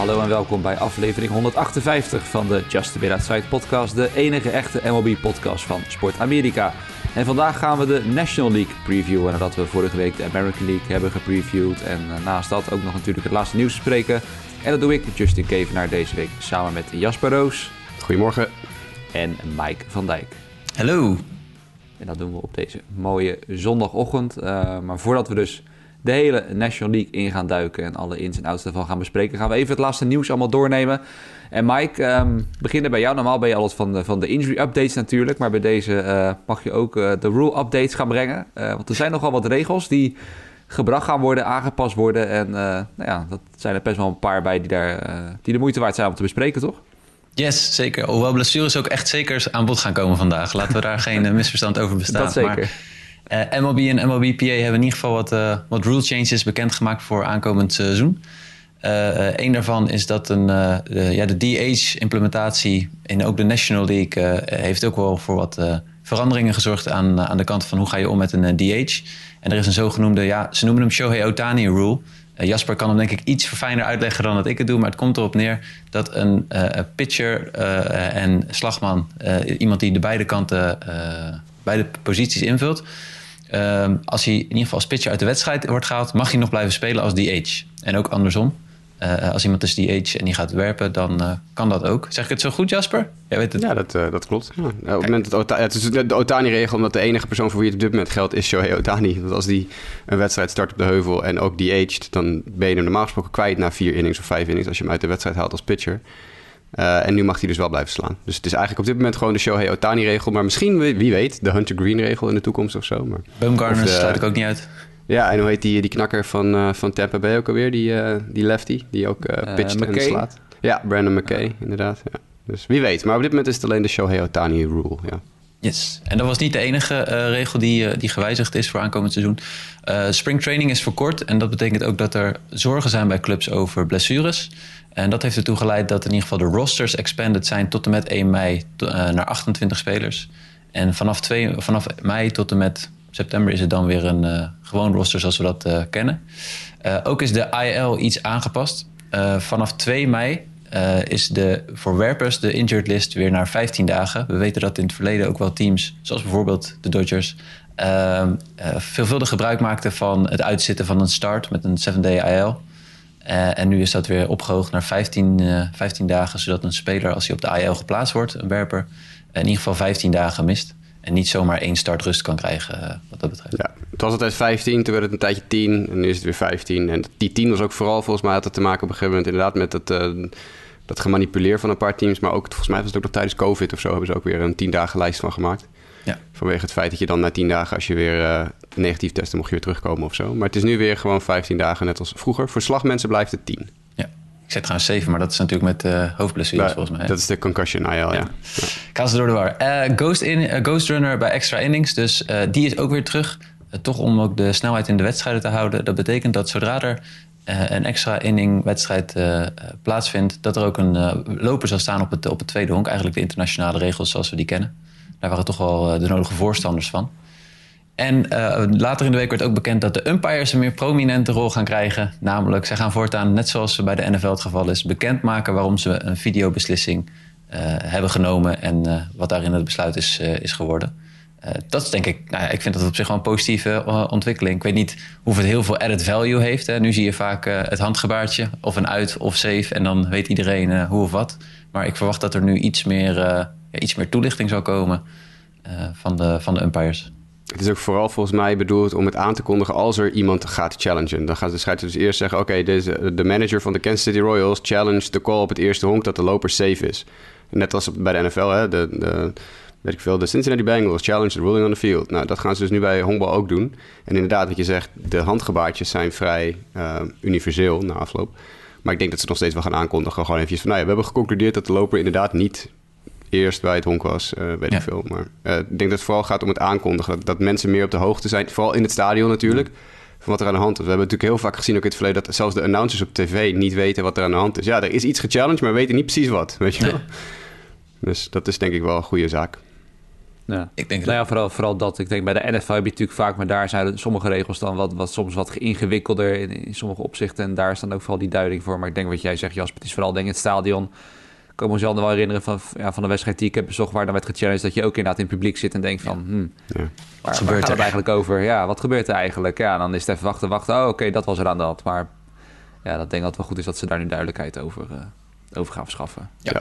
Hallo en welkom bij aflevering 158 van de Just a Bit Outside podcast, de enige echte MLB-podcast van Sport Amerika. En vandaag gaan we de National League previewen, nadat we vorige week de American League hebben gepreviewd. En naast dat ook nog natuurlijk het laatste nieuws bespreken. En dat doe ik, Justin Kevenaar, deze week samen met Jasper Roos. Goedemorgen. En Mike van Dijk. Hallo. En dat doen we op deze mooie zondagochtend. Maar voordat we dus de hele National League in gaan duiken en alle ins en outs daarvan gaan bespreken, gaan we even het laatste nieuws allemaal doornemen. En Mike, beginnen bij jou. Normaal ben je alles van de injury updates natuurlijk, maar bij deze mag je ook de rule updates gaan brengen. Want er zijn nogal wat regels die gebracht gaan worden, aangepast worden. En dat zijn er best wel een paar bij die de moeite waard zijn om te bespreken, toch? Yes, zeker. Hoewel blessures ook echt zeker aan bod gaan komen vandaag. Laten we daar geen misverstand over bestaan. Dat zeker. Maar MLB en MLB-PA hebben in ieder geval wat rule changes bekendgemaakt voor aankomend seizoen. Een daarvan is dat de DH-implementatie in ook de National League heeft ook wel voor wat veranderingen gezorgd aan de kant van hoe ga je om met een DH. En er is een zogenoemde, ze noemen hem Shohei Ohtani rule. Jasper kan hem denk ik iets verfijner uitleggen dan dat ik het doe. Maar het komt erop neer dat een pitcher en slagman, iemand die de beide kanten, beide posities invult, als hij in ieder geval als pitcher uit de wedstrijd wordt gehaald, mag hij nog blijven spelen als DH. En ook andersom. Als iemand is DH en die gaat werpen, dan kan dat ook. Zeg ik het zo goed, Jasper? Jij weet het. Ja, dat klopt. Ja. Op het moment het is de Ohtani-regel, omdat de enige persoon voor wie het op dit moment geldt is Shohei Ohtani. Want als die een wedstrijd start op de heuvel en ook DH'd, dan ben je hem normaal gesproken kwijt na 4 innings of 5 innings als je hem uit de wedstrijd haalt als pitcher. En nu mag hij dus wel blijven slaan. Dus het is eigenlijk op dit moment gewoon de Shohei Ohtani-regel. Maar misschien, wie weet, de Hunter Green-regel in de toekomst of zo. Maar, Bumgarner sluit ik ook niet uit. Ja, en hoe heet die knakker van Tampa Bay ook alweer? Die lefty, die ook pitcht en slaat. Ja, Brandon McKay, inderdaad. Ja. Dus wie weet. Maar op dit moment is het alleen de Shohei Ohtani rule, ja. Yes. En dat was niet de enige regel die gewijzigd is voor aankomend seizoen. Springtraining is verkort en dat betekent ook dat er zorgen zijn bij clubs over blessures. En dat heeft ertoe geleid dat in ieder geval de rosters expanded zijn tot en met 1 mei naar 28 spelers. En vanaf mei tot en met september is het dan weer een gewoon roster zoals we dat kennen. Ook is de IL iets aangepast. Vanaf 2 mei is voor werpers de injured list weer naar 15 dagen. We weten dat in het verleden ook wel teams, zoals bijvoorbeeld de Dodgers, veelvuldig gebruik maakten van het uitzitten van een start met een 7-day IL. En nu is dat weer opgehoogd naar 15 dagen, zodat een speler, als hij op de IL geplaatst wordt, een werper, in ieder geval 15 dagen mist. En niet zomaar 1 start rust kan krijgen wat dat betreft. Ja, het was altijd 15, toen werd het een tijdje 10 en nu is het weer 15. En die 10 was ook vooral volgens mij had het te maken op een gegeven moment inderdaad met dat gemanipuleer van een paar teams. Maar ook volgens mij was het ook nog tijdens COVID of zo hebben ze ook weer een 10 dagen lijst van gemaakt. Ja. Vanwege het feit dat je dan na 10 dagen, als je weer negatief testte, mocht je weer terugkomen of zo. Maar het is nu weer gewoon 15 dagen, net als vroeger. Voor slagmensen blijft het 10. Ja. Ik zei trouwens 7, maar dat is natuurlijk met hoofdblessures volgens mij. Dat is de concussion IL, ja. Ik ga ze door de war. Ghost runner bij extra innings, dus die is ook weer terug. Toch om ook de snelheid in de wedstrijden te houden. Dat betekent dat zodra er een extra inning wedstrijd plaatsvindt, dat er ook een loper zal staan op het tweede honk. Eigenlijk de internationale regels zoals we die kennen. Daar waren toch wel de nodige voorstanders van. En later in de week werd ook bekend dat de umpires een meer prominente rol gaan krijgen. Namelijk, zij gaan voortaan, net zoals bij de NFL het geval is, bekendmaken waarom ze een videobeslissing hebben genomen en wat daarin het besluit is geworden. Dat is denk ik, ik vind dat op zich wel een positieve ontwikkeling. Ik weet niet of het heel veel added value heeft. Hè. Nu zie je vaak het handgebaartje of een uit of safe en dan weet iedereen hoe of wat. Maar ik verwacht dat er nu iets meer toelichting zal komen van de umpires. Het is ook vooral volgens mij bedoeld om het aan te kondigen als er iemand gaat challengen. Dan gaat de scheidsrechter dus eerst zeggen, oké, de manager van de Kansas City Royals challenge de call op het eerste honk dat de loper safe is. Net als bij de NFL, hè, de Cincinnati Bengals challenge the ruling on the field. Nou, dat gaan ze dus nu bij honkbal ook doen. En inderdaad, wat je zegt, de handgebaartjes zijn vrij universeel na afloop. Maar ik denk dat ze nog steeds wel gaan aankondigen. Gewoon eventjes van, we hebben geconcludeerd dat de loper inderdaad niet eerst bij het honk was, weet ik veel. Maar ik denk dat het vooral gaat om het aankondigen. Dat mensen meer op de hoogte zijn, vooral in het stadion natuurlijk, van wat er aan de hand is. We hebben natuurlijk heel vaak gezien ook in het verleden dat zelfs de announcers op tv niet weten wat er aan de hand is. Ja, er is iets gechallenged, maar we weten niet precies wat, weet je wel. Dus dat is denk ik wel een goede zaak. Ja. Ik denk Nou ja, vooral dat. Ik denk bij de NFL heb je natuurlijk vaak, maar daar zijn sommige regels dan soms wat ingewikkelder in sommige opzichten. En daar is dan ook vooral die duiding voor. Maar ik denk wat jij zegt, Jasper, het is vooral denk ik het stadion. Ik kan me zelf nog wel herinneren van de wedstrijd die ik heb bezocht, waar dan werd gechallenged dat je ook inderdaad in het publiek zit en denkt van, waar gaat het eigenlijk over? Ja, wat gebeurt er eigenlijk? Ja, dan is het even wachten. Oh, oké, dat was er aan de hand. Maar ja, dat denk ik dat het wel goed is dat ze daar nu duidelijkheid over gaan verschaffen. Ja.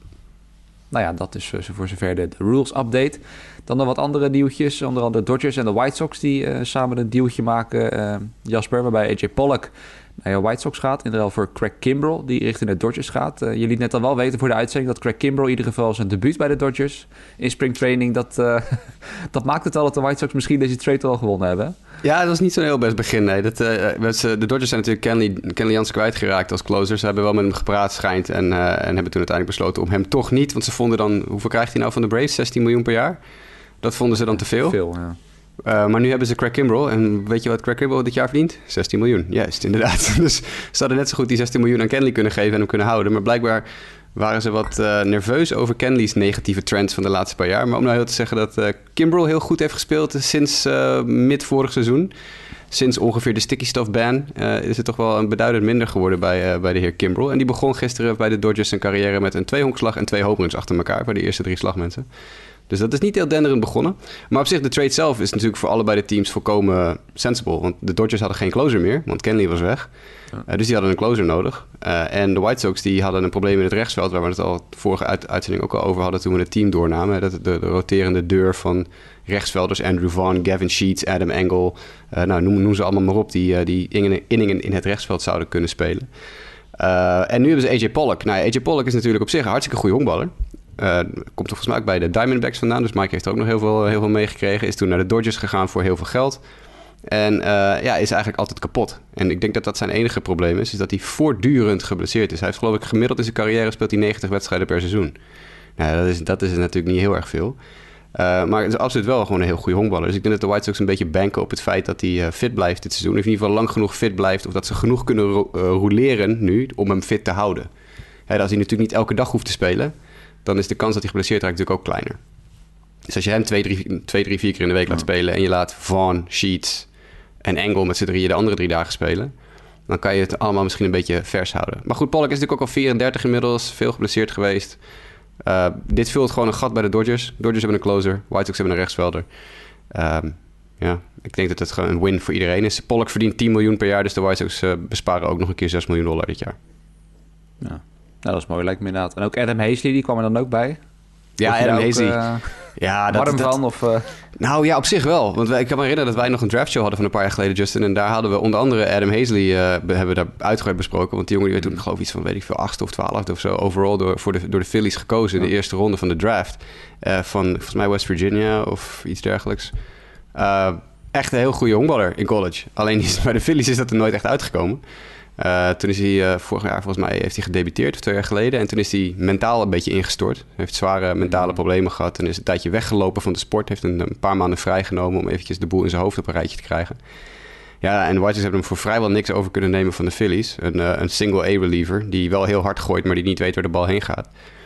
Nou ja, dat is voor zover de rules update. Dan nog wat andere nieuwtjes. Onder andere de Dodgers en de White Sox die samen een dealtje maken. Jasper, waarbij AJ Pollock naar de White Sox gaat. In ruil voor Craig Kimbrel, die richting de Dodgers gaat. Je liet net al wel weten voor de uitzending dat Craig Kimbrel in ieder geval zijn debuut bij de Dodgers in springtraining. Dat maakt het al dat de White Sox misschien deze trade wel gewonnen hebben. Ja, dat was niet zo'n heel best begin. Nee. De Dodgers zijn natuurlijk Kenley Jansen kwijtgeraakt als closer. Ze hebben wel met hem gepraat, schijnt. En hebben toen uiteindelijk besloten om hem toch niet. Want ze vonden dan, hoeveel krijgt hij nou van de Braves? 16 miljoen per jaar? Dat vonden ze dan te veel. Ja. Maar nu hebben ze Craig Kimbrel. En weet je wat Craig Kimbrel dit jaar verdient? 16 miljoen. Juist, inderdaad. Dus ze hadden net zo goed die 16 miljoen aan Kenley kunnen geven en hem kunnen houden. Maar blijkbaar waren ze wat nerveus over Kenley's negatieve trends van de laatste paar jaar. Maar om nou heel te zeggen dat Kimbrel heel goed heeft gespeeld sinds mid vorig seizoen. Sinds ongeveer de sticky stuff ban is het toch wel een beduidend minder geworden bij de heer Kimbrel. En die begon gisteren bij de Dodgers zijn carrière met een 2-honkslag en 2 homeruns achter elkaar bij de eerste 3 slagmensen. Dus dat is niet heel denderend begonnen. Maar op zich, de trade zelf is natuurlijk voor allebei de teams volkomen sensible. Want de Dodgers hadden geen closer meer, want Kenley was weg. Dus die hadden een closer nodig. En de White Sox die hadden een probleem in het rechtsveld, waar we het al vorige uitzending ook al over hadden toen we het team doornamen. Dat de roterende deur van rechtsvelders, Andrew Vaughn, Gavin Sheets, Adam Engel, noem ze allemaal maar op, die inningen in het rechtsveld zouden kunnen spelen. En nu hebben ze AJ Pollock. Nou, AJ Pollock is natuurlijk op zich een hartstikke goede honkballer. Komt volgens mij ook bij de Diamondbacks vandaan. Dus Mike heeft er ook nog heel veel meegekregen. Is toen naar de Dodgers gegaan voor heel veel geld. En is eigenlijk altijd kapot. En ik denk dat dat zijn enige probleem is dat hij voortdurend geblesseerd is. Hij heeft geloof ik gemiddeld in zijn carrière speelt hij 90 wedstrijden per seizoen. Nou, dat is natuurlijk niet heel erg veel. Maar het is absoluut wel gewoon een heel goede honkballer. Dus ik denk dat de White Sox een beetje banken op het feit dat hij fit blijft dit seizoen. Of in ieder geval lang genoeg fit blijft. Of dat ze genoeg kunnen roleren nu om hem fit te houden. Als hij natuurlijk niet elke dag hoeft te spelen, dan is de kans dat hij geblesseerd raakt natuurlijk ook kleiner. Dus als je hem 2, 3, 4 keer in de week laat spelen en je laat Vaughn, Sheets en Engel met z'n drieën de andere 3 dagen spelen, dan kan je het allemaal misschien een beetje vers houden. Maar goed, Pollock is natuurlijk ook al 34 inmiddels, veel geblesseerd geweest. Dit vult gewoon een gat bij de Dodgers. Dodgers hebben een closer, White Sox hebben een rechtsvelder. Ik denk dat het gewoon een win voor iedereen is. Pollock verdient 10 miljoen per jaar, dus de White Sox besparen ook nog een keer $6 miljoen dit jaar. Ja. Nou, dat is mooi, lijkt me inderdaad. En ook Adam Hazley, die kwam er dan ook bij. Ja, Adam Hazley. Warm van? Of, Nou ja, op zich wel. Want ik kan me herinneren dat wij nog een draftshow hadden van een paar jaar geleden, Justin. En daar hadden we onder andere Adam Hazley hebben we daar uitgebreid besproken. Want die jongen die werd toen geloof ik iets van, weet ik veel, 8e of 12e of zo overall door de Phillies gekozen in de eerste ronde van de draft. Van volgens mij West Virginia of iets dergelijks. Echt een heel goede honkballer in college. Alleen bij de Phillies is dat er nooit echt uitgekomen. Toen is hij vorig jaar, volgens mij, heeft hij gedebuteerd, of 2 jaar geleden. En toen is hij mentaal een beetje ingestort. Hij heeft zware mentale problemen gehad en is een tijdje weggelopen van de sport. Heeft een paar maanden vrijgenomen om eventjes de boel in zijn hoofd op een rijtje te krijgen. Ja, en de White Sox hebben hem voor vrijwel niks over kunnen nemen van de Phillies. Een single A-reliever die wel heel hard gooit, maar die niet weet waar de bal heen gaat.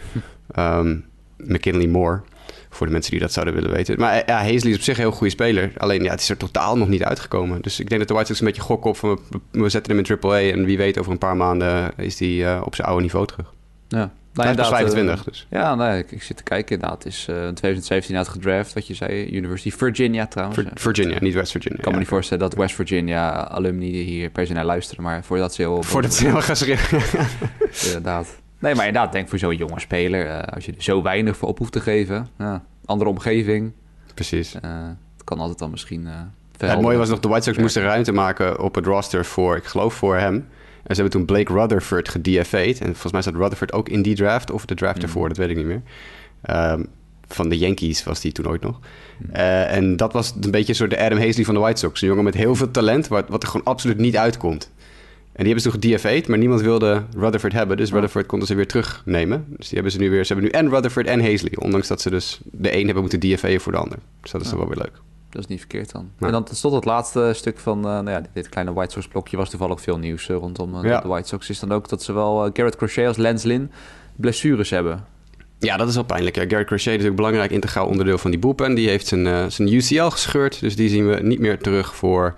McKinley Moore, voor de mensen die dat zouden willen weten. Maar ja, Hazley is op zich een heel goede speler. Alleen ja, het is er totaal nog niet uitgekomen. Dus ik denk dat de White Sox een beetje gokken op van we zetten hem in AAA en wie weet over een paar maanden is hij op zijn oude niveau terug. Ja. Hij is pas 25 dus. Ja, nee, ik zit te kijken inderdaad. Het is 2017 uit gedraft, wat je zei. University Virginia trouwens. Virginia, niet West Virginia. Ik kan me niet voorstellen dat West Virginia alumni hier per se naar luisteren. Maar voordat ze heel... Voordat ze heel gaan schrijven. Inderdaad. Nee, maar inderdaad, denk voor zo'n jonge speler, als je er zo weinig voor op hoeft te geven, andere omgeving. Precies. Het kan altijd dan misschien het mooie was nog, de White Sox moesten ruimte maken op het roster voor, ik geloof voor hem. En ze hebben toen Blake Rutherford gedFA'd. En volgens mij zat Rutherford ook in die draft, of de draft ervoor, dat weet ik niet meer. Van de Yankees was die toen ooit nog. En dat was een beetje een soort de Adam Hazley van de White Sox. Een jongen met heel veel talent, wat er gewoon absoluut niet uitkomt. En die hebben ze toen gedFA'd, maar niemand wilde Rutherford hebben. Dus Rutherford konden ze weer terugnemen. Dus die hebben ze nu weer. Ze hebben nu en Rutherford en Hazley. Ondanks dat ze dus de een hebben moeten DFA'en voor de ander. Dus dat is toch wel weer leuk. Dat is niet verkeerd dan. Ja. En dan tot het laatste stuk van dit kleine White Sox blokje was toevallig veel nieuws rondom de White Sox. Is dan ook dat ze wel Garrett Crochet als Lance Lynn blessures hebben. Ja, dat is wel pijnlijk. Ja. Garrett Crochet is ook een belangrijk integraal onderdeel van die bullpen. Die heeft zijn UCL gescheurd. Dus die zien we niet meer terug voor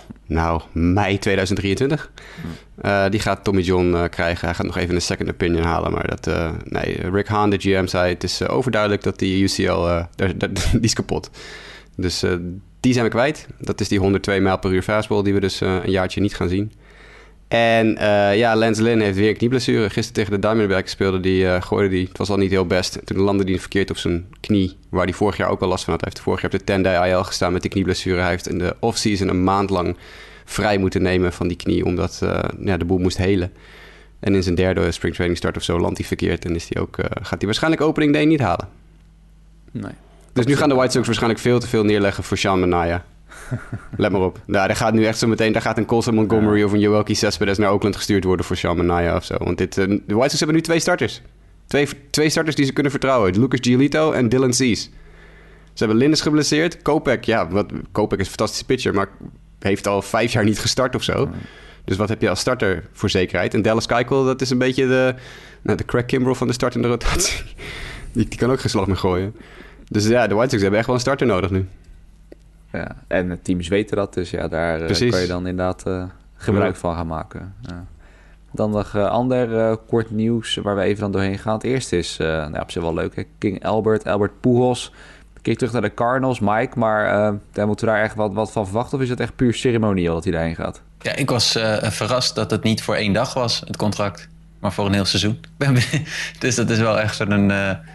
mei 2023. Die gaat Tommy John krijgen. Hij gaat nog even een second opinion halen. Maar Rick Hahn, de GM, zei... het is overduidelijk dat die UCL... die is kapot. Dus die zijn we kwijt. Dat is die 102 mijl per uur fastball... die we dus een jaartje niet gaan zien. En Lance Lynn heeft weer een knieblessure. Gisteren tegen de Diamondbacks speelde gooide die. Het was al niet heel best. Toen landde hij verkeerd op zijn knie. Waar hij vorig jaar ook al last van had. Hij heeft vorig jaar op de 10-day IL gestaan met die knieblessure. Hij heeft in de offseason een maand lang vrij moeten nemen van die knie. Omdat de boel moest helen. En in zijn derde springtraining start of zo landt hij verkeerd. En gaat hij waarschijnlijk opening day niet halen. Nee. Dus nu gaan de White Sox waarschijnlijk veel te veel neerleggen voor Sean Manaea. Let maar op. Daar gaat nu echt zo meteen... Daar gaat een Colson Montgomery of een Yoelqui Cespedes naar Oakland gestuurd worden voor Sean Manaea of zo. Want de White Sox hebben nu 2 starters. Twee starters die ze kunnen vertrouwen. Lucas Giolito en Dylan Cease. Ze hebben Lynn is geblesseerd. Kopech is een fantastische pitcher, maar heeft al 5 jaar niet gestart of zo. Dus wat heb je als starter voor zekerheid? En Dallas Keuchel, dat is een beetje de Craig Kimbrell van de startende rotatie. Die kan ook geen slag meer gooien. Dus de White Sox hebben echt wel een starter nodig nu. Ja, en teams weten dat, dus daar kan je dan inderdaad gebruik van gaan maken. Ja. Dan nog ander kort nieuws waar we even dan doorheen gaan. Het eerste is op zich wel leuk, hè? King Albert Pujols. Keer terug naar de Cardinals, Mike, maar daar moeten we daar echt wat van verwachten? Of is het echt puur ceremonieel dat hij daarheen gaat? Ja, ik was verrast dat het niet voor 1 dag was, het contract. Maar voor een heel seizoen. Dus dat is wel echt zo'n...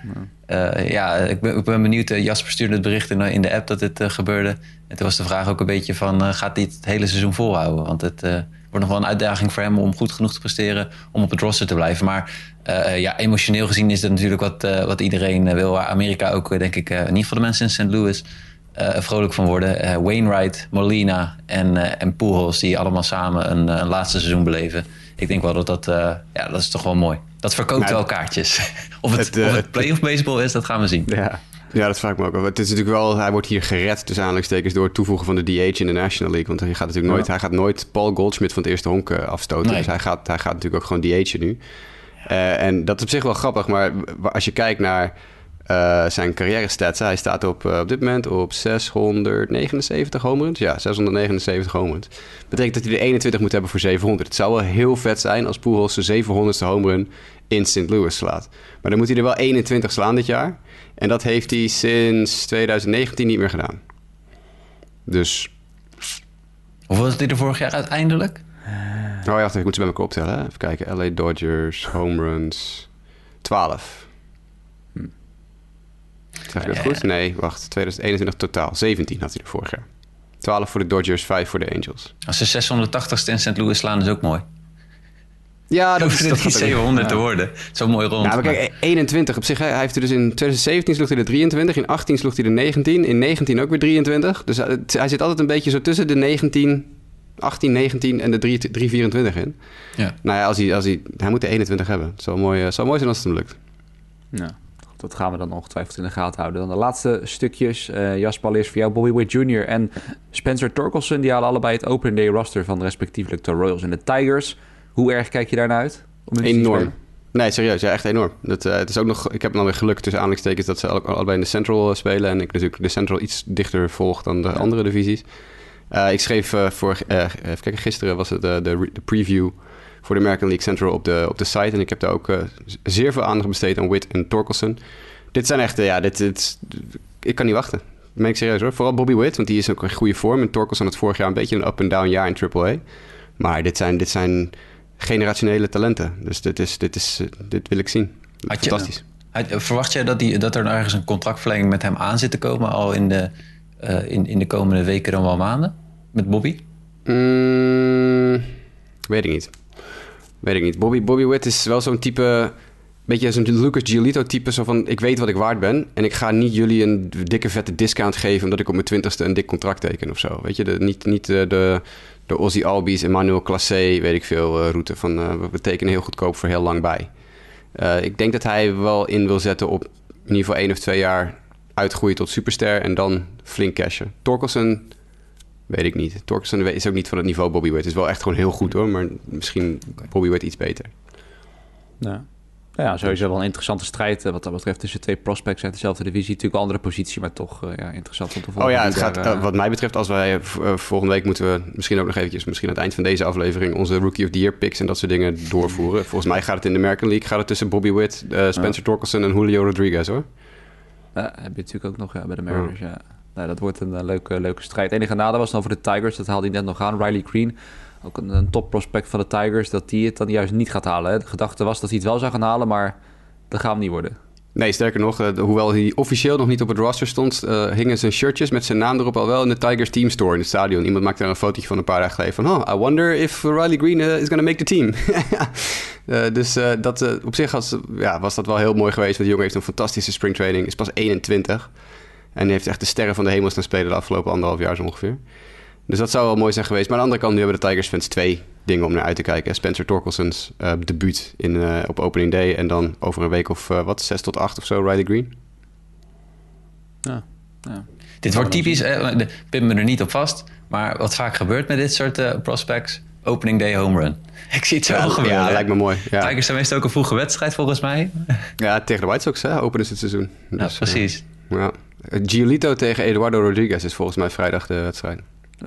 ik ben benieuwd. Jasper stuurde het bericht in de app dat dit gebeurde. En toen was de vraag ook een beetje van... gaat hij het hele seizoen volhouden? Want het wordt nog wel een uitdaging voor hem... om goed genoeg te presteren om op het roster te blijven. Maar emotioneel gezien is dat natuurlijk wat iedereen wil. Amerika ook, denk ik... in ieder geval de mensen in St. Louis... vrolijk van worden. Wainwright, Molina en Pujols... die allemaal samen een laatste seizoen beleven. Ik denk wel dat is toch wel mooi. Dat verkoopt wel kaartjes. Of het playoff baseball is, dat gaan we zien. Ja, dat vraag ik me ook wel. Het is natuurlijk wel, hij wordt hier gered tussen aanhalingstekens door het toevoegen van de DH in de National League. Want hij gaat nooit Paul Goldschmidt van het eerste honk afstoten. Nee. Dus hij gaat natuurlijk ook gewoon DH'en nu. En dat is op zich wel grappig, maar als je kijkt naar zijn carrière stats, hij staat op dit moment op 679 home runs. Ja, 679 home runs. Betekent dat hij er 21 moet hebben voor 700. Het zou wel heel vet zijn als Pujols zijn 700ste home run in St. Louis slaat. Maar dan moet hij er wel 21 slaan dit jaar. En dat heeft hij sinds 2019 niet meer gedaan. Dus... Hoeveel was hij er vorig jaar uiteindelijk? Wacht, ik moet ze bij elkaar optellen. Hè? Even kijken. LA Dodgers, home runs... 12. Zeg ik dat goed? Nee, wacht. 2021 totaal. 17 had hij er vorig jaar. 12 voor de Dodgers, 5 voor de Angels. Als ze 680ste in St. Louis slaan, is ook mooi. Ja, dat is niet 700 te worden. Zo'n mooi rond. Ja, maar kijk, 21 op zich. Hij heeft er dus in 2017 sloeg hij er 23. In 18 sloeg hij er 19. In 19 ook weer 23. Dus hij zit altijd een beetje zo tussen de 18, 19 en de 324 in. Ja. Nou ja, hij moet de 21 hebben. Het zou mooi zijn als het hem lukt. Ja. Dat gaan we dan ongetwijfeld in de gaten houden. Dan de laatste stukjes. Jasper, allereerst voor jou. Bobby Witt Jr. en Spencer Torkelson... die halen allebei het opening day roster... van respectievelijk de Royals en de Tigers. Hoe erg kijk je daarnaar uit? Enorm. Nee, serieus. Ja, echt enorm. Het is ook nog, ik heb dan weer geluk tussen aanhalingstekens... dat ze allebei in de Central spelen... en ik natuurlijk de Central iets dichter volg dan de andere divisies. Ik schreef even kijken, gisteren was het de preview... voor de American League Central op de site. En ik heb daar ook zeer veel aandacht besteed aan Witt en Torkelson. Dit zijn echt... ik kan niet wachten. Dat meen ik serieus hoor. Vooral Bobby Witt, want die is ook in goede vorm. En Torkelson had vorig jaar een beetje een up-and-down jaar in AAA. Maar dit zijn generationele talenten. Dus dit wil ik zien. Fantastisch. Verwacht jij dat er ergens een contractverlenging met hem aan zit te komen... al in de komende weken dan wel maanden? Met Bobby? Weet ik niet. Bobby Witt is wel zo'n type... beetje zo'n Lucas Giolito type. Zo van, ik weet wat ik waard ben... en ik ga niet jullie een dikke vette discount geven... omdat ik op mijn 20ste een dik contract teken of zo. Weet je, niet de Ozzy Albies, Emmanuel Clase, weet ik veel, route van... we tekenen heel goedkoop voor heel lang bij. Ik denk dat hij wel in wil zetten op in ieder geval 1 of 2 jaar... uitgroeien tot superster en dan flink cashen. Torkelson... weet ik niet. Torkelson is ook niet van het niveau Bobby Witt. Is wel echt gewoon heel goed hoor, maar misschien Bobby Witt iets beter. Ja. Ja, sowieso wel een interessante strijd wat dat betreft tussen 2 prospects uit dezelfde divisie. Natuurlijk een andere positie, maar toch interessant om te volgen. Het gaat, wat mij betreft, als wij volgende week moeten we misschien ook nog eventjes, misschien aan het eind van deze aflevering, onze Rookie of the Year picks en dat soort dingen doorvoeren. Volgens mij gaat het in de American League tussen Bobby Witt, Spencer Torkelson en Julio Rodriguez, hoor. Heb je natuurlijk ook nog bij de Mariners, ja. Nou, dat wordt een leuke strijd. Het enige nadeel was dan voor de Tigers, dat haalde hij net nog aan. Riley Green, ook een top prospect van de Tigers, dat hij het dan juist niet gaat halen. Hè. De gedachte was dat hij het wel zou gaan halen, maar dat gaat hem niet worden. Nee, sterker nog, hoewel hij officieel nog niet op het roster stond, hingen zijn shirtjes met zijn naam erop al wel in de Tigers team store in het stadion. Iemand maakte daar een fotootje van een paar dagen geleden van, I wonder if Riley Green is going to make the team. Dus op zich was dat wel heel mooi geweest. Want die jongen heeft een fantastische springtraining, is pas 21. En heeft echt de sterren van de hemel staan spelen de afgelopen 1,5 jaar zo ongeveer. Dus dat zou wel mooi zijn geweest. Maar aan de andere kant, nu hebben de Tigers fans 2 dingen om naar uit te kijken. Spencer Torkelson's debuut op opening day. En dan over een week of 6 tot 8 of zo, Riley Green. Ja. Dit wordt typisch, pin me er niet op vast. Maar wat vaak gebeurt met dit soort prospects, opening day home run. Ik zie het zo gebeuren. Ja, lijkt me mooi. Ja. Tigers zijn meestal ook een vroege wedstrijd volgens mij. Ja, tegen de White Sox openen ze het seizoen. Dus, ja, precies. Giolito tegen Eduardo Rodriguez is volgens mij vrijdag de wedstrijd.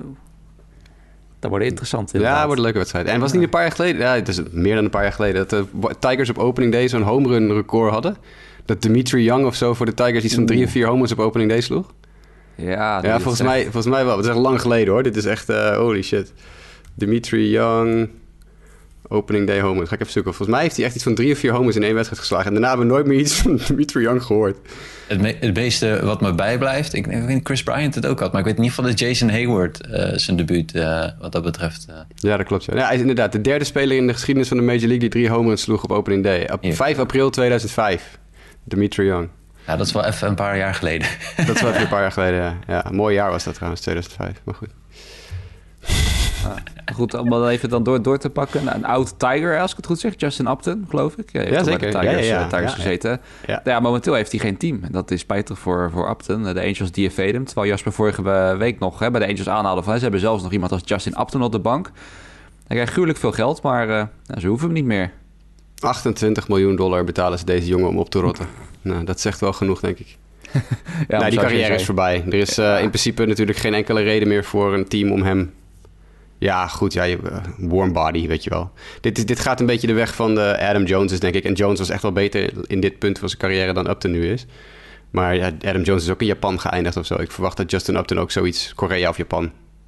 Dat wordt interessant. Ja, dat wordt een leuke wedstrijd. En was niet een paar jaar geleden, ja, het is meer dan een paar jaar geleden, dat de Tigers op opening day zo'n home run record hadden. Dat Dimitri Young of zo voor de Tigers iets van 3 of 4 home runs op opening day sloeg. Ja, volgens mij wel. Het is echt lang geleden hoor. Dit is echt holy shit. Dimitri Young, opening day home run. Ga ik even zoeken. Volgens mij heeft hij echt iets van 3 of 4 home runs in 1 wedstrijd geslagen. En daarna hebben we nooit meer iets van Dimitri Young gehoord. Het meeste wat me bijblijft, ik weet Chris Bryant het ook had, maar ik weet in ieder geval dat Jason Hayward zijn debuut wat dat betreft. Ja, dat klopt. Ja, hij is inderdaad de derde speler in de geschiedenis van de Major League die 3 home runs sloeg op opening day. Op 5 april 2005. Dimitri Young. Ja, dat is wel even een paar jaar geleden. Dat is wel even een paar jaar geleden, ja. Ja, een mooi jaar was dat trouwens, 2005. Maar goed. Goed, om dan even door te pakken. Een oud Tiger, als ik het goed zeg. Justin Upton, geloof ik. Ja, zeker. Bij de Tigers gezeten. Ja, momenteel heeft hij geen team. En dat is spijtig voor Upton. De Angels DFA'd hem. Terwijl Jasper vorige week nog bij de Angels aanhaalde van... Ze hebben zelfs nog iemand als Justin Upton op de bank. Hij krijgt gruwelijk veel geld, maar ze hoeven hem niet meer. $28 miljoen betalen ze deze jongen om op te rotten. Nou, dat zegt wel genoeg, denk ik. Ja, die carrière is voorbij. Er is in principe natuurlijk geen enkele reden meer voor een team om hem... Ja, goed, warm body, weet je wel. Dit gaat een beetje de weg van de Adam Jones, denk ik. En Jones was echt wel beter in dit punt van zijn carrière dan Upton nu is. Maar ja, Adam Jones is ook in Japan geëindigd of zo. Ik verwacht dat Justin Upton ook zoiets, Korea of Japan.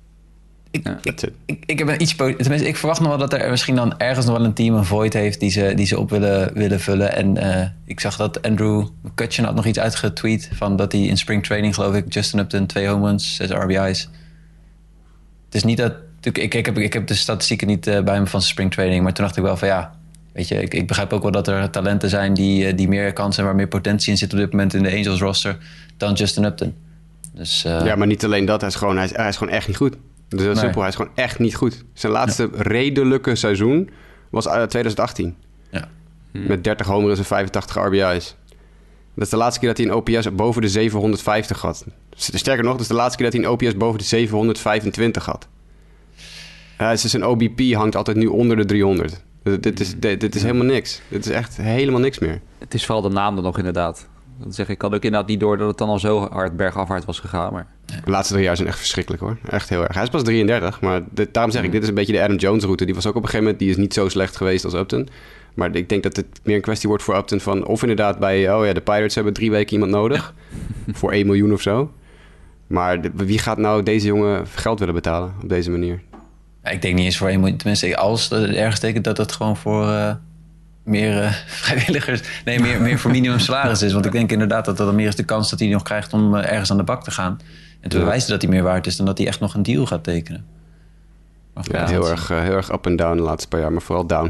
Ik heb tenminste, ik verwacht nog wel dat er misschien dan ergens nog wel een team een void heeft die ze op willen vullen. En ik zag dat Andrew McCutcheon had nog iets uitgetweet van dat hij in spring training, geloof ik, Justin Upton 2 home runs, 6 RBI's. Het is niet dat... Ik heb de statistieken niet bij me van zijn springtraining, maar toen dacht ik wel van ja, weet je, ik begrijp ook wel dat er talenten zijn die meer kansen en waar meer potentie in zit op dit moment in de Angels roster dan Justin Upton. Dus, ja, maar niet alleen dat, hij is gewoon echt niet goed. Dus dat is simpel, hij is gewoon echt niet goed. Zijn laatste redelijke seizoen was 2018. Ja. Met 30 home runs en 85 RBI's. Dat is de laatste keer dat hij een OPS boven de 750 had. Sterker nog, dat is de laatste keer dat hij een OPS boven de 725 had. Zijn OBP hangt altijd nu onder de 300. Dit is helemaal niks. Dit is echt helemaal niks meer. Het is vooral de naam er nog inderdaad. Dat zeg ik had ook inderdaad niet door dat het dan al zo hard bergafwaarts was gegaan. Maar... De laatste 3 jaar zijn echt verschrikkelijk hoor. Echt heel erg. Hij is pas 33, maar daarom zeg ik, dit is een beetje de Adam Jones route. Die was ook op een gegeven moment, die is niet zo slecht geweest als Upton. Maar ik denk dat het meer een kwestie wordt voor Upton van... Of inderdaad bij, de Pirates hebben 3 weken iemand nodig. Voor 1 miljoen of zo. Maar wie gaat nou deze jongen geld willen betalen op deze manier? Ja, ik denk niet eens voor 1 miljoen. Tenminste, als dat ergens tekent dat het gewoon voor meer vrijwilligers... Nee, meer voor minimum salaris is. Want ik denk inderdaad dat er meer is de kans dat hij nog krijgt om ergens aan de bak te gaan. En te bewijzen dat hij meer waard is dan dat hij echt nog een deal gaat tekenen. Ja, heel erg up en down de laatste paar jaar, maar vooral down.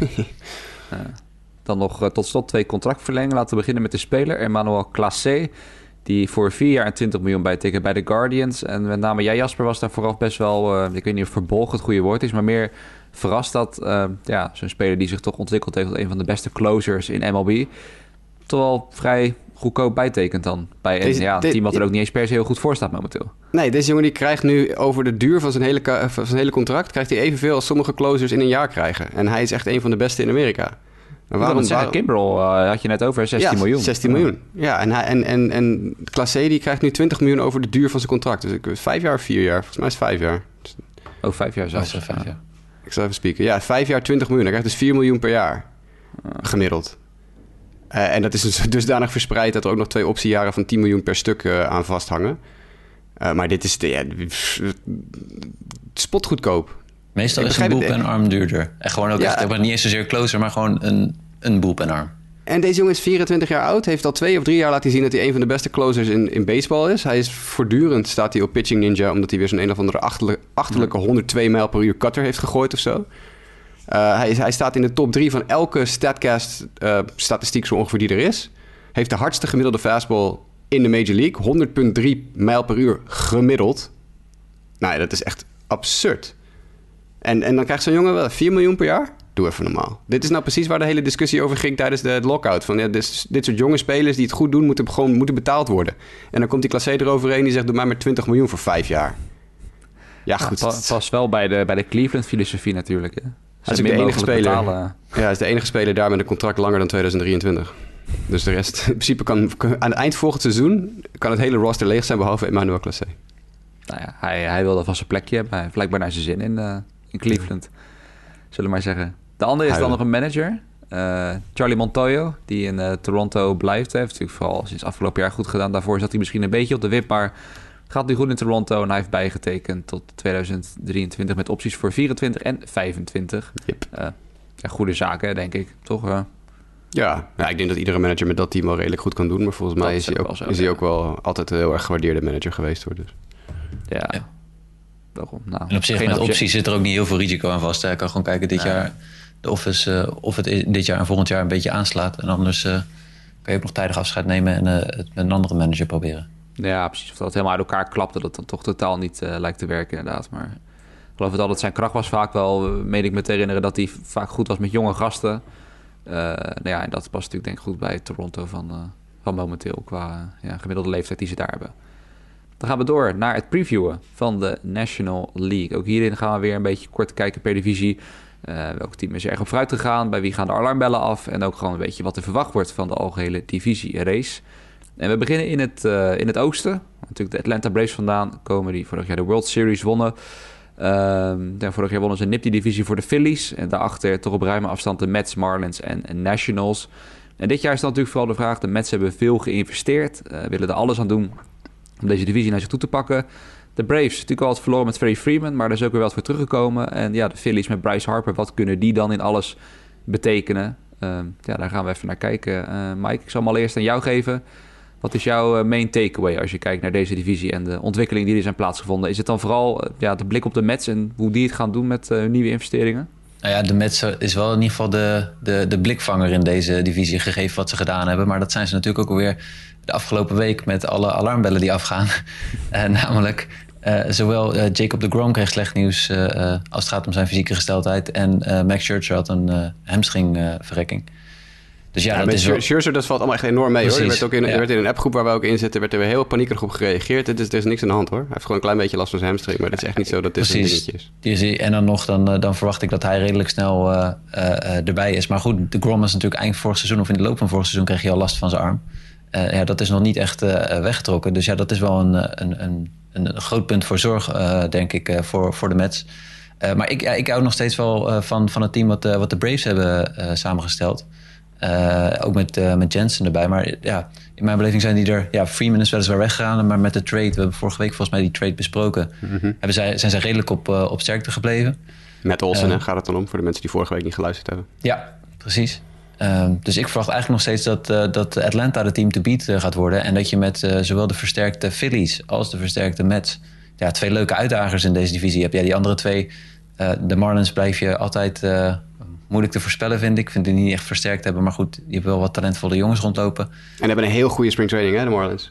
Dan nog tot slot 2 contractverlengingen. Laten we beginnen met de speler Emmanuel Clase, die voor 4 jaar en 20 miljoen bijtekent bij de Guardians. En met name jij, Jasper, was daar vooral best wel... ik weet niet of verbolgen het goede woord is, maar meer verrast dat zo'n speler die zich toch ontwikkeld heeft tot een van de beste closers in MLB, toch wel vrij goedkoop bijtekent dan. Bij een team wat er ook niet eens per se heel goed voor staat momenteel. Nee, deze jongen die krijgt nu over de duur van zijn hele contract... krijgt hij evenveel als sommige closers in een jaar krijgen. En hij is echt een van de beste in Amerika. Maar waarom Kimbrel had je net over, 16 miljoen. 16 miljoen. Ja, en Clase die krijgt nu 20 miljoen over de duur van zijn contract. Dus 5 jaar of 4 jaar? Volgens mij is het 5 jaar. Oh, 5 jaar zelfs. 5 jaar. Ik zal even spieken. Ja, 5 jaar 20 miljoen. Hij krijgt dus 4 miljoen per jaar. Gemiddeld. En dat is dus dusdanig verspreid dat er ook nog 2 optiejaren van 10 miljoen per stuk aan vasthangen. Maar dit is spotgoedkoop. Meestal is een boel en arm duurder. En gewoon ook echt, maar niet eens zozeer closer, maar gewoon een boel en arm. En deze jongen is 24 jaar oud. Heeft al 2 of 3 jaar laten zien dat hij een van de beste closers in baseball is. Hij is voortdurend, staat hij op Pitching Ninja, omdat hij weer zo'n een of andere achterlijke 102 mijl per uur cutter heeft gegooid of zo. Hij staat in de top 3 van elke Statcast statistiek zo ongeveer die er is. Heeft de hardste gemiddelde fastball in de Major League. 100,3 mijl per uur gemiddeld. Nou ja, dat is echt absurd. En dan krijgt zo'n jongen wel 4 miljoen per jaar? Doe even normaal. Dit is nou precies waar de hele discussie over ging tijdens de lockout. Van, dit soort jonge spelers die het goed doen, moeten betaald worden. En dan komt die Clase eroverheen die zegt, doe maar 20 miljoen voor 5 jaar. Ja, goed. Past wel bij de Cleveland-filosofie natuurlijk. Hè? Hij is ook de enige speler. Ja, hij is de enige speler daar met een contract langer dan 2023. Dus de rest, in principe kan aan het eind volgend seizoen kan het hele roster leeg zijn, behalve Emmanuel Clase. Nou ja, hij wilde vast een plekje hebben. Hij heeft blijkbaar naar zijn zin in Cleveland. Zullen we maar zeggen. De andere is dan nog een manager. Charlie Montoyo, die in Toronto blijft. Hij heeft natuurlijk vooral sinds afgelopen jaar goed gedaan. Daarvoor zat hij misschien een beetje op de wip, maar gaat nu goed in Toronto. En hij heeft bijgetekend tot 2023 met opties voor 24 en 25. Yep. Goede zaken, denk ik. Toch? Ja, ik denk dat iedere manager met dat team wel redelijk goed kan doen. Maar volgens mij is hij ook wel altijd een heel erg gewaardeerde manager geweest. Hoor, dus. Ja. Daarom, nou, en op zich met opties zit er ook niet heel veel risico aan vast. Hij kan gewoon kijken dit jaar de office of het dit jaar en volgend jaar een beetje aanslaat. En anders kan je ook nog tijdig afscheid nemen en het met een andere manager proberen. Ja, precies. Of dat helemaal uit elkaar klapt, dat het dan toch totaal niet lijkt te werken inderdaad. Maar ik geloof dat altijd zijn kracht was vaak wel, meen ik me te herinneren, dat hij vaak goed was met jonge gasten. En dat past natuurlijk denk ik goed bij Toronto van momenteel qua gemiddelde leeftijd die ze daar hebben. Dan gaan we door naar het previewen van de National League. Ook hierin gaan we weer een beetje kort kijken per divisie. Welk team is er erg op vooruit gegaan? Bij wie gaan de alarmbellen af? En ook gewoon een beetje wat er verwacht wordt van de algehele divisie-race. En we beginnen in het oosten. Natuurlijk de Atlanta Braves vandaan komen die vorig jaar de World Series wonnen. Vorig jaar wonnen ze een NIP-divisie voor de Phillies. En daarachter toch op ruime afstand de Mets, Marlins en Nationals. En dit jaar is dan natuurlijk vooral de vraag. De Mets hebben veel geïnvesteerd. Willen er alles aan doen om deze divisie naar zich toe te pakken. De Braves, natuurlijk al wat verloren met Freddie Freeman, maar er is ook weer wat voor teruggekomen. En ja, de Phillies met Bryce Harper, wat kunnen die dan in alles betekenen? Daar gaan we even naar kijken. Mike, ik zal hem al eerst aan jou geven. Wat is jouw main takeaway als je kijkt naar deze divisie en de ontwikkelingen die er zijn plaatsgevonden? Is het dan vooral de blik op de Mets en hoe die het gaan doen met nieuwe investeringen? Nou ja, de Mets is wel in ieder geval de blikvanger in deze divisie, gegeven wat ze gedaan hebben. Maar dat zijn ze natuurlijk ook alweer de afgelopen week met alle alarmbellen die afgaan. Namelijk, zowel Jacob deGrom kreeg slecht nieuws als het gaat om zijn fysieke gesteldheid. En Max Scherzer had een hamstringverrekking. Dus ja, dat Scherzer, dat valt allemaal echt enorm mee. Precies. Hoor. Er werd in een appgroep waar wij ook in zitten, werd er weer heel paniekerig op gereageerd. Er is niks aan de hand hoor. Hij heeft gewoon een klein beetje last van zijn hamstring. Maar het is echt niet zo dat dit een dingetje is. En dan verwacht ik dat hij redelijk snel erbij is. Maar goed, deGrom is natuurlijk eind vorig seizoen of in de loop van vorig seizoen kreeg hij al last van zijn arm. Dat is nog niet echt weggetrokken. Dus ja, dat is wel een groot punt voor zorg, denk ik, voor de Mets. Maar ik hou nog steeds wel van het team wat de Braves hebben samengesteld. Ook met Jansen erbij. Maar ja, in mijn beleving zijn die er... Ja, Freeman is weliswaar weggegaan, maar met de trade... We hebben vorige week volgens mij die trade besproken. Mm-hmm. Zijn zij redelijk op sterkte gebleven. Met Olsen gaat het dan om, voor de mensen die vorige week niet geluisterd hebben. Ja, precies. Dus ik verwacht eigenlijk nog steeds dat Atlanta de team to beat gaat worden. En dat je met zowel de versterkte Phillies als de versterkte Mets... Ja, 2 leuke uitdagers in deze divisie hebt. Ja, die andere 2, de Marlins blijf je altijd... moeilijk te voorspellen, vind ik. Ik vind die niet echt versterkt hebben. Maar goed, je hebt wel wat talentvolle jongens rondlopen. En hebben een heel goede springtraining, hè, de Marlins.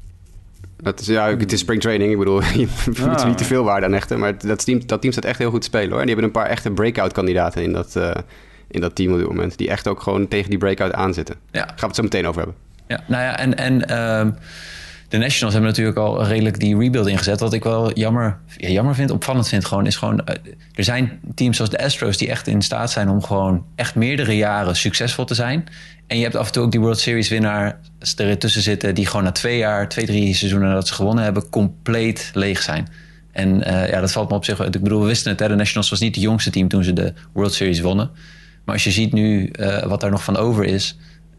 Dat is, het is springtraining. Ik bedoel, je moet niet te veel waarde aan hechten. Maar dat team staat echt heel goed te spelen, hoor. En die hebben een paar echte breakout-kandidaten in dat team op dit moment. Die echt ook gewoon tegen die breakout aanzitten. Ja. Gaan we het zo meteen over hebben. Ja, nou ja, en De Nationals hebben natuurlijk al redelijk die rebuild ingezet. Wat ik wel jammer vind, opvallend vind gewoon, is gewoon... er zijn teams zoals de Astros die echt in staat zijn om gewoon echt meerdere jaren succesvol te zijn. En je hebt af en toe ook die World Series winnaars er tussen zitten die gewoon na 2-3 seizoenen nadat ze gewonnen hebben, compleet leeg zijn. En dat valt me op zich... Ik bedoel, we wisten het, hè, de Nationals was niet het jongste team toen ze de World Series wonnen. Maar als je ziet nu wat daar nog van over is...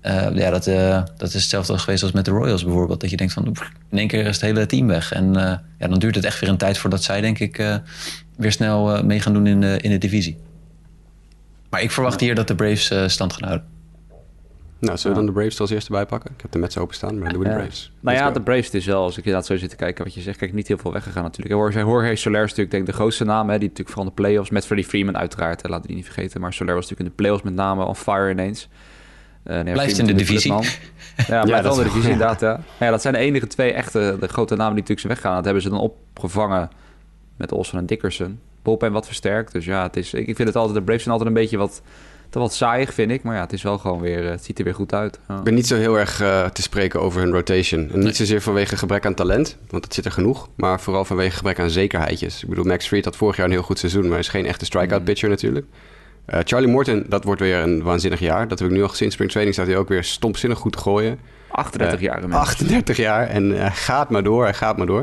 dat is hetzelfde als geweest als met de Royals bijvoorbeeld. Dat je denkt van, in één keer is het hele team weg. En dan duurt het echt weer een tijd voordat zij, denk ik, weer snel mee gaan doen in de divisie. Maar ik verwacht hier dat de Braves stand gaan houden. Nou, zullen we dan de Braves als eerste bijpakken? Ik heb de Mets openstaan, maar dan doen we de Braves. Nou ja, de Braves is wel, als ik inderdaad zo zit te kijken wat je zegt... Kijk, niet heel veel weggegaan natuurlijk. Jorge Soler is natuurlijk denk ik de grootste naam. Hè, die natuurlijk vooral in de playoffs met Freddie Freeman uiteraard. Hè, laten we die niet vergeten. Maar Soler was natuurlijk in de playoffs met name on fire ineens. Blijft in de divisie. Ja, blijft wel in de divisie inderdaad. Ja, dat zijn de enige twee echte de grote namen die natuurlijk zijn weggaan. Dat hebben ze dan opgevangen met Olsen en Dickerson. Bullpen wat versterkt. Dus ja, ik vind het altijd... De Braves zijn altijd een beetje wat saaiig, vind ik. Maar ja, het is wel gewoon weer... Het ziet er weer goed uit. Ja. Ik ben niet zo heel erg te spreken over hun rotation. En niet zozeer vanwege gebrek aan talent, want dat zit er genoeg. Maar vooral vanwege gebrek aan zekerheidjes. Ik bedoel, Max Fried had vorig jaar een heel goed seizoen, maar is geen echte strikeout pitcher natuurlijk. Charlie Morton, dat wordt weer een waanzinnig jaar. Dat heb ik nu al gezien. Spring training staat hij ook weer stompzinnig goed te gooien. 38 jaar. 38 jaar en hij gaat maar door.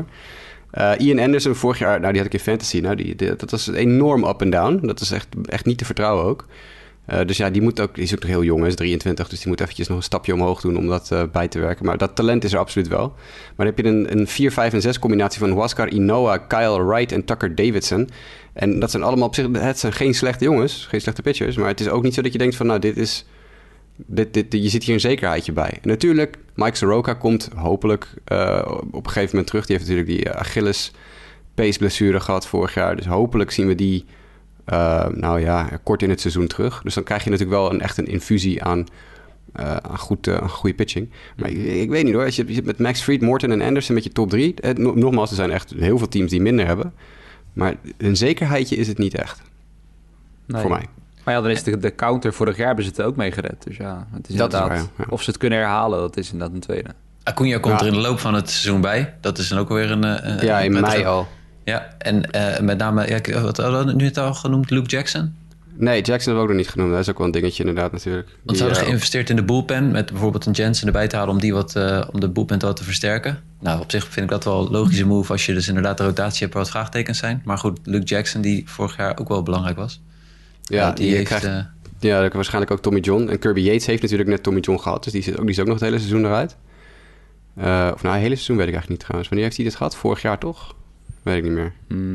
Ian Anderson vorig jaar, nou die had ik in fantasy. Nou, dat was enorm up en down. Dat is echt niet te vertrouwen ook. Dus ja, die is ook nog heel jong, is 23. Dus die moet eventjes nog een stapje omhoog doen om dat bij te werken. Maar dat talent is er absoluut wel. Maar dan heb je een 4, 5 en 6 combinatie van Huascar Ynoa, Kyle Wright en Tucker Davidson. En dat zijn allemaal op zich... Het zijn geen slechte jongens, geen slechte pitchers. Maar het is ook niet zo dat je denkt van... Nou, je zit hier een zekerheidje bij. En natuurlijk, Mike Soroka komt hopelijk op een gegeven moment terug. Die heeft natuurlijk die Achilles pace blessure gehad vorig jaar. Dus hopelijk zien we die... kort in het seizoen terug. Dus dan krijg je natuurlijk wel echt een infusie aan goede pitching. Maar ik weet niet hoor. Als je zit met Max Fried, Morton en Anderson met je top 3... Nogmaals, er zijn echt heel veel teams die minder hebben. Maar een zekerheidje is het niet echt. Nee. Voor mij. Maar ja, dan is de counter vorig jaar hebben ze het ook mee gered. Dus ja, het is dat inderdaad... is waar, ja. Of ze het kunnen herhalen, dat is inderdaad een tweede. Acuna komt er in de loop van het seizoen bij. Dat is dan ook alweer een in mei al. Ja, en met name, wat hadden we nu het al genoemd, Luke Jackson? Nee, Jackson hebben we ook nog niet genoemd. Dat is ook wel een dingetje inderdaad natuurlijk. Want ze hadden geïnvesteerd in de bullpen met bijvoorbeeld een Jensen erbij te halen om de bullpen wat te versterken. Nou, op zich vind ik dat wel een logische move als je dus inderdaad de rotatie hebt waar wat vraagtekens zijn. Maar goed, Luke Jackson die vorig jaar ook wel belangrijk was. Ja, die heeft... waarschijnlijk ook Tommy John. En Kirby Yates heeft natuurlijk net Tommy John gehad. Dus die is ook nog het hele seizoen eruit. Het hele seizoen weet ik eigenlijk niet trouwens. Wanneer heeft hij dit gehad? Vorig jaar toch? Weet ik niet meer.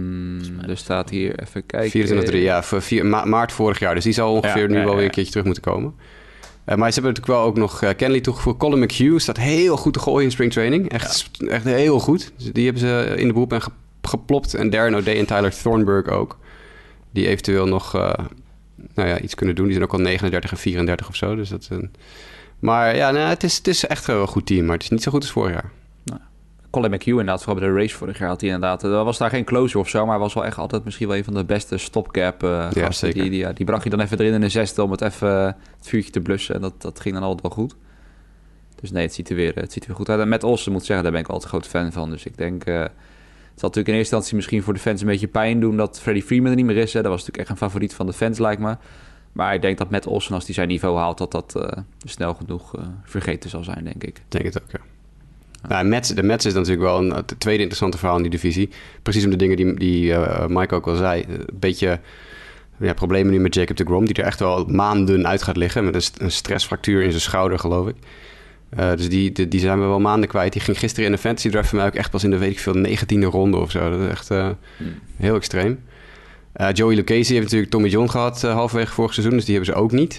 Er staat hier, even kijken... maart vorig jaar. Dus die zal ongeveer nu wel weer een keertje terug moeten komen. Maar ze hebben natuurlijk wel ook nog Kenley toegevoegd. Colin McHugh staat heel goed te gooien in spring training. Echt heel goed. Dus die hebben ze in de bullpen geplopt. En Darren O'Day en Tyler Thornburg ook. Die eventueel nog iets kunnen doen. Die zijn ook al 39 en 34 of zo. Dus dat, maar ja, het is echt een goed team. Maar het is niet zo goed als vorig jaar. Colin McHugh inderdaad, vooral bij de race vorig jaar had hij inderdaad... Er was daar geen closer of zo, maar hij was wel echt altijd misschien wel een van de beste stopgap gasten. Die bracht je dan even erin in de zesde om het even het vuurtje te blussen. En dat ging dan altijd wel goed. Dus nee, het ziet er weer goed uit. En met Olsen moet ik zeggen, daar ben ik altijd een groot fan van. Dus ik denk, het zal natuurlijk in eerste instantie misschien voor de fans een beetje pijn doen dat Freddie Freeman er niet meer is. Hè. Dat was natuurlijk echt een favoriet van de fans, lijkt me. Maar ik denk dat met Olsen, als hij zijn niveau haalt, dat snel genoeg vergeten zal zijn, denk ik. Ik denk het ook, ja. Nou, de Mets is natuurlijk wel een tweede interessante verhaal in die divisie. Precies om de dingen die Mike ook al zei. Een beetje problemen nu met Jacob deGrom, die er echt wel maanden uit gaat liggen. Met een stressfractuur in zijn schouder, geloof ik. Dus die zijn we wel maanden kwijt. Die ging gisteren in de fantasy draft voor mij ook echt pas in de, 19e ronde of zo. Dat is echt heel extreem. Joey Lucchesi heeft natuurlijk Tommy John gehad halverwege vorig seizoen. Dus die hebben ze ook niet.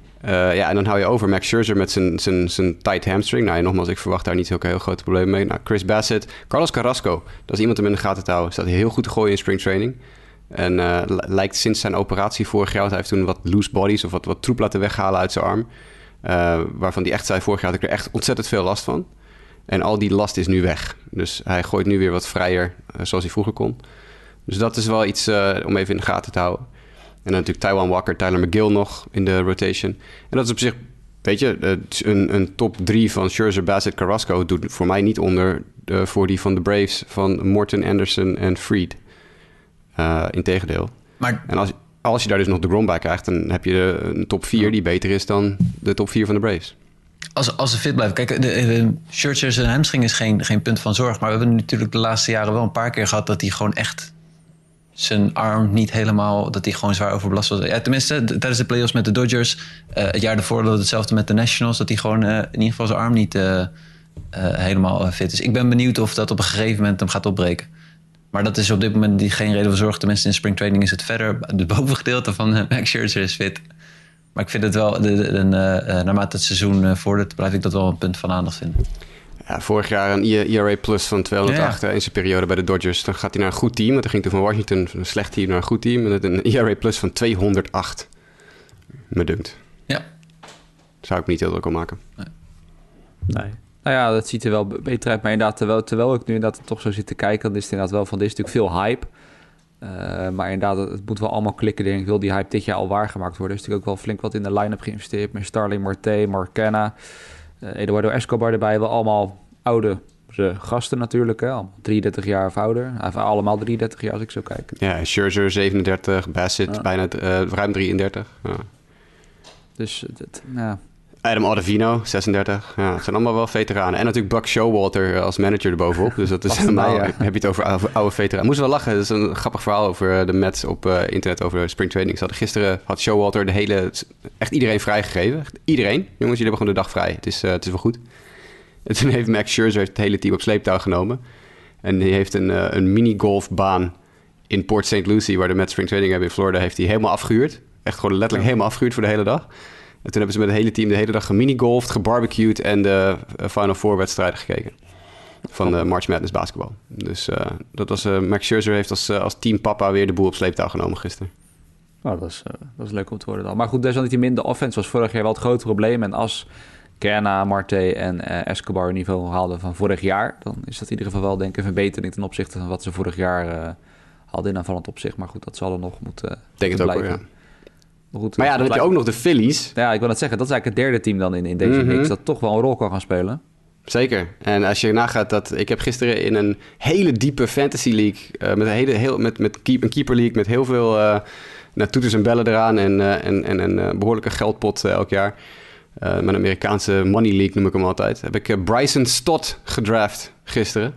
En dan hou je over Max Scherzer met zijn tight hamstring. Nou, nogmaals, ik verwacht daar niet heel grote problemen mee. Nou, Chris Bassett, Carlos Carrasco, dat is iemand om in de gaten te houden. Staat heel goed te gooien in spring training. En lijkt sinds zijn operatie vorig jaar... hij heeft toen wat loose bodies of wat troep laten weghalen uit zijn arm. Waarvan hij echt zei, vorig jaar had ik er echt ontzettend veel last van. En al die last is nu weg. Dus hij gooit nu weer wat vrijer, zoals hij vroeger kon. Dus dat is wel iets om even in de gaten te houden. En dan natuurlijk Taijuan Walker, Tyler McGill nog in de rotation. En dat is op zich weet je, een top 3 van Scherzer, Bassett, Carrasco doet voor mij niet onder voor die van de Braves van Morton, Anderson en Fried. Integendeel. Maar En als je daar dus nog de Grom bij krijgt, dan heb je een top 4 die beter is dan de top 4 van de Braves. als ze fit blijven... Kijk, de Scherzer zijn hamstring is geen punt van zorg. Maar we hebben natuurlijk de laatste jaren wel een paar keer gehad dat hij gewoon echt zijn arm niet helemaal... dat hij gewoon zwaar overbelast was. Ja, tenminste, tijdens de playoffs met de Dodgers... het jaar daarvoor dat hetzelfde met de Nationals... dat hij gewoon in ieder geval zijn arm niet helemaal fit is. Ik ben benieuwd of dat op een gegeven moment hem gaat opbreken. Maar dat is op dit moment geen reden voor zorg. Tenminste, in springtraining is het verder. Het bovengedeelte van Max Scherzer is fit. Maar ik vind het wel, naarmate het seizoen vordert... blijf ik dat wel een punt van aandacht vinden. Ja, vorig jaar een ERA plus van 208 in zijn periode bij de Dodgers. Dan gaat hij naar een goed team. Want hij ging toen van Washington, een slecht team, naar een goed team. En een ERA plus van 208. Me dunkt. Ja. Zou ik niet heel druk om maken. Nee. Nou ja, dat ziet er wel beter uit. Maar inderdaad, terwijl ik nu inderdaad toch zo zit te kijken... dan is het inderdaad wel van, dit is natuurlijk veel hype. Maar inderdaad, het moet wel allemaal klikken. Denk ik, wil die hype dit jaar al waargemaakt worden. Er is natuurlijk ook wel flink wat in de line-up geïnvesteerd. Met Starling Marte, Marcana, Eduardo Escobar erbij. Wel allemaal oude gasten natuurlijk. Hè? Allemaal 33 jaar of ouder. Allemaal 33 jaar als ik zo kijk. Ja, Scherzer 37, Bassett bijna ruim 33. Ja. Dus, ja... Adam Ottavino, 36. Ja, het zijn allemaal wel veteranen. En natuurlijk Buck Showalter als manager erbovenop. Dus dat is helemaal... Ja. Heb je het over oude veteranen. Moest wel lachen. Dat is een grappig verhaal over de Mets op internet over springtraining. Gisteren had Showalter echt iedereen vrijgegeven. Iedereen. Jongens, jullie hebben gewoon de dag vrij. Het is wel goed. En toen heeft Max Scherzer het hele team op sleeptouw genomen. En die heeft een mini-golfbaan in Port St. Lucie... waar de Mets springtraining hebben in Florida... heeft hij helemaal afgehuurd. Echt gewoon letterlijk helemaal afgehuurd voor de hele dag. En toen hebben ze met het hele team de hele dag geminigolfd, gebarbecued en de Final Four wedstrijden gekeken. Van de March Madness basketbal. Dus dat was Max Scherzer heeft als teampapa weer de boel op sleeptouw genomen gisteren. Oh, dat is leuk om te horen dan. Maar goed, desalniettemin de offense was vorig jaar wel het grote probleem. En als Kerna, Marte en Escobar een niveau haalden van vorig jaar... dan is dat in ieder geval wel denk ik een verbetering ten opzichte van wat ze vorig jaar hadden in aanvallend opzicht. Maar goed, dat zal er nog moeten blijven. Ook wel, ja. Maar ja, dan heb je ook nog de Phillies. Ja, ik wil net zeggen, dat is eigenlijk het derde team dan in deze mix... dat toch wel een rol kan gaan spelen. Zeker. En als je nagaat dat... Ik heb gisteren in een hele diepe fantasy league... met een keeper league met heel veel toeters en bellen eraan... en een behoorlijke geldpot elk jaar. Mijn Amerikaanse money league noem ik hem altijd. Heb ik Bryson Stott gedraft gisteren.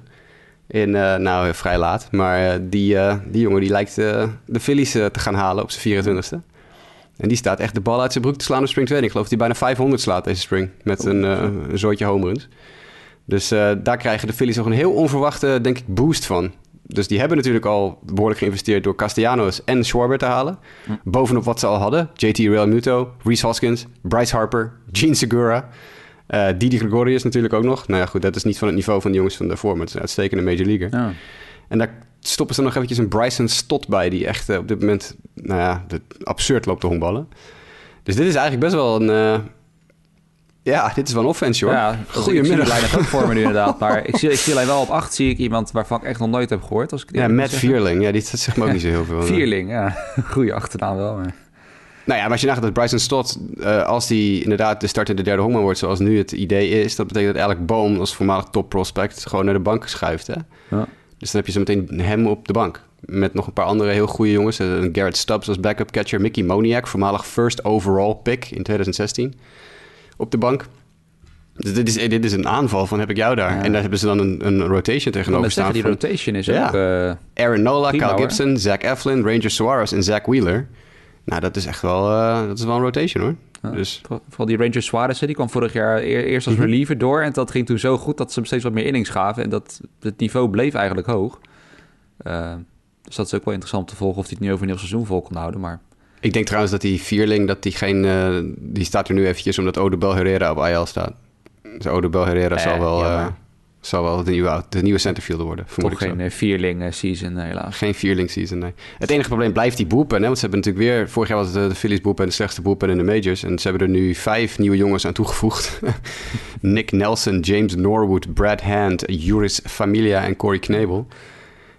Vrij laat. Maar die jongen die lijkt de Phillies te gaan halen op zijn 24e. En die staat echt de bal uit zijn broek te slaan op springtraining. Ik geloof dat hij bijna 500 slaat deze spring. Met een zooitje homeruns. Dus daar krijgen de Phillies nog een heel onverwachte, denk ik, boost van. Dus die hebben natuurlijk al behoorlijk geïnvesteerd... door Castellanos en Schwarber te halen. Bovenop wat ze al hadden. JT Realmuto, Rhys Hoskins, Bryce Harper, Gene Segura... Didi Gregorius natuurlijk ook nog. Nou ja, goed, dat is niet van het niveau van de jongens van daarvoor... maar het is een uitstekende major leaguer. Ja. En daar stoppen ze nog eventjes een Bryson Stott bij... die echt op dit moment absurd loopt te honkballen. Dus dit is eigenlijk best wel een... dit is wel een offense, hoor. Ja, goedemiddag. Ik zie de ook voor me nu inderdaad. Maar ik zie alleen wel op 8 zie ik iemand waarvan ik echt nog nooit heb gehoord. Als ik Matt Vierling. Ja, dat zegt me ook niet zo heel veel. Vierling, ja. Goeie achternaam wel, maar... Nou ja, maar als je nagaat dat Bryson Stott... als die inderdaad de startende derde honkman wordt... zoals nu het idee is... dat betekent dat Alec Bohm als voormalig top prospect... gewoon naar de bank schuift, hè? Ja. Dus dan heb je zo meteen hem op de bank. Met nog een paar andere heel goede jongens. Garrett Stubbs als backup catcher. Mickey Moniak, voormalig first overall pick in 2016. Op de bank. Dus dit is een aanval van heb ik jou daar. Ja. En daar hebben ze dan een rotation tegenover staan. Die rotation is ook... Aaron Nola, Kyle Gibson, Zach Eflin, Ranger Suarez en Zach Wheeler. Nou, dat is echt wel, een rotation, hoor. Ja, dus. Vooral die Ranger Suarez, die kwam vorig jaar eerst als reliever door. En dat ging toen zo goed dat ze hem steeds wat meer innings gaven. En dat het niveau bleef eigenlijk hoog. Dus dat is ook wel interessant te volgen of hij het nu over een heel seizoen vol kon houden. Maar... Ik denk trouwens dat die Vierling, die staat er nu eventjes omdat Odubel Herrera op IL staat. Dus Odubel Herrera zal wel de nieuwe centerfielder worden. Toch geen vierling season, helaas. Geen vierling season, nee. Het enige probleem blijft die bullpen. Hè? Want ze hebben natuurlijk weer... Vorig jaar was het de Phillies bullpen de slechtste bullpen in de majors. En ze hebben er nu 5 nieuwe jongens aan toegevoegd. Nick Nelson, James Norwood, Brad Hand, Juris Familia en Corey Knebel.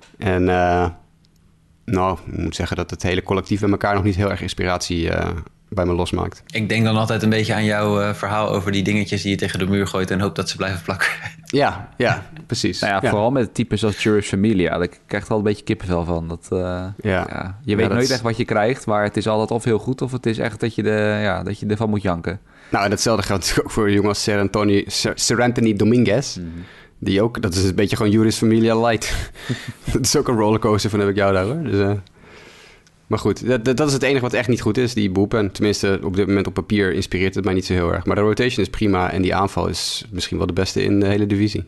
En ik moet zeggen dat het hele collectief bij elkaar nog niet heel erg inspiratie bij me losmaakt. Ik denk dan altijd een beetje aan jouw verhaal over die dingetjes die je tegen de muur gooit en hoopt dat ze blijven plakken. Ja, precies. Nou ja, vooral met types als Juris Familia. Daar krijg je al een beetje kippenvel van. Je weet nooit echt wat je krijgt, maar het is altijd of heel goed of het is echt dat je ervan moet janken. Nou, en datzelfde geldt natuurlijk ook voor een jongen als Seranthony Dominguez. Mm-hmm. Die ook, dat is een beetje gewoon Juris Familia light. Dat is ook een rollercoaster van heb ik jou daar hoor. Dus, maar goed, dat is het enige wat echt niet goed is, die bullpen. Tenminste, op dit moment op papier inspireert het mij niet zo heel erg. Maar de rotation is prima en die aanval is misschien wel de beste in de hele divisie.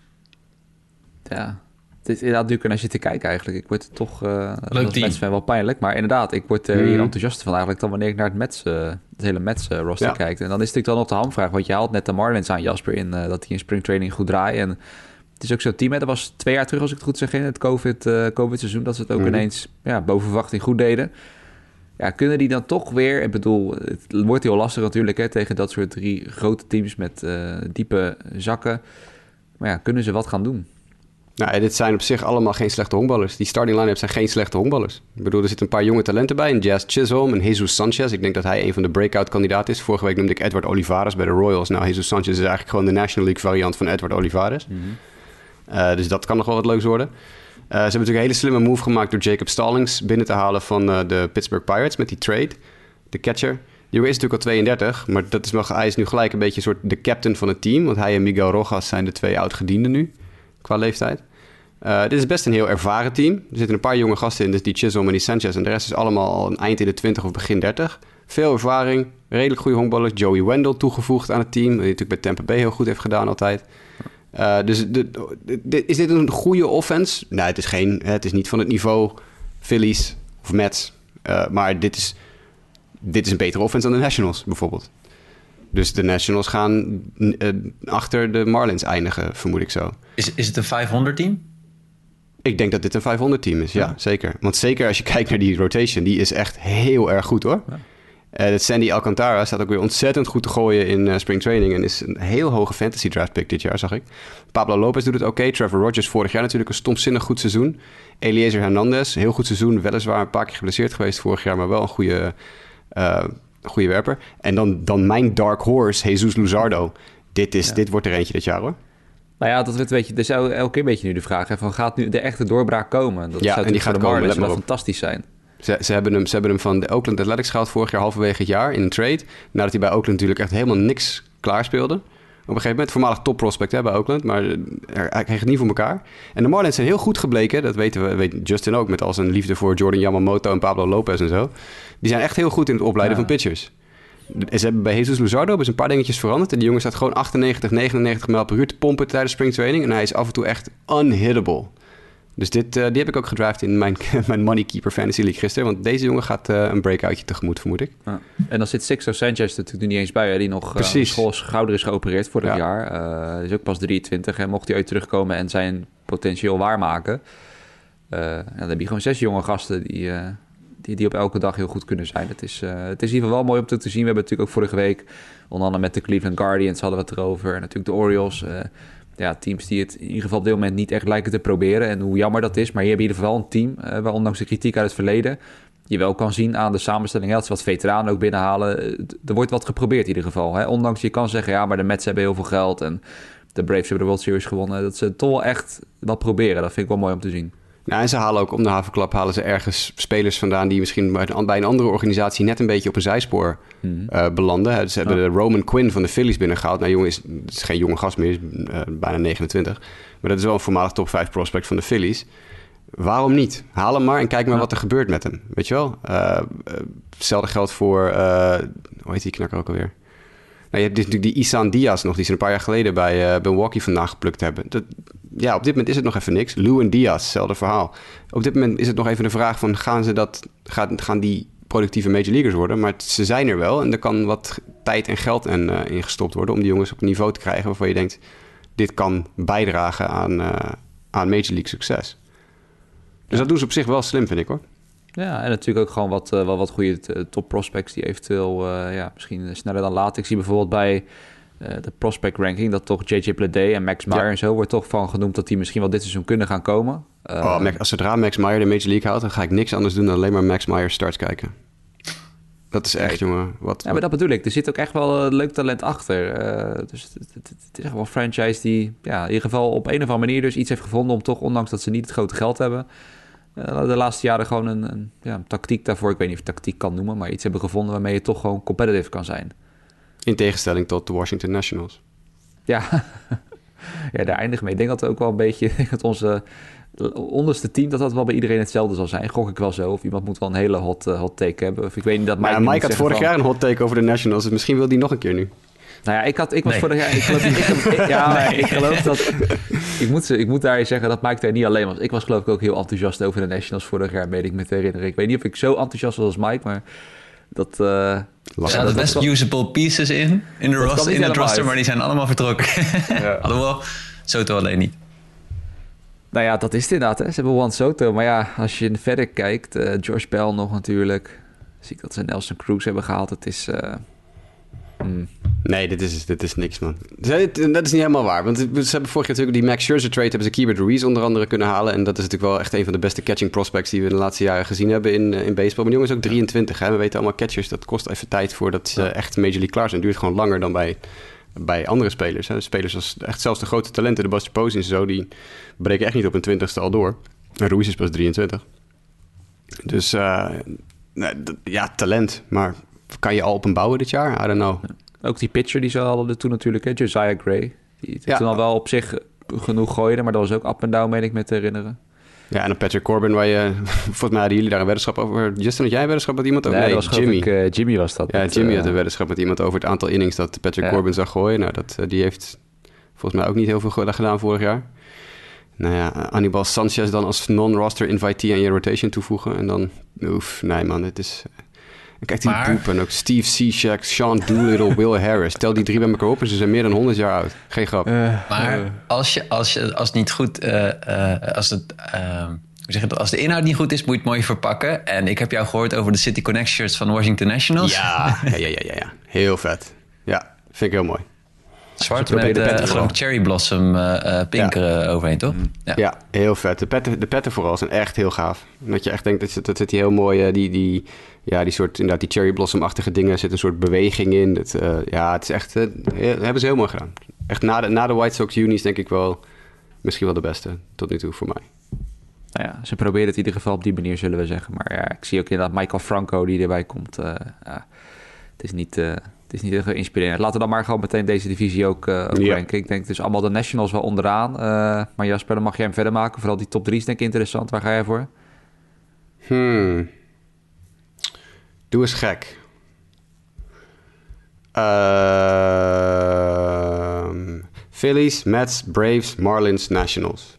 Ja, het is inderdaad natuurlijk naar zitten kijken eigenlijk. Ik word toch, als Mets-fan wel pijnlijk. Maar inderdaad, ik word hier enthousiast van eigenlijk dan wanneer ik naar het hele Mets-roster kijk. En dan is het natuurlijk dan nog de hamvraag. Want je haalt net de Marlins aan, Jasper, in dat die in springtraining goed draaien. En het is ook zo'n team, hè, dat was 2 jaar terug als ik het goed zeg in het COVID-seizoen, dat ze het ook ineens boven verwachting goed deden. Ja, kunnen die dan toch weer, ik bedoel, het wordt heel lastig natuurlijk hè, tegen dat soort 3 grote teams met diepe zakken. Maar ja, kunnen ze wat gaan doen? Nou, dit zijn op zich allemaal geen slechte honkballers. Die starting line-up zijn geen slechte honkballers. Ik bedoel, er zitten een paar jonge talenten bij. Een Jazz Chisholm en Jesus Sanchez. Ik denk dat hij een van de breakout-kandidaten is. Vorige week noemde ik Edward Olivares bij de Royals. Nou, Jesus Sanchez is eigenlijk gewoon de National League variant van Edward Olivares. Mm-hmm. Dus dat kan nog wel wat leuks worden. Ze hebben natuurlijk een hele slimme move gemaakt door Jacob Stallings binnen te halen van de Pittsburgh Pirates met die trade. De catcher. Die jongen is natuurlijk al 32, maar hij is nu gelijk een beetje een soort de captain van het team. Want hij en Miguel Rojas zijn de 2 oud-gedienden nu, qua leeftijd. Dit is best een heel ervaren team. Er zitten een paar jonge gasten in, dus die Chisholm en die Sanchez. En de rest is allemaal al een eind in de 20 of begin 30. Veel ervaring, redelijk goede honkballers. Joey Wendell toegevoegd aan het team. Die natuurlijk bij Tampa Bay heel goed heeft gedaan altijd. Dus is dit een goede offense? Nou, het is niet van het niveau Phillies of Mets. Maar dit is een betere offense dan de Nationals bijvoorbeeld. Dus de Nationals gaan achter de Marlins eindigen, vermoed ik zo. Is het een 500 team? Ik denk dat dit een 500 team is, ja, zeker. Want zeker als je kijkt naar die rotation, die is echt heel erg goed hoor. Ja. Sandy Alcantara staat ook weer ontzettend goed te gooien in spring training en is een heel hoge fantasy draft pick dit jaar, zag ik. Pablo Lopez doet het oké. Trevor Rogers vorig jaar natuurlijk een stomzinnig goed seizoen. Eliezer Hernandez, heel goed seizoen. Weliswaar een paar keer geblesseerd geweest vorig jaar, maar wel een goede werper. En dan mijn dark horse, Jesus Luzardo. Dit wordt er eentje dit jaar hoor. Nou ja, dat weet je. Er zou elke keer een beetje nu de vraag hè, van gaat nu de echte doorbraak komen? Dat zou en die gaat voor de komen. Marlins wel fantastisch zijn. Ze hebben hem van de Oakland Athletics gehaald vorig jaar halverwege het jaar in een trade. Nadat hij bij Oakland natuurlijk echt helemaal niks klaarspeelde. Op een gegeven moment, voormalig topprospect bij Oakland, maar hij kreeg het niet voor elkaar. En de Marlins zijn heel goed gebleken, dat weet Justin ook, met al zijn liefde voor Jordan Yamamoto en Pablo Lopez en zo. Die zijn echt heel goed in het opleiden van pitchers. Ze hebben bij Jesus Luzardo een paar dingetjes veranderd. En die jongen staat gewoon 98, 99 mijl per uur te pompen tijdens springtraining. En hij is af en toe echt unhittable. Dus die heb ik ook gedraft in mijn Moneykeeper Fantasy League gisteren. Want deze jongen gaat een breakoutje tegemoet, vermoed ik. Ja. En dan zit Sixto Sanchez natuurlijk niet eens bij. Hè, die nog schouder is geopereerd vorig jaar. Is ook pas 23. En mocht hij ooit terugkomen en zijn potentieel waarmaken. Dan heb je gewoon 6 jonge gasten die op elke dag heel goed kunnen zijn. Het is in ieder geval wel mooi om te zien. We hebben natuurlijk ook vorige week, onder andere met de Cleveland Guardians hadden we het erover. En natuurlijk de Orioles. Teams die het in ieder geval op dit moment niet echt lijken te proberen. En hoe jammer dat is. Maar hier heb je in ieder geval een team waar ondanks de kritiek uit het verleden je wel kan zien aan de samenstelling. Dat ze wat veteranen ook binnenhalen. Er wordt wat geprobeerd in ieder geval. Hè? Ondanks je kan zeggen, ja, maar de Mets hebben heel veel geld. En de Braves hebben de World Series gewonnen. Dat ze toch wel echt wat proberen. Dat vind ik wel mooi om te zien. Ja, en ze halen ook om de havenklap ergens spelers vandaan die misschien bij een andere organisatie net een beetje op een zijspoor belanden. Dus ze hebben de Roman Quinn van de Phillies binnengehaald. Nou, jongen is geen jonge gast meer, is bijna 29. Maar dat is wel een voormalig top 5 prospect van de Phillies. Waarom niet? Haal hem maar en kijk maar wat er gebeurt met hem. Weet je wel? Hetzelfde geldt voor, hoe heet die knakker ook alweer? Nou, je hebt natuurlijk die Isan Diaz nog, die ze een paar jaar geleden bij Milwaukee vandaan geplukt hebben. Op dit moment is het nog even niks. Lewin Diaz, hetzelfde verhaal. Op dit moment is het nog even de vraag van, gaan die productieve major leaguers worden? Maar ze zijn er wel en er kan wat tijd en geld in gestopt worden om die jongens op een niveau te krijgen waarvan je denkt, dit kan bijdragen aan major league succes. Dus dat doen ze op zich wel slim, vind ik hoor. Ja, en natuurlijk ook gewoon wat goede top prospects die eventueel misschien sneller dan later. Ik zie bijvoorbeeld bij de prospect ranking dat toch J.J. Bleday en Max Meyer en zo wordt toch van genoemd dat die misschien wel dit seizoen kunnen gaan komen. Zodra Max Meyer de Major League haalt, dan ga ik niks anders doen dan alleen maar Max Meyer starts kijken. Dat is echt, jongen. Ja, maar dat bedoel ik. Er zit ook echt wel leuk talent achter. Dus het is echt wel een franchise die in ieder geval op een of andere manier dus iets heeft gevonden om toch, ondanks dat ze niet het grote geld hebben, de laatste jaren gewoon een tactiek daarvoor, ik weet niet of je tactiek kan noemen, maar iets hebben gevonden waarmee je toch gewoon competitive kan zijn. In tegenstelling tot de Washington Nationals. Ja, ja, daar eindigen mee. Ik denk dat we ook wel een beetje, dat onze onderste team, dat wel bij iedereen hetzelfde zal zijn. Gok ik wel zo. Of iemand moet wel een hele hot take hebben. Of ik weet niet dat Mike... Mike had vorig jaar een hot take over de Nationals. Dus misschien wil die nog een keer nu. Nou ja, ik was vorig jaar... Ik geloof dat... Ik moet daar zeggen dat Mike daar niet alleen was. Ik was geloof ik ook heel enthousiast over de Nationals vorig jaar, weet ik me te herinneren. Ik weet niet of ik zo enthousiast was als Mike, maar dat... er zaten best usable pieces in het roster, maar die zijn allemaal vertrokken. Ja. Alhoewel, Soto alleen niet. Nou ja, dat is het inderdaad. Hè. Ze hebben Juan Soto. Maar ja, als je verder kijkt... Josh Bell nog natuurlijk. Zie ik dat ze Nelson Cruz hebben gehaald. Het is... Nee, dit is niks, man. Dat is niet helemaal waar. Want ze hebben vorig jaar natuurlijk die Max Scherzer trade... hebben ze Keibert Ruiz onder andere kunnen halen. En dat is natuurlijk wel echt een van de beste catching prospects... die we in de laatste jaren gezien hebben in baseball. Maar die jongen is ook 23. Hè? We weten allemaal, catchers, dat kost even tijd... voordat ze echt Major League klaar zijn. Het duurt gewoon langer dan bij andere spelers. Hè? Spelers als echt zelfs de grote talenten... de Buster Posey en zo... die breken echt niet op hun 20ste al door. En Ruiz is pas 23. Dus talent. Maar kan je al op hem bouwen dit jaar? I don't know. Ook die pitcher die ze hadden toen natuurlijk, hè? Josiah Gray. Die toen al wel op zich genoeg gooide, maar dat was ook up en down, meen ik me te herinneren. Ja, en dan Patrick Corbin, waar je... Volgens mij hadden jullie daar een weddenschap over. Justin, had jij een weddenschap met iemand over? Nee, dat was Jimmy. Jimmy was dat. Ja, Jimmy had een weddenschap met iemand over het aantal innings dat Patrick Corbin zag gooien. Nou, die heeft volgens mij ook niet heel veel gedaan vorig jaar. Nou ja, Anibal Sanchez dan als non-roster invitee aan je rotation toevoegen. En dan... nee man, het is... Kijk die poep en ook Steve Cishek, Sean Doolittle, Will Harris. Tel die 3 bij elkaar op en ze zijn meer dan 100 jaar oud. Geen grap. Maar als het niet goed... als de inhoud niet goed is, moet je het mooi verpakken. En ik heb jou gehoord over de City Connect shirts van Washington Nationals. Ja. Heel vet. Ja, vind ik heel mooi. Zwart met cherry blossom pink overheen, toch? Ja, heel vet. De petten vooral zijn echt heel gaaf. Dat je echt denkt, dat zit die heel mooi... die soort, inderdaad, die cherry blossom-achtige dingen... Er zit een soort beweging in. Het is echt... hebben ze heel mooi gedaan. Echt na de White Sox unis denk ik wel... misschien wel de beste tot nu toe voor mij. Nou ja, ze proberen het in ieder geval op die manier, zullen we zeggen. Maar ja, ik zie ook inderdaad Michael Franco die erbij komt. Het is niet... Het is niet heel inspirerend. Laten we dan maar gewoon meteen deze divisie ook ranken. Ik denk dus allemaal de Nationals wel onderaan. Maar Jasper, dan mag jij hem verder maken. Vooral die top 3 is denk ik interessant. Waar ga jij voor? Doe eens gek. Phillies, Mets, Braves, Marlins, Nationals.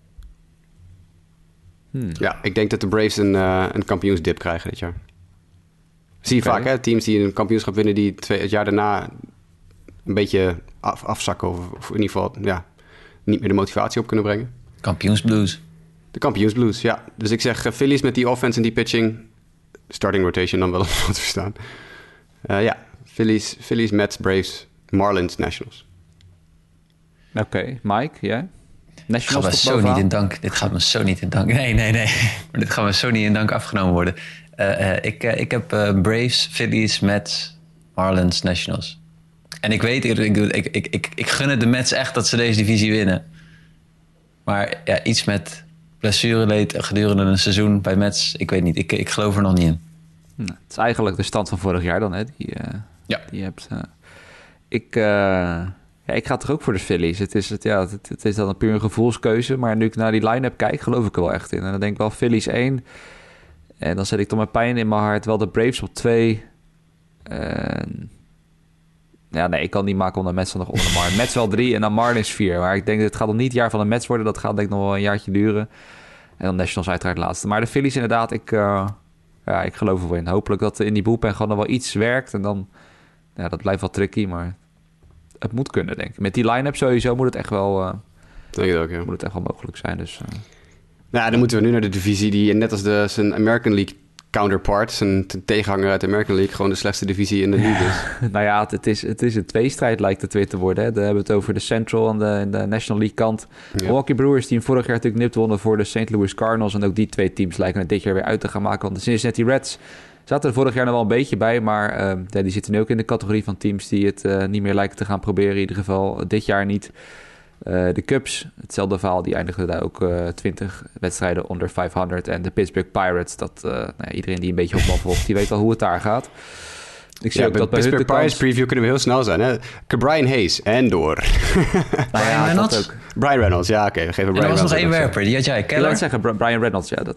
Ja, ik denk dat de Braves een kampioensdip krijgen dit jaar. Zie je vaak, hè? Teams die een kampioenschap winnen... die het jaar daarna een beetje afzakken... of in ieder geval niet meer de motivatie op kunnen brengen. Kampioensblues. De kampioensblues, ja. Dus ik zeg Phillies met die offense en die pitching... starting rotation dan wel op wat verstaan. Phillies, Mets, Braves, Marlins, Nationals. Oké, Mike, jij? Nationals dit gaat me zo niet in dank. Nee. Maar dit gaat me zo niet in dank afgenomen worden. Ik heb Braves, Phillies, Mets, Marlins, Nationals. En ik weet, ik gun het de Mets echt dat ze deze divisie winnen. Maar ja, iets met blessureleed gedurende een seizoen bij Mets, ik weet niet. Ik geloof er nog niet in. Nou, het is eigenlijk de stand van vorig jaar dan, hè? Die je hebt. Ik ga toch ook voor de Phillies. Het is dan een puur een gevoelskeuze. Maar nu ik naar die line-up kijk, geloof ik er wel echt in. En dan denk ik wel Phillies 1... En dan zet ik toch met pijn in mijn hart wel de Braves op 2. Ik kan niet maken om de Mets nog onder Marlins. Mets wel 3 en dan Marlins 4. Maar ik denk dat het gaat nog niet het jaar van de Mets worden. Dat gaat denk ik nog wel een jaartje duren. En dan Nationals uiteraard laatste. Maar de Phillies inderdaad, ik geloof er wel in. Hopelijk dat in die bullpen gewoon nog wel iets werkt. En dan, dat blijft wel tricky, maar het moet kunnen, denk ik. Met die line-up sowieso moet het echt wel... denk ik ook, ja. Moet het echt wel mogelijk zijn, dus... Nou, dan moeten we nu naar de divisie die net als zijn American League counterpart, zijn tegenhanger uit de American League, gewoon de slechtste divisie in de league is. Nou ja, het is een tweestrijd lijkt het weer te worden. Hè. Dan hebben we het over de Central en de National League kant. Ja. Milwaukee Brewers die hem vorig jaar natuurlijk nipt wonnen voor de St. Louis Cardinals. En ook die twee teams lijken het dit jaar weer uit te gaan maken. Want de Cincinnati Reds zaten er vorig jaar nog wel een beetje bij. Maar die zitten nu ook in de categorie van teams die het niet meer lijken te gaan proberen. In ieder geval dit jaar niet. De Cubs, hetzelfde verhaal, die eindigden daar ook 20 wedstrijden onder 500. En de Pittsburgh Pirates, iedereen die een beetje opbal volgt, die weet al hoe het daar gaat. Ik zie ook bij dat bij Pittsburgh Pirates preview kunnen we heel snel zijn. Hè? Brian Hayes en door. Brian Reynolds? Brian Reynolds, ja, oké. We geven Brian er was Reynolds nog één werper, die had jij, Keller? Ik wil zeggen, Brian Reynolds, ja.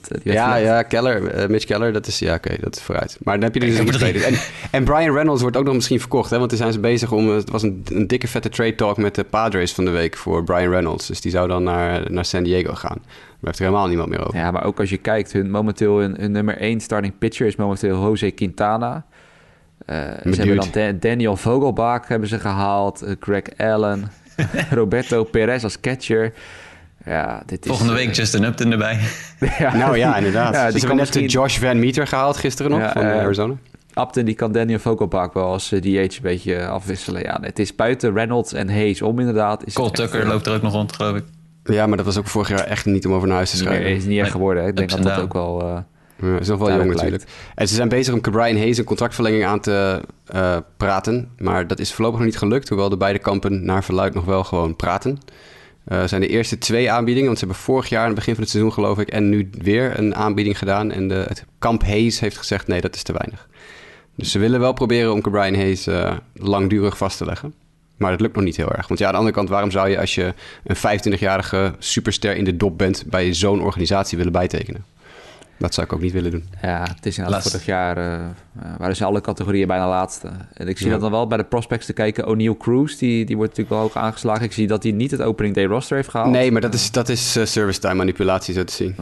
Keller, Mitch Keller, dat is vooruit. Maar dan heb je dus een tweede. En Brian Reynolds wordt ook nog misschien verkocht, hè? Want daar zijn ze bezig om... Het was een dikke vette trade talk met de Padres van de week voor Brian Reynolds. Dus die zou dan naar San Diego gaan. Daar heeft er helemaal niemand meer over. Ja, maar ook als je kijkt, hun nummer 1 starting pitcher is momenteel Jose Quintana. Ze hebben dan Daniel Vogelbach hebben ze gehaald, Greg Allen, Roberto Perez als catcher. Ja, Volgende week Justin Upton erbij. Ja. Nou ja, inderdaad. Ja, ze hebben net Josh Van Meter gehaald gisteren nog van Arizona. Upton die kan Daniel Vogelbach wel als DH een beetje afwisselen. Ja, het is buiten Reynolds en Hayes om inderdaad. Cole Tucker loopt er ook nog rond, geloof ik. Ja, maar dat was ook vorig jaar echt niet om over naar huis te schrijven. Is niet echt geworden. Hè? Ik denk dat dat ook wel... is nog wel jong natuurlijk. En ze zijn bezig om Brian Hayes een contractverlenging aan te praten. Maar dat is voorlopig nog niet gelukt. Hoewel de beide kampen naar verluidt nog wel gewoon praten. Zijn de eerste 2 aanbiedingen. Want ze hebben vorig jaar aan het begin van het seizoen geloof ik... en nu weer een aanbieding gedaan. En het kamp Hayes heeft gezegd nee, dat is te weinig. Dus ze willen wel proberen om Brian Hayes langdurig vast te leggen. Maar dat lukt nog niet heel erg. Want ja, aan de andere kant, waarom zou je als je een 25-jarige superster in de dop bent... bij zo'n organisatie willen bijtekenen? Dat zou ik ook niet willen doen. Ja, het is inderdaad vorig jaar... waren ze alle categorieën bijna laatste. En ik zie dat dan wel bij de prospects te kijken. O'Neal Cruz, die wordt natuurlijk wel hoog aangeslagen. Ik zie dat hij niet het opening day roster heeft gehaald. Nee, maar dat is service time manipulatie, zo te zien.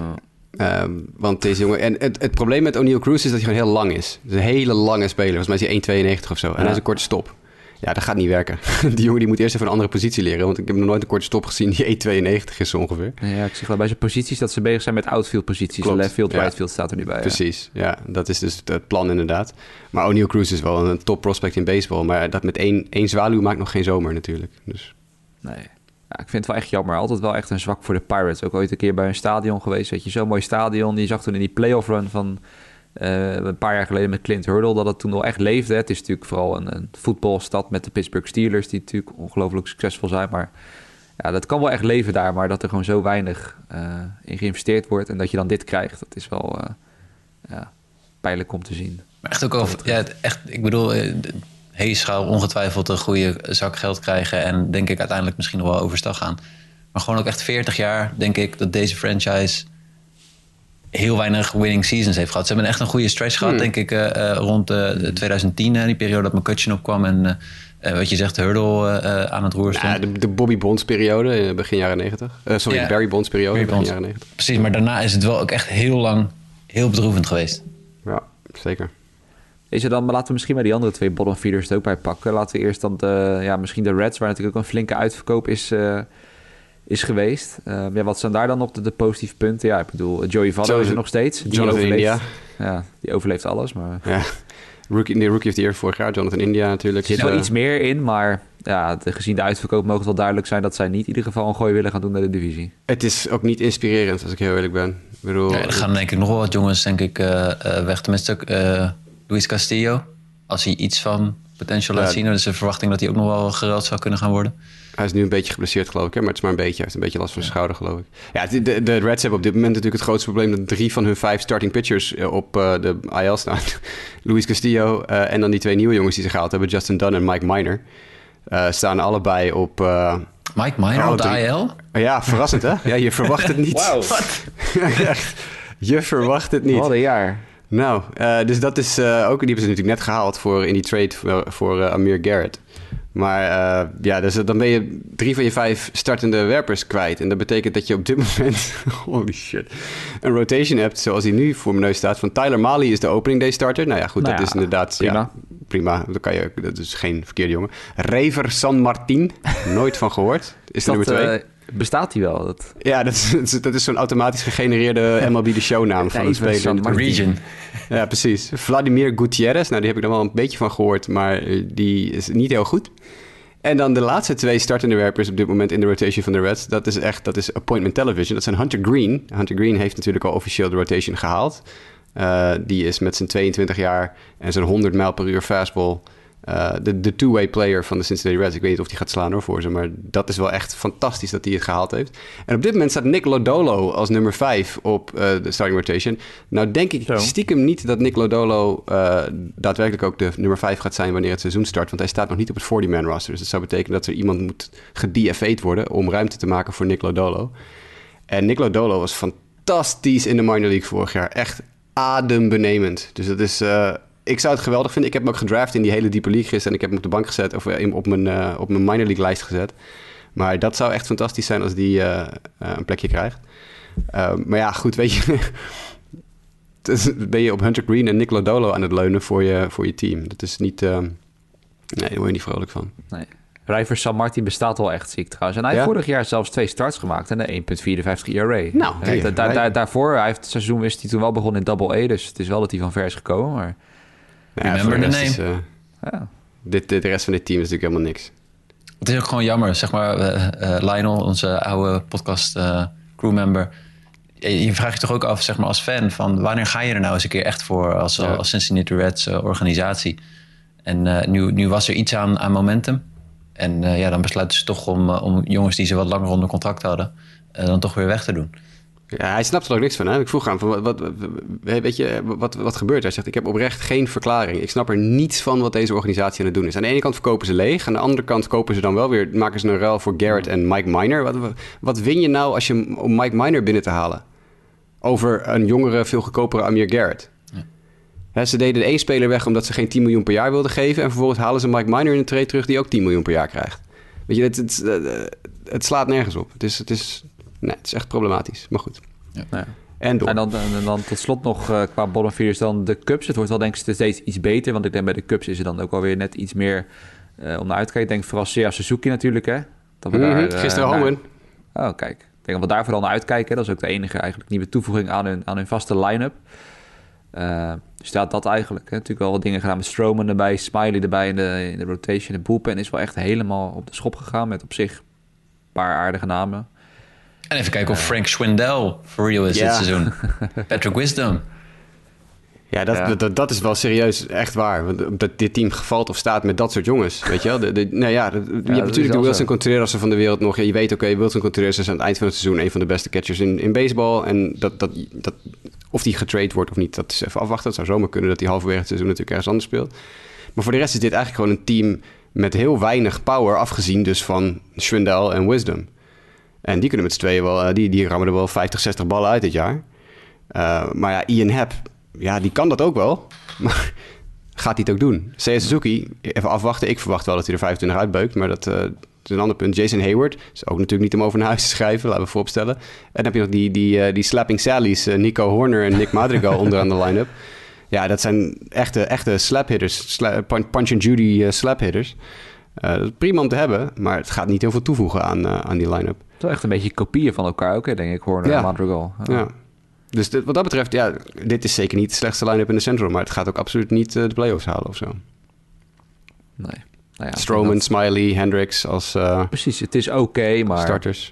Want deze jongen... En het probleem met O'Neal Cruz is dat hij gewoon heel lang is. Het is een hele lange speler. Volgens mij is hij 1,92 of zo. En hij is een korte stop. Ja, dat gaat niet werken. Die jongen die moet eerst even een andere positie leren. Want ik heb nog nooit een korte stop gezien die 1,92 is zo ongeveer. Ja, ik zie wel bij zijn posities dat ze bezig zijn met outfield posities. Left field, right field staat er nu bij. Precies, ja. Dat is dus het plan inderdaad. Maar O'Neal Cruz is wel een top prospect in baseball. Maar dat met één zwaluw maakt nog geen zomer natuurlijk. Dus. Nee. Ja, ik vind het wel echt jammer. Altijd wel echt een zwak voor de Pirates. Ook ooit een keer bij een stadion geweest. Weet je, zo'n mooi stadion. Die zag toen in die playoff run van... een paar jaar geleden met Clint Hurdle, dat het toen wel echt leefde. Het is natuurlijk vooral een voetbalstad met de Pittsburgh Steelers, die natuurlijk ongelooflijk succesvol zijn. Maar ja, dat kan wel echt leven daar, maar dat er gewoon zo weinig in geïnvesteerd wordt en dat je dan dit krijgt, dat is wel pijnlijk om te zien. Maar echt ook over, ik bedoel, Hayes zou ongetwijfeld een goede zak geld krijgen en denk ik uiteindelijk misschien nog wel overstag gaan. Maar gewoon ook echt 40 jaar, denk ik, dat deze franchise heel weinig winning seasons heeft gehad. Ze hebben echt een goede stretch gehad, denk ik, rond 2010, die periode dat McCutcheon opkwam en wat je zegt, Hurdle aan het roer stond. Ja, de Bobby Bonds periode, begin jaren 90. Barry Bonds periode, begin jaren 90. Precies, maar daarna is het wel ook echt heel lang heel bedroevend geweest. Ja, zeker. Is er dan, maar laten we misschien maar die andere 2 bottom feeders er ook bij pakken. Laten we eerst dan misschien de Reds, waar natuurlijk ook een flinke uitverkoop is geweest. Wat zijn daar dan nog de positieve punten? Ja, ik bedoel, Joey Votto is er nog steeds. Jonathan India. Ja, die overleeft alles. Maar... Ja, Rookie of the Year vorig jaar, Jonathan India natuurlijk. Er zit wel iets meer in, maar gezien de uitverkoop mogen het wel duidelijk zijn dat zij niet in ieder geval een gooi willen gaan doen naar de divisie. Het is ook niet inspirerend, als ik heel eerlijk ben. Ik bedoel, er gaan denk ik nog wel wat jongens weg. Tenminste, Luis Castillo, als hij iets van potential laat zien, dan is de verwachting dat hij ook nog wel geruild zou kunnen gaan worden. Hij is nu een beetje geblesseerd, geloof ik. Hè? Maar het is maar een beetje. Hij heeft een beetje last van zijn schouder, geloof ik. Ja, de Reds hebben op dit moment natuurlijk het grootste probleem... dat 3 van hun 5 starting pitchers op de IL staan. Luis Castillo en dan die 2 nieuwe jongens die ze gehaald hebben... Justin Dunn en Mike Minor. Staan allebei op... Mike Minor op de IL? Ja, verrassend, hè? Ja, je verwacht het niet. Wauw. Je verwacht het niet. Wat een jaar. Nou, dus dat is ook... Die hebben ze natuurlijk net gehaald in die trade voor Amir Garrett. Maar dus dan ben je 3 van je 5 startende werpers kwijt. En dat betekent dat je op dit moment... holy shit. Een rotation hebt zoals die nu voor mijn neus staat. Van Tyler Mahle is de opening day starter. Nou ja, goed, dat is inderdaad... Prima. Ja, prima. Dat is geen verkeerde jongen. Rever San Martin. Nooit van gehoord. Is de nummer 2. Bestaat die wel? Ja, dat is zo'n automatisch gegenereerde MLB The Show naam van een speler. Region. Ja, precies. Vladimir Gutierrez, nou die heb ik er wel een beetje van gehoord, maar die is niet heel goed. En dan de laatste 2 startende werpers op dit moment in de rotation van de Reds, dat is appointment television. Dat zijn Hunter Green. Hunter Green heeft natuurlijk al officieel de rotation gehaald. Die is met zijn 22 jaar en zijn 100 mijl per uur fastball de two-way player van de Cincinnati Reds. Ik weet niet of hij gaat slaan voor ze, maar dat is wel echt fantastisch dat hij het gehaald heeft. En op dit moment staat Nick Lodolo als nummer 5 op de starting rotation. Nou denk ik stiekem niet dat Nick Lodolo daadwerkelijk ook de nummer 5 gaat zijn wanneer het seizoen start, want hij staat nog niet op het 40-man roster. Dus dat zou betekenen dat er iemand moet gedFA'd worden om ruimte te maken voor Nick Lodolo. En Nick Lodolo was fantastisch in de minor league vorig jaar. Echt adembenemend. Dus dat is... ik zou het geweldig vinden. Ik heb hem ook gedraft in die hele diepe league gisteren. En ik heb hem op de bank gezet. Of op mijn minor league lijst gezet. Maar dat zou echt fantastisch zijn als die een plekje krijgt. Maar ja, goed, weet je... ben je op Hunter Green en Nick Lodolo aan het leunen voor je team. Dat is niet... nee, daar word je niet vrolijk van. Nee. Rijvers San Martin bestaat al echt ziek trouwens. En hij heeft vorig jaar zelfs 2 starts gemaakt en een 1,54 ERA. Nou, daarvoor, het seizoen is hij toen wel begonnen in Double A. Dus het is wel dat hij van ver is gekomen. Maar... Remember the name. De rest van dit team is natuurlijk helemaal niks. Het is ook gewoon jammer, zeg maar. Lionel, onze oude podcast crewmember. Je vraagt je toch ook af, zeg maar, als fan, van wanneer ga je er nou eens een keer echt voor als Cincinnati Reds organisatie? En nu was er iets aan momentum. En dan besluiten ze toch om jongens die ze wat langer onder contract hadden, dan toch weer weg te doen. Ja, hij snapt er ook niks van. Hè? Ik vroeg aan, wat gebeurt? Hij zegt, ik heb oprecht geen verklaring. Ik snap er niets van wat deze organisatie aan het doen is. Aan de ene kant verkopen ze leeg. Aan de andere kant kopen ze dan wel weer, maken ze een ruil voor Garrett en Mike Minor. Wat win je nou als je om Mike Minor binnen te halen? Over een jongere, veel goedkopere Amir Garrett. Ja. Ze deden 1 speler weg omdat ze geen 10 miljoen per jaar wilden geven. En vervolgens halen ze Mike Minor in een trade terug die ook 10 miljoen per jaar krijgt. Weet je, het slaat nergens op. Het is echt problematisch. Maar goed. Ja. En dan tot slot nog qua bottom feeders dan de Cubs. Het wordt wel denk ik steeds iets beter. Want ik denk bij de Cubs is er dan ook alweer net iets meer om naar uit te kijken. Ik denk vooral Seiya Suzuki natuurlijk. Hè? Dat we daar, gisteren home. Oh, kijk. Ik denk dat we daar vooral naar uitkijken. Dat is ook de enige eigenlijk nieuwe toevoeging aan hun vaste line-up. Dus dat eigenlijk. Hè. Natuurlijk wel wat dingen gedaan met Stroman erbij, Smiley erbij in de rotation. De bullpen is wel echt helemaal op de schop gegaan met op zich een paar aardige namen. En even kijken of Frank Schwindel for real is dit seizoen. Patrick Wisdom. Ja, dat is wel serieus echt waar. Want dat dit team valt of staat met dat soort jongens. Weet je wel? Je hebt natuurlijk de Wilson Contreras van de wereld nog. Je weet, Wilson Contreras is aan het eind van het seizoen een van de beste catchers in baseball. En dat of die getrade wordt of niet, dat is even afwachten. Het zou zomaar kunnen dat hij halverwege het seizoen natuurlijk ergens anders speelt. Maar voor de rest is dit eigenlijk gewoon een team met heel weinig power, afgezien dus van Schwindel en Wisdom. En die kunnen met z'n tweeën wel, die rammen er wel 50, 60 ballen uit dit jaar. Maar ja, Ian Happ, die kan dat ook wel. Maar gaat hij het ook doen? Seiya Suzuki, even afwachten. Ik verwacht wel dat hij er 25 uitbeukt. Maar dat is een ander punt. Jason Hayward is ook natuurlijk niet om over naar huis te schrijven. Laten we vooropstellen. En dan heb je nog die slapping Sally's. Nico Horner en Nick Madrigal onderaan de line-up. Ja, dat zijn echte slap hitters. Punch and Judy slap hitters. Dat is prima om te hebben. Maar het gaat niet heel veel toevoegen aan die line-up. Het is echt een beetje kopieën van elkaar ook, denk ik. Horner en Madrigal. Ja. Dus wat dat betreft, dit is zeker niet de slechtste line-up in de Central, maar het gaat ook absoluut niet de playoffs halen of zo. Nee. Nou ja, Stroman, Smiley, Hendricks als precies, het is oké, maar... starters.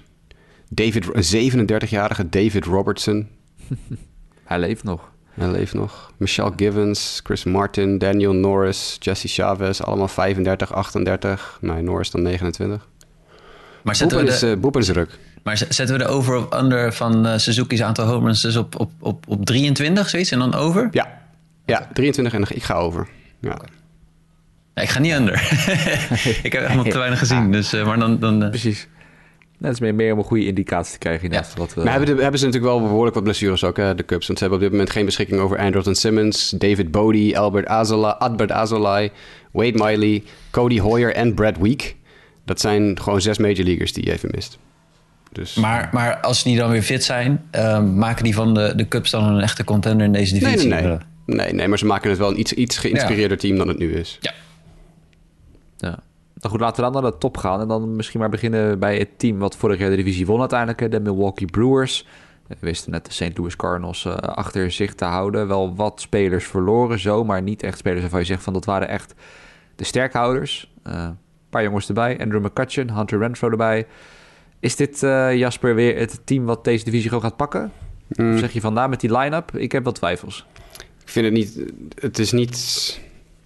37-jarige David Robertson. Hij leeft nog. Michelle Givens, Chris Martin, Daniel Norris, Jesse Chavez, allemaal 35, 38. Nee, Norris dan 29. Maar Boepen is ruk. Maar zetten we de over of under van Suzuki's aantal home runs dus op 23, zoiets, en dan over? Ja, 23 en ik ga over. Ja. Okay. Nee, ik ga niet under. Ik heb echt nog te weinig gezien. Dus, maar dan precies. Dat is meer om een goede indicatie te krijgen. Ja. Maar hebben ze natuurlijk wel behoorlijk wat blessures ook, de Cubs. Want ze hebben op dit moment geen beschikking over Andrelton Simmons, David Bodie, Adbert Azolai, Wade Miley, Cody Hoyer en Brad Week. Dat zijn gewoon 6 major leaguers die je even mist. Dus, maar als die dan weer fit zijn, maken die van de Cubs dan een echte contender in deze divisie? Nee, maar ze maken het wel een iets geïnspireerder team dan het nu is. Ja. Nou goed, laten we dan naar de top gaan. En dan misschien maar beginnen bij het team wat vorig jaar de divisie won uiteindelijk. De Milwaukee Brewers. We wisten net de St. Louis Cardinals achter zich te houden. Wel wat spelers verloren zo, maar niet echt spelers waarvan je zegt van dat waren echt de sterkhouders. Een paar jongens erbij. Andrew McCutchen, Hunter Renfroe erbij. Is dit, Jasper, weer het team wat deze divisie gewoon gaat pakken? Of zeg je van, nou, met die line-up, ik heb wat twijfels. Ik vind het niet... Het is niet...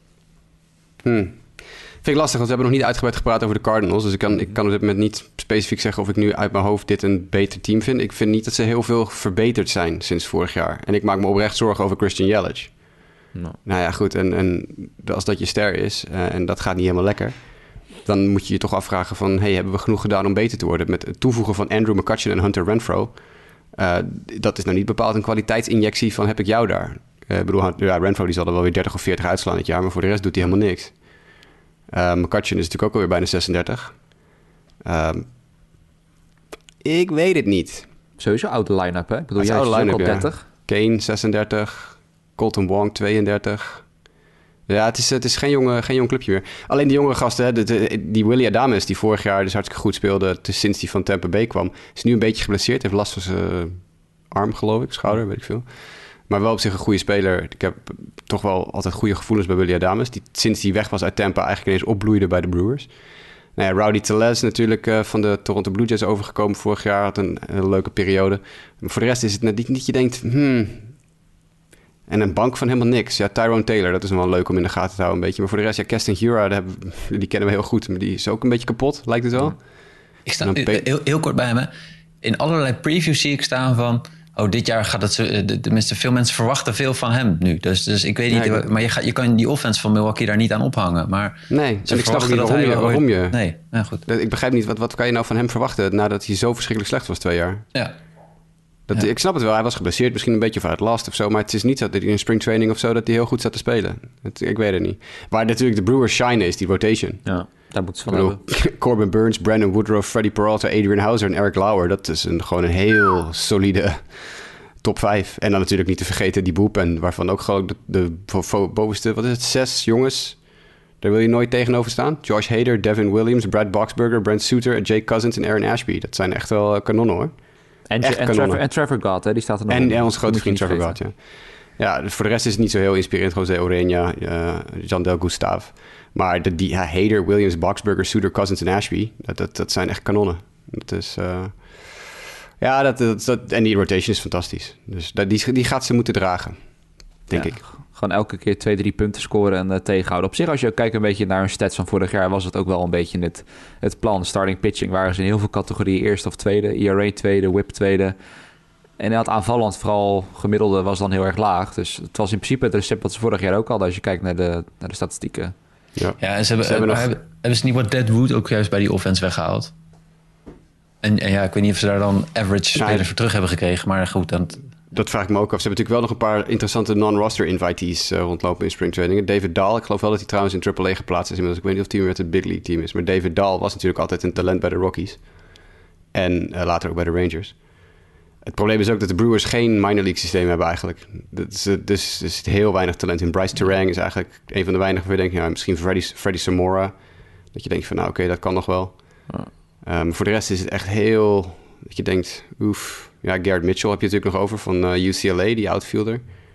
Vind ik lastig, want we hebben nog niet uitgebreid gepraat over de Cardinals. Dus ik kan op dit moment niet specifiek zeggen of ik nu uit mijn hoofd dit een beter team vind. Ik vind niet dat ze heel veel verbeterd zijn sinds vorig jaar. En ik maak me oprecht zorgen over Christian Yelich. Nou ja, goed. En als dat je ster is en dat gaat niet helemaal lekker, dan moet je je toch afvragen van, hey, hebben we genoeg gedaan om beter te worden? Met het toevoegen van Andrew McCutchen en Hunter Renfroe, dat is nou niet bepaald een kwaliteitsinjectie van heb ik jou daar. Ik bedoel, Renfroe die zal er wel weer 30 of 40 uitslaan dit jaar, maar voor de rest doet hij helemaal niks. McCutchen is natuurlijk ook alweer bijna 36. Ik weet het niet. Sowieso oude line-up, hè? Ik bedoel, jij oude is line-up, ook al ja. 30. Kane 36. Colton Wong 32. Ja, het is geen jong clubje meer. Alleen die jongere gasten, hè, die Willy Adames, die vorig jaar dus hartstikke goed speelde, sinds die van Tampa Bay kwam, is nu een beetje geblesseerd. Heeft last van zijn arm, geloof ik. Schouder, weet ik veel. Maar wel op zich een goede speler. Ik heb toch wel altijd goede gevoelens bij Willy Adames, die sinds hij weg was uit Tampa eigenlijk ineens opbloeide bij de Brewers. Nou ja, Rowdy Tellez natuurlijk van de Toronto Blue Jays overgekomen vorig jaar. Had een leuke periode. Maar voor de rest is het net niet je denkt, En een bank van helemaal niks. Ja, Tyrone Taylor, dat is nog wel leuk om in de gaten te houden een beetje. Maar voor de rest, ja, Keston Hiura, die kennen we heel goed. Maar die is ook een beetje kapot, lijkt het wel. Ik sta heel kort bij hem. Hè. In allerlei previews zie ik staan van, dit jaar gaat het tenminste veel mensen verwachten veel van hem nu. Dus ik weet niet, maar je kan die offense van Milwaukee daar niet aan ophangen. Maar nee, en ik snap niet waarom je... Nee, ja, goed. Ik begrijp niet, wat kan je nou van hem verwachten nadat hij zo verschrikkelijk slecht was 2 jaar? Ja. Ik snap het wel, hij was geblesseerd, misschien een beetje of uit last of zo, maar het is niet zo dat hij in springtraining of zo dat hij heel goed staat te spelen. Ik weet het niet. Waar natuurlijk de Brewers shine is die rotation. Ja, daar moeten ze van hebben. Corbin Burns, Brandon Woodruff, Freddie Peralta, Adrian Houser en Eric Lauer. Dat is gewoon een heel solide top 5. En dan natuurlijk niet te vergeten die bullpen, waarvan ook gewoon de bovenste, 6 jongens. Daar wil je nooit tegenover staan. Josh Hader, Devin Williams, Brad Boxberger, Brent Suter, Jake Cousins en Aaron Ashby. Dat zijn echt wel kanonnen, hoor. En Trevor Gott, hè, die staat er nog en onze grote vriend Trevor Gott, ja. Ja, dus voor de rest is het niet zo heel inspirerend. José Orena, Jandel Gustav. Maar Hader, Williams, Boxberger, Suter, Cousins en Ashby, dat zijn echt kanonnen. Dat is... en die rotation is fantastisch. Dus die gaat ze moeten dragen, denk ik. Gewoon elke keer 2-3 punten scoren en tegenhouden. Op zich, als je kijkt een beetje naar hun stats van vorig jaar, was het ook wel een beetje het plan. Starting pitching waren ze in heel veel categorieën eerste of tweede. ERA tweede, WHIP tweede. En het aanvallend, vooral gemiddelde, was dan heel erg laag. Dus het was in principe het recept wat ze vorig jaar ook hadden, als je kijkt naar de statistieken. Ja, en hebben ze niet wat Deadwood ook juist bij die offense weggehaald? En ja, ik weet niet of ze daar dan average spelers voor terug hebben gekregen, maar goed, dan... Dat vraag ik me ook af. Ze hebben natuurlijk wel nog een paar interessante non-roster invitees rondlopen in springtraining. David Dahl, ik geloof wel dat hij trouwens in AAA geplaatst is inmiddels. Ik weet niet of hij weer met het Big League team is. Maar David Dahl was natuurlijk altijd een talent bij de Rockies. En later ook bij de Rangers. Het probleem is ook dat de Brewers geen minor league systeem hebben eigenlijk. Dus er zit heel weinig talent in. Bryce Terang is eigenlijk een van de weinigen waar je denkt, misschien Freddie Zamora. Dat je denkt van, oké, dat kan nog wel. Voor de rest is het echt heel... Dat je denkt, Ja, Garrett Mitchell heb je natuurlijk nog over van UCLA, die outfielder.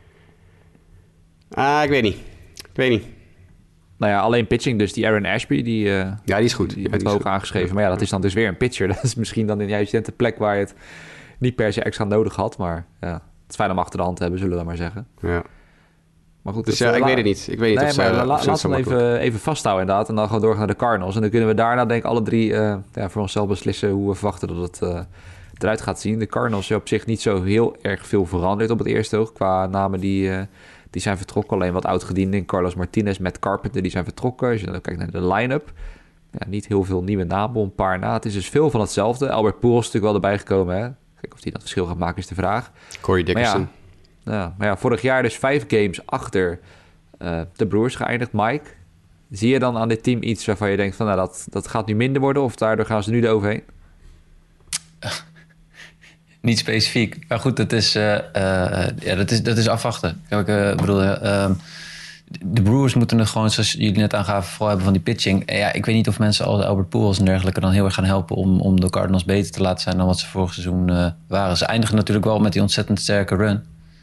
Ik weet niet. Nou ja, alleen pitching, dus die Aaron Ashby, die is goed. Die wordt hoog aangeschreven. Maar ja, dat is dan dus weer een pitcher. Dat is misschien dan juist de plek waar je het niet per se extra nodig had. Maar ja, het is fijn om achter de hand te hebben, zullen we maar zeggen. Ja. Maar goed, dus ik weet het niet. Ik weet niet of ze... Laten we even vasthouden inderdaad. En dan gewoon doorgaan naar de Cardinals. En dan kunnen we daarna denk ik alle drie voor onszelf beslissen hoe we verwachten dat het eruit gaat zien. De Cardinals op zich niet zo heel erg veel veranderd op het eerste oog. Qua namen die zijn vertrokken. Alleen wat oud-gedienden. Carlos Martinez, Matt Carpenter, die zijn vertrokken. Als je dan kijkt naar de line-up. Ja, niet heel veel nieuwe namen, een paar na. Het is dus veel van hetzelfde. Albert Pujols is natuurlijk wel erbij gekomen. Hè? Kijk of hij dat verschil gaat maken is de vraag. Corey Dickerson. Maar ja, vorig jaar dus 5 games achter de Brewers geëindigd. Mike, zie je dan aan dit team iets waarvan je denkt van dat gaat nu minder worden of daardoor gaan ze nu eroverheen? Niet specifiek. Maar goed, dat is afwachten. Ik bedoel, De Brewers moeten het gewoon, zoals jullie net aangaven, vooral hebben van die pitching. Ja, ik weet niet of mensen als Albert Pujols en dergelijke dan heel erg gaan helpen om de Cardinals beter te laten zijn dan wat ze vorig seizoen waren. Ze eindigen natuurlijk wel met die ontzettend sterke run.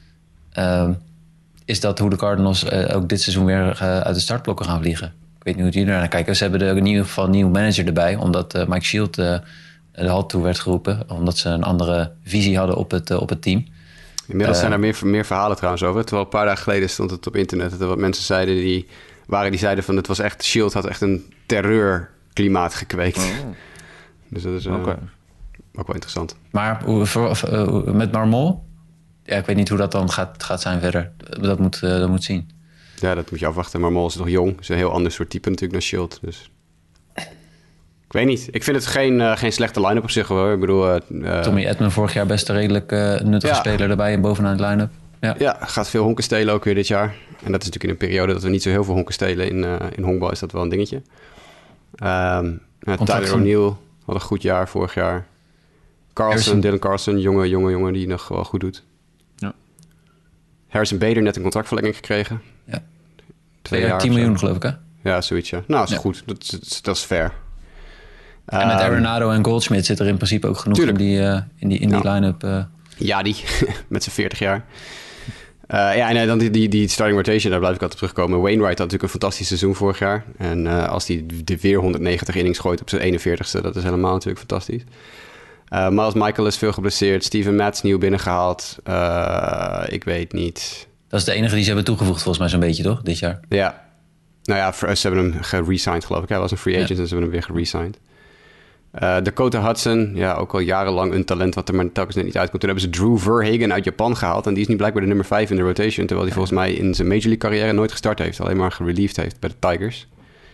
Is dat hoe de Cardinals ook dit seizoen weer uit de startblokken gaan vliegen? Ik weet niet hoe jullie naar kijken. Ze hebben in ieder geval een nieuwe manager erbij, omdat Mike Shield de halt toe werd geroepen, omdat ze een andere visie hadden op het team. Inmiddels zijn er meer verhalen trouwens over. Terwijl een paar dagen geleden stond het op internet dat er wat mensen zeiden die zeiden van het was echt, Shield had echt een terreurklimaat gekweekt. Oh. Dus dat is ook wel interessant. Maar met Marmol? Ja, ik weet niet hoe dat dan gaat zijn verder. Dat moet zien. Ja, dat moet je afwachten. Marmol is nog jong. Is een heel ander soort type natuurlijk dan Shield. Dus ik weet niet. Ik vind het geen slechte line-up op zich hoor. Ik bedoel, Tommy Edman vorig jaar best een redelijk nuttige speler erbij en bovenaan de line-up. Ja, gaat veel honken stelen ook weer dit jaar. En dat is natuurlijk in een periode dat we niet zo heel veel honken stelen. In honkbal is dat wel een dingetje. Tyler O'Neill had een goed jaar vorig jaar. Dylan Carlson, jongen die nog wel goed doet. Ja. Harrison Bader net een contractverlenging gekregen. Ja. 2 jaar 10 miljoen geloof ik hè? Ja, zoiets ja. Nou, is goed. Dat is fair. En met Arenado en Goldschmidt zit er in principe ook genoeg in die line-up. Ja, die met zijn 40 jaar. En dan die starting rotation, daar blijf ik altijd terugkomen. Wainwright had natuurlijk een fantastisch seizoen vorig jaar. En als hij weer 190 innings gooit op zijn 41ste, dat is helemaal natuurlijk fantastisch. Miles Michael is veel geblesseerd. Steven Matz nieuw binnengehaald. Ik weet niet. Dat is de enige die ze hebben toegevoegd volgens mij zo'n beetje, toch? Dit jaar. Ja. Nou ja, ze hebben hem geresigned, geloof ik. Hij was een free agent en ze hebben hem weer geresigned. Dakota Hudson, ja, ook al jarenlang een talent wat er maar telkens net niet uitkomt. Toen hebben ze Drew Verhagen uit Japan gehaald. En die is nu blijkbaar de nummer 5 in de rotation. Terwijl hij volgens mij in zijn Major League carrière nooit gestart heeft. Alleen maar gerelieved heeft bij de Tigers.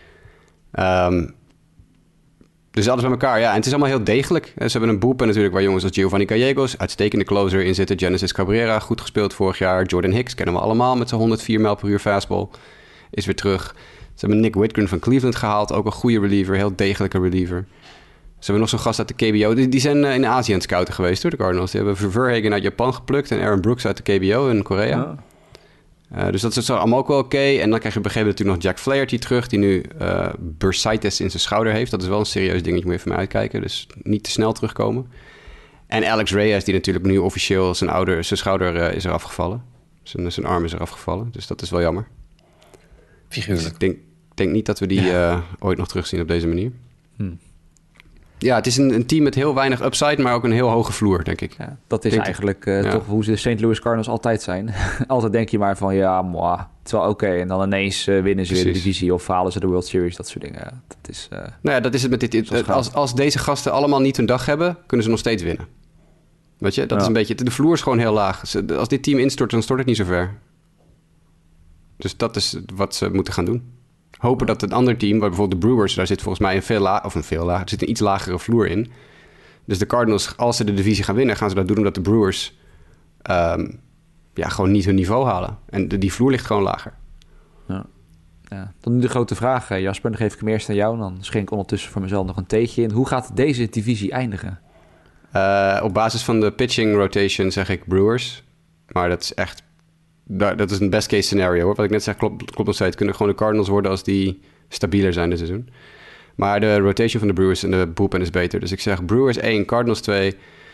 Dus alles bij elkaar, ja. En het is allemaal heel degelijk. Ze hebben een bullpen natuurlijk waar jongens als Giovanni Gallegos, uitstekende closer in zitten. Genesis Cabrera, goed gespeeld vorig jaar. Jordan Hicks, kennen we allemaal met zijn 104 mijl per uur fastball. Is weer terug. Ze hebben Nick Whitgren van Cleveland gehaald. Ook een goede reliever, heel degelijke reliever. Ze hebben nog zo'n gast uit de KBO. Die zijn in Azië aan het scouten geweest, hoor, de Cardinals. Die hebben Verhagen uit Japan geplukt en Aaron Brooks uit de KBO in Korea. Oh. Dus dat is allemaal ook wel oké. En dan krijg je op een gegeven moment natuurlijk nog Jack Flaherty terug, die nu bursitis in zijn schouder heeft. Dat is wel een serieus dingetje, moet je even mee uitkijken. Dus niet te snel terugkomen. En Alex Reyes, die natuurlijk nu officieel zijn schouder is eraf gevallen. Zijn arm is eraf gevallen. Dus dat is wel jammer. Figuurlijk. Dus ik denk niet dat we die ooit nog terugzien op deze manier. Ja, het is een team met heel weinig upside, maar ook een heel hoge vloer, denk ik. Ja, dat is eigenlijk toch hoe ze de St. Louis Cardinals altijd zijn. Altijd denk je maar van, het is wel oké. En dan ineens winnen ze weer de divisie of halen ze de World Series, dat soort dingen. Dat is, nou ja, dat is het met dit. Als deze gasten allemaal niet hun dag hebben, kunnen ze nog steeds winnen. Weet je, dat is een beetje... De vloer is gewoon heel laag. Als dit team instort, dan stort het niet zo ver. Dus dat is wat ze moeten gaan doen. Hopen dat een ander team, waar bijvoorbeeld de Brewers, daar zit volgens mij er zit een iets lagere vloer in. Dus de Cardinals, als ze de divisie gaan winnen, gaan ze dat doen omdat de Brewers gewoon niet hun niveau halen. En die vloer ligt gewoon lager. Ja. Dan nu de grote vraag, Jasper. Dan geef ik hem eerst aan jou. Dan schenk ik ondertussen voor mezelf nog een theetje in. Hoe gaat deze divisie eindigen? Op basis van de pitching rotation zeg ik Brewers. Maar dat is echt... Dat is een best case scenario, hoor. Wat ik net zeg, klopt nog steeds. Het kunnen gewoon de Cardinals worden als die stabieler zijn dit seizoen. Maar de rotation van de Brewers en de bullpen is beter. Dus ik zeg Brewers 1, Cardinals 2.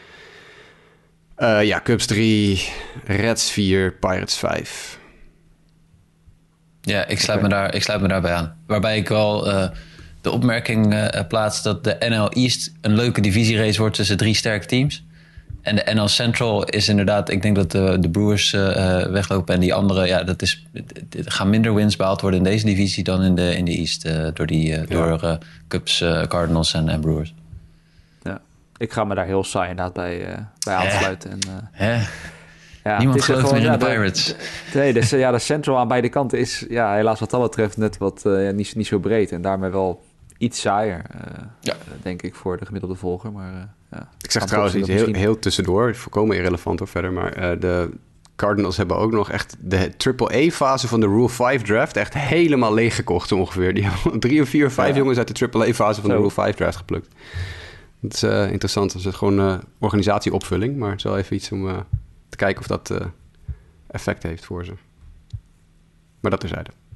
Cubs 3, Reds 4, Pirates 5. Ja, ik sluit me daarbij aan. Waarbij ik wel de opmerking plaats dat de NL East een leuke divisierace wordt tussen 3 sterke teams. En de NL Central is inderdaad... Ik denk dat de Brewers weglopen en die andere... Ja, er gaan minder wins behaald worden in deze divisie dan in de East. Door Cubs, Cardinals en Brewers. Ja, ik ga me daar heel saai inderdaad bij aansluiten. Niemand gelooft meer in de Pirates. De Central aan beide kanten is helaas wat dat betreft net wat niet zo breed. En daarmee wel iets saaier, denk ik, voor de gemiddelde volger. Maar... Ik zeg trouwens iets heel tussendoor, volkomen irrelevant of verder, maar de Cardinals hebben ook nog echt de AAA-fase van de Rule 5 draft echt helemaal leeggekocht ongeveer. Die hebben 3 of 4 of 5 jongens uit de AAA-fase van de Rule 5 draft geplukt. Het is interessant, dat is gewoon organisatieopvulling, maar het is wel even iets om te kijken of dat effect heeft voor ze. Maar dat terzijde.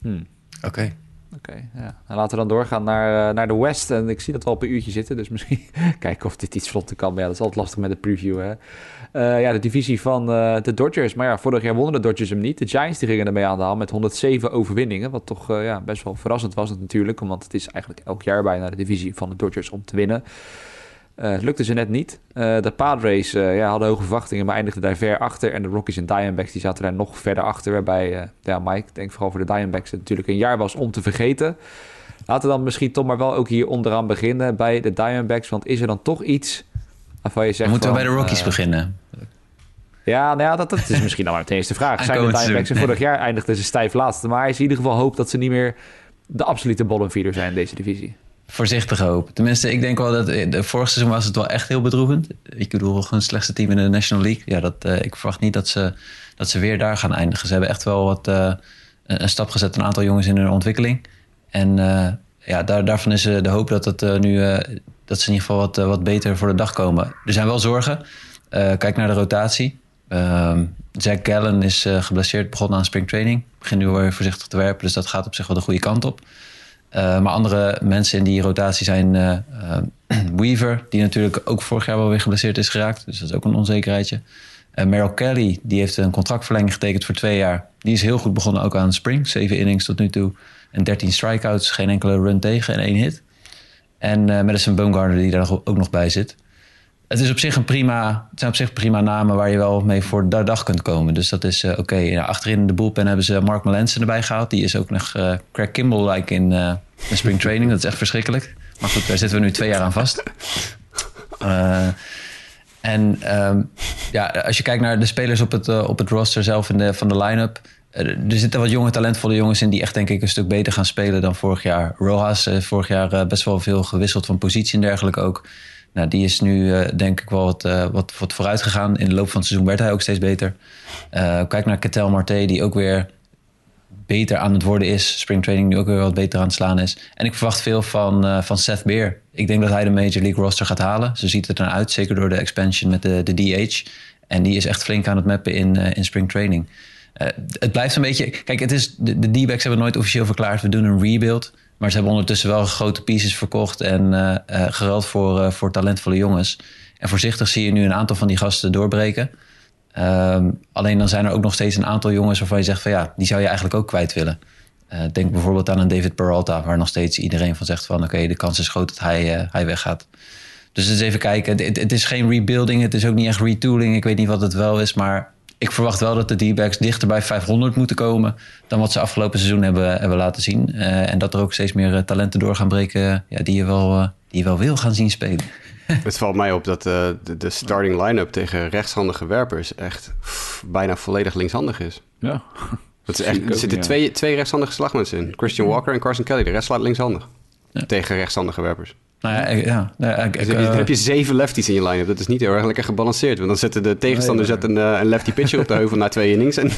Oké. Oké, ja. Nou, laten we dan doorgaan naar de West. En ik zie dat we al op een uurtje zitten, dus misschien kijken of dit iets vlotter kan. Maar ja, dat is altijd lastig met de preview, hè. De divisie van de Dodgers. Maar ja, vorig jaar wonnen de Dodgers hem niet. De Giants die gingen ermee aan de haal met 107 overwinningen. Wat toch best wel verrassend was het natuurlijk. Omdat het is eigenlijk elk jaar bijna de divisie van de Dodgers om te winnen. Het lukte ze net niet. De Padres hadden hoge verwachtingen, maar eindigden daar ver achter. En de Rockies en Diamondbacks die zaten daar nog verder achter. Waarbij, Mike, ik denk vooral voor de Diamondbacks het natuurlijk een jaar was om te vergeten. Laten we dan misschien toch maar wel ook hier onderaan beginnen bij de Diamondbacks. Want is er dan toch iets waarvan je zegt... Moeten we bij de Rockies beginnen? Ja, dat is misschien dan maar meteen eens de vraag. Zijn de Diamondbacks vorig jaar eindigden ze stijf laatste. Maar is in ieder geval hoop dat ze niet meer de absolute bottom-feeder zijn in deze divisie. Voorzichtige hoop. Tenminste, ik denk wel dat de vorige seizoen was het wel echt heel bedroevend. Ik bedoel, hun slechtste team in de National League. Ja, ik verwacht niet dat ze weer daar gaan eindigen. Ze hebben echt wel een stap gezet, een aantal jongens in hun ontwikkeling. En daarvan is de hoop dat dat ze in ieder geval wat beter voor de dag komen. Er zijn wel zorgen. Kijk naar de rotatie. Zach Gallen is geblesseerd, begonnen aan springtraining. Begint nu weer voorzichtig te werpen, dus dat gaat op zich wel de goede kant op. Maar andere mensen in die rotatie zijn Weaver, die natuurlijk ook vorig jaar wel weer geblesseerd is geraakt. Dus dat is ook een onzekerheidje. Merrill Kelly, die heeft een contractverlenging getekend voor 2 jaar. Die is heel goed begonnen ook aan spring. 7 innings tot nu toe en 13 strikeouts. Geen enkele run tegen en 1 hit. En Madison Bumgarner, die daar ook nog bij zit. Het zijn op zich prima namen waar je wel mee voor de dag kunt komen. Dus dat is oké. Ja, achterin in de bullpen hebben ze Mark Melancon erbij gehaald. Die is ook nog Craig Kimbrel-like in spring training. Dat is echt verschrikkelijk. Maar goed, daar zitten we nu 2 jaar aan vast. Als je kijkt naar de spelers op het roster zelf van de line-up. Er zitten wat jonge, talentvolle jongens in die echt denk ik een stuk beter gaan spelen dan vorig jaar. Rojas vorig jaar best wel veel gewisseld van positie en dergelijke ook. Nou, die is nu denk ik wel wat vooruit gegaan. In de loop van het seizoen werd hij ook steeds beter. Kijk naar Ketel Marte, die ook weer beter aan het worden is. Springtraining nu ook weer wat beter aan het slaan is. En ik verwacht veel van Seth Beer. Ik denk dat hij de Major League roster gaat halen. Zo ziet het er uit, zeker door de expansion met de DH. En die is echt flink aan het mappen in springtraining. Het blijft een beetje... Kijk, de D-backs hebben nooit officieel verklaard, we doen een rebuild. Maar ze hebben ondertussen wel grote pieces verkocht en geruild voor talentvolle jongens. En voorzichtig zie je nu een aantal van die gasten doorbreken. Alleen dan zijn er ook nog steeds een aantal jongens waarvan je zegt van ja, die zou je eigenlijk ook kwijt willen. Denk bijvoorbeeld aan een David Peralta, waar nog steeds iedereen van zegt van oké, de kans is groot dat hij weggaat. Dus eens even kijken. Het is geen rebuilding, het is ook niet echt retooling. Ik weet niet wat het wel is, maar ik verwacht wel dat de D-backs dichter bij 500 moeten komen dan wat ze afgelopen seizoen hebben laten zien. En dat er ook steeds meer talenten door gaan breken die je wel wil gaan zien spelen. Het valt mij op dat de starting line-up tegen rechtshandige werpers echt bijna volledig linkshandig is. Ja. Dat is echt, er zitten twee rechtshandige slagmensen in. Christian Walker en Carson Kelly. De rest slaat linkshandig. Ja. Tegen rechtshandige werpers. Dan heb je 7 lefties in je line-up. Dat is niet heel erg lekker gebalanceerd. Want dan zetten de tegenstander een lefty pitcher op de heuvel na 2 innings. En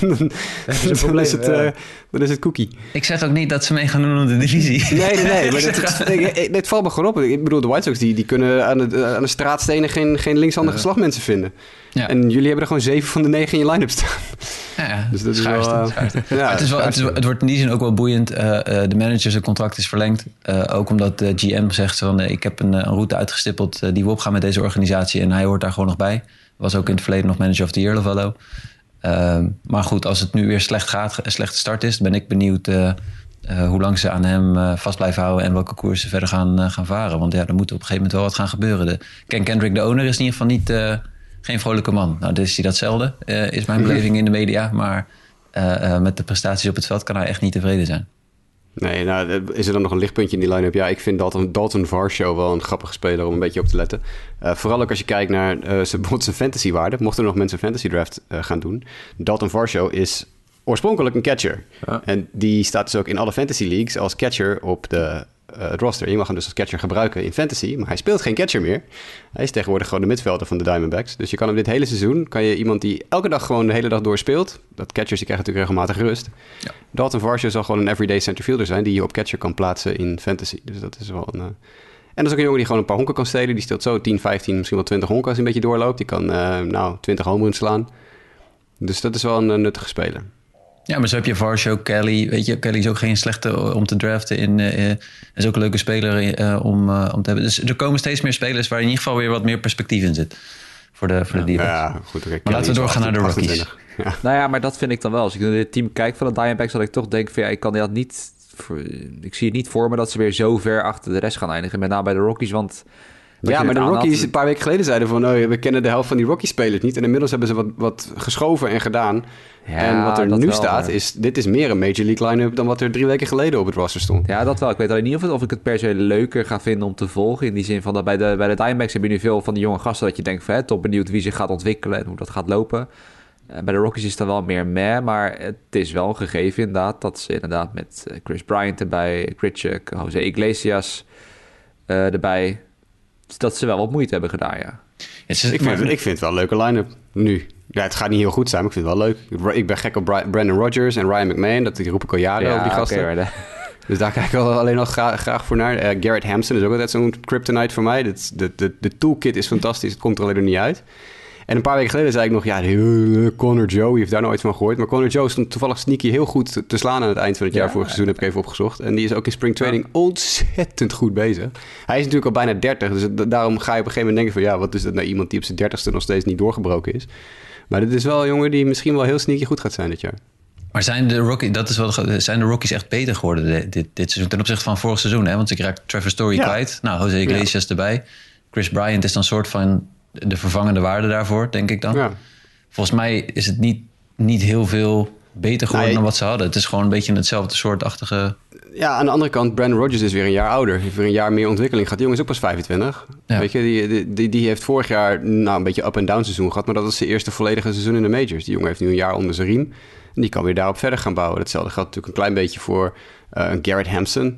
dan is het cookie. Ik zeg ook niet dat ze mee gaan doen om de divisie. Nee. Maar het valt me gewoon op. Ik bedoel, de White Sox die kunnen aan de straatstenen geen linkshandige slagmensen vinden. Ja. En jullie hebben er gewoon 7 van de 9 in je line-up staan. Ja, dus dat is wel... Het wordt in die zin ook wel boeiend. De manager zijn contract is verlengd. Ook omdat de GM zegt van ik heb een route uitgestippeld die we opgaan met deze organisatie. En hij hoort daar gewoon nog bij. Was ook in het verleden nog manager of the year Lovallo. Maar goed, als het nu weer slecht gaat, een slechte start is, ben ik benieuwd hoe lang ze aan hem vast blijven houden en welke koers ze verder gaan varen. Want ja, er moet op een gegeven moment wel wat gaan gebeuren. Ken Kendrick, de owner, is in ieder geval niet... geen vrolijke man. Nou, dus is hij datzelfde, is mijn beleving in de media. Maar met de prestaties op het veld kan hij echt niet tevreden zijn. Nee, nou, is er dan nog een lichtpuntje in die line-up? Ja, ik vind Dalton Varsho wel een grappige speler om een beetje op te letten. Vooral ook als je kijkt naar bijvoorbeeld zijn fantasywaarde. Mochten er nog mensen een fantasy draft gaan doen. Dalton Varsho is oorspronkelijk een catcher. Ja. En die staat dus ook in alle fantasy leagues als catcher op het roster. Je mag hem dus als catcher gebruiken in fantasy, maar hij speelt geen catcher meer. Hij is tegenwoordig gewoon de midvelder van de Diamondbacks. Dus je kan hem dit hele seizoen, iemand die elke dag gewoon de hele dag door speelt. Dat catchers, die krijgen natuurlijk regelmatig rust. Ja. Dalton Varsho zal gewoon een everyday centerfielder zijn die je op catcher kan plaatsen in fantasy. Dus dat is wel een... En dat is ook een jongen die gewoon een paar honken kan stelen. Die steelt zo 10, 15, misschien wel 20 honken als hij een beetje doorloopt. Die kan 20 home runs slaan. Dus dat is wel een nuttige speler. Ja, maar zo heb je Varsho, Kelly. Weet je, Kelly is ook geen slechte om te draften. Is ook een leuke speler om te hebben. Dus er komen steeds meer spelers waar in ieder geval weer wat meer perspectief in zit. Voor de D-backs. Ja, goed. Okay. Maar laten we doorgaan naar de Rockies. Ja. Nou ja, maar dat vind ik dan wel. Als ik naar dit team kijk van de Diamondbacks, dat ik toch denk van ja, ik zie het niet voor me dat ze weer zo ver achter de rest gaan eindigen. Met name bij de Rockies, want... Ja, maar de Rockies een paar weken geleden zeiden van... we kennen de helft van die Rockies-spelers niet. En inmiddels hebben ze wat geschoven en gedaan. Ja, en wat er nu wel, staat, dit is meer een Major League line-up... dan wat er 3 weken geleden op het roster stond. Ja, dat wel. Ik weet alleen niet of ik het per se leuker ga vinden om te volgen. In die zin van dat bij de Diamondbacks heb je nu veel van die jonge gasten... dat je denkt van, toch benieuwd wie zich gaat ontwikkelen... en hoe dat gaat lopen. Bij de Rockies is het dan wel meer maar het is wel een gegeven inderdaad... dat ze inderdaad met Chris Bryant erbij, Grichuk, Jose Iglesias erbij... dat ze wel wat moeite hebben gedaan, ja. Ik vind het wel een leuke line-up nu. Ja, het gaat niet heel goed zijn, maar ik vind het wel leuk. Ik ben gek op Brandon Rodgers en Ryan McMahon. Dat roep ik al jaren over die gasten. Okay, dus daar kijk ik alleen al graag voor naar. Garrett Hampson is ook altijd zo'n kryptonite voor mij. De toolkit is fantastisch. Het komt er alleen nog niet uit. En een paar weken geleden zei ik nog... Connor Joe, je heeft daar nooit van gehoord. Maar Connor Joe stond toevallig sneaky heel goed te slaan... aan het eind van het jaar. Vorig seizoen heb ik even opgezocht. En die is ook in spring training ontzettend goed bezig. Hij is natuurlijk al bijna 30. Dus daarom ga je op een gegeven moment denken van... ja, wat is dat nou iemand die op zijn 30ste nog steeds niet doorgebroken is. Maar dit is wel een jongen die misschien wel heel sneaky goed gaat zijn dit jaar. Maar zijn de Rockies echt beter geworden dit seizoen... ten opzichte van vorig seizoen? Hè? Want ik raak Trevor Story kwijt. Nou, Jose Iglesias erbij. Chris Bryant is dan soort van... de vervangende waarde daarvoor, denk ik dan. Ja. Volgens mij is het niet heel veel beter geworden dan wat ze hadden. Het is gewoon een beetje hetzelfde soortachtige... Ja, aan de andere kant, Brandon Rodgers is weer een jaar ouder. Heeft weer een jaar meer ontwikkeling gehad. Die jongen is ook pas 25. Ja. Weet je, die heeft vorig jaar een beetje up-and-down seizoen gehad... maar dat was zijn eerste volledige seizoen in de majors. Die jongen heeft nu een jaar onder zijn riem. En die kan weer daarop verder gaan bouwen. Hetzelfde geldt natuurlijk een klein beetje voor Garrett Hampson...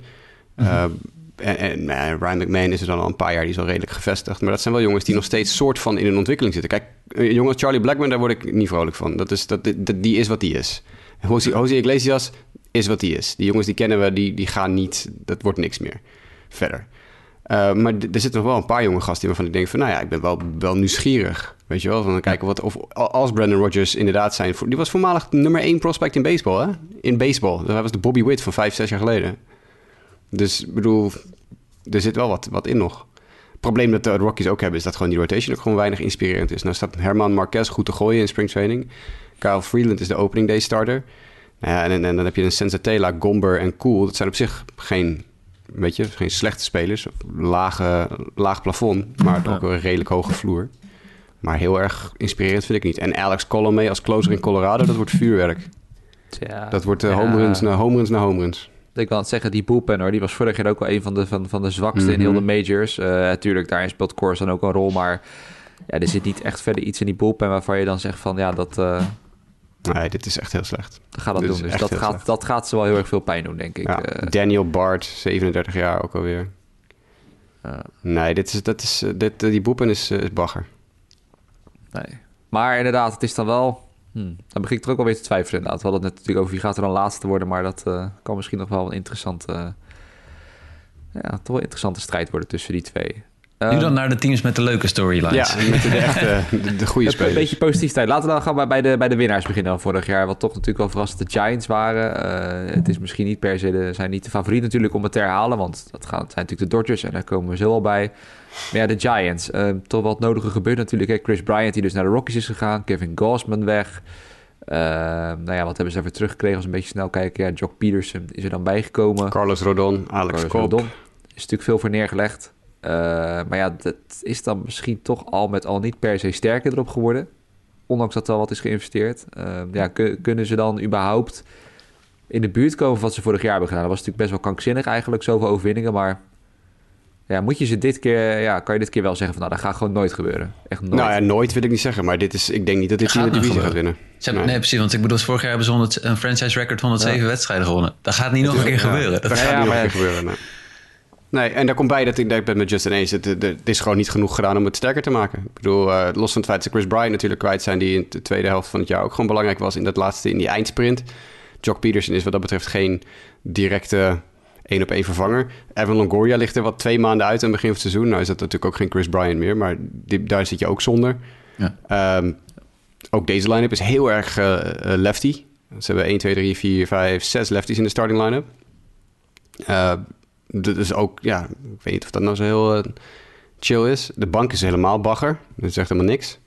En Ryan McMahon is er dan al een paar jaar, die is al redelijk gevestigd. Maar dat zijn wel jongens die nog steeds soort van in een ontwikkeling zitten. Kijk, jongen Charlie Blackmon, daar word ik niet vrolijk van. Die is wat die is. Jose Iglesias is wat die is. Die jongens die kennen we, die gaan niet... Dat wordt niks meer. Verder. Maar er zitten nog wel een paar jonge gasten waarvan ik denk van... nou ja, ik ben wel nieuwsgierig. Weet je wel, van kijken als Brandon Rodgers inderdaad zijn... Die was voormalig nummer 1 prospect in baseball, hè? In baseball. Hij was de Bobby Witt van 5-6 jaar geleden. Dus ik bedoel, er zit wel wat in nog. Het probleem dat de Rockies ook hebben... is dat gewoon die rotation ook gewoon weinig inspirerend is. Nou staat Herman Marquez goed te gooien in springtraining. Kyle Freeland is de opening day starter. En dan heb je een Senzatela, Gomber en Cool. Dat zijn op zich geen slechte spelers. Laag plafond, maar ook een redelijk hoge vloer. Maar heel erg inspirerend vind ik niet. En Alex Colomé als closer in Colorado, dat wordt vuurwerk. Tja, dat wordt home runs na home runs. Ik kan het zeggen, die bullpen hoor, die was vorig jaar ook wel een van de zwakste in heel de majors. Natuurlijk, daarin speelt Coors dan ook een rol, maar ja, er zit niet echt verder iets in die bullpen waarvan je dan zegt van ja, dat... Nee, dit is echt heel slecht. Gaat dat doen, dus dat gaat ze wel heel erg veel pijn doen, denk ik. Ja, Daniel Bard, 37 jaar ook alweer. Nee, die bullpen is bagger. Nee, maar inderdaad, het is dan wel... Dan begin ik er ook alweer te twijfelen inderdaad. We hadden het net natuurlijk over wie gaat er dan laatste worden... maar dat kan misschien nog wel een interessante strijd worden tussen die twee. Nu dan naar de teams met de leuke storylines. Ja, met de echte, de goede spelers. Een beetje positiviteit. Laten we dan gaan bij de winnaars beginnen van vorig jaar... wat toch natuurlijk wel verrassend de Giants waren. Het is misschien niet per se zijn niet de favoriet natuurlijk om het te herhalen... want dat zijn natuurlijk de Dodgers en daar komen we zo al bij... Maar ja, de Giants. Toch wat nodige gebeurt natuurlijk. Hè? Chris Bryant die dus naar de Rockies is gegaan. Kevin Gausman weg. Wat hebben ze daarvoor teruggekregen? Als een beetje snel kijken. Ja, Jock Peterson is er dan bijgekomen. Carlos Rodon, Alex Cobb. Er is natuurlijk veel voor neergelegd. Maar ja, dat is dan misschien toch al met al niet per se sterker erop geworden. Ondanks dat er al wat is geïnvesteerd. Kunnen ze dan überhaupt in de buurt komen van wat ze vorig jaar hebben gedaan? Dat was natuurlijk best wel krankzinnig eigenlijk. Zoveel overwinningen, maar... Ja, moet je ze dit keer... kan je dit keer wel zeggen van... dat gaat gewoon nooit gebeuren. Echt nooit. Nou ja, nooit wil ik niet zeggen. Maar ik denk niet dat dit team de divisie gaat winnen. Nee, precies. Want ik bedoel, vorig jaar hebben ze een franchise record 107 wedstrijden gewonnen. Dat gaat niet nog een keer gebeuren. Dat gaat niet nog een keer gebeuren, nee, en daar komt bij dat ik ben met Justin eens. Het is gewoon niet genoeg gedaan om het sterker te maken. Ik bedoel, los van het feit dat Chris Bryant natuurlijk kwijt zijn... die in de tweede helft van het jaar ook gewoon belangrijk was... in die eindsprint. Jock Peterson is wat dat betreft geen directe... 1-op-1 vervanger. Evan Longoria ligt er 2 maanden uit aan het begin van het seizoen. Nou is dat natuurlijk ook geen Chris Bryant meer, maar daar zit je ook zonder. Ja. Ook deze line-up is heel erg lefty. Ze hebben 1, 2, 3, 4, 5, 6 lefties in de starting line-up. Dus ook, ja, ik weet niet of dat nou zo heel chill is. De bank is helemaal bagger. Dat is echt helemaal niks.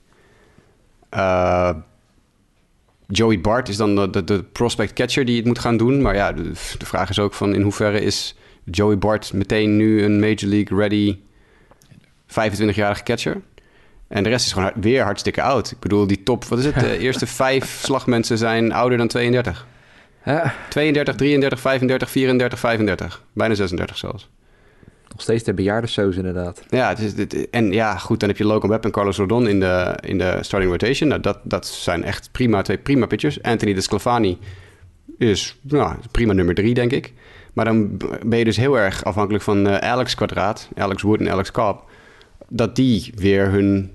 Joey Bart is dan de prospect catcher die het moet gaan doen. Maar ja, de vraag is ook van in hoeverre is Joey Bart meteen nu een Major League ready 25-jarige catcher? En de rest is gewoon weer hartstikke oud. Ik bedoel, die top, wat is het? De eerste 5 slagmensen zijn ouder dan 32. Ja. 32, 33, 35, 34, 35. Bijna 36 zelfs. Nog steeds de bejaardensoos inderdaad. Ja, en ja, goed, dan heb je Logan Webb en Carlos Rodon in de starting rotation. Nou, dat zijn echt twee prima pitchers. Anthony DeSclafani is prima nummer 3, denk ik. Maar dan ben je dus heel erg afhankelijk van Alex Quadraat, Alex Wood en Alex Cobb. Dat die weer hun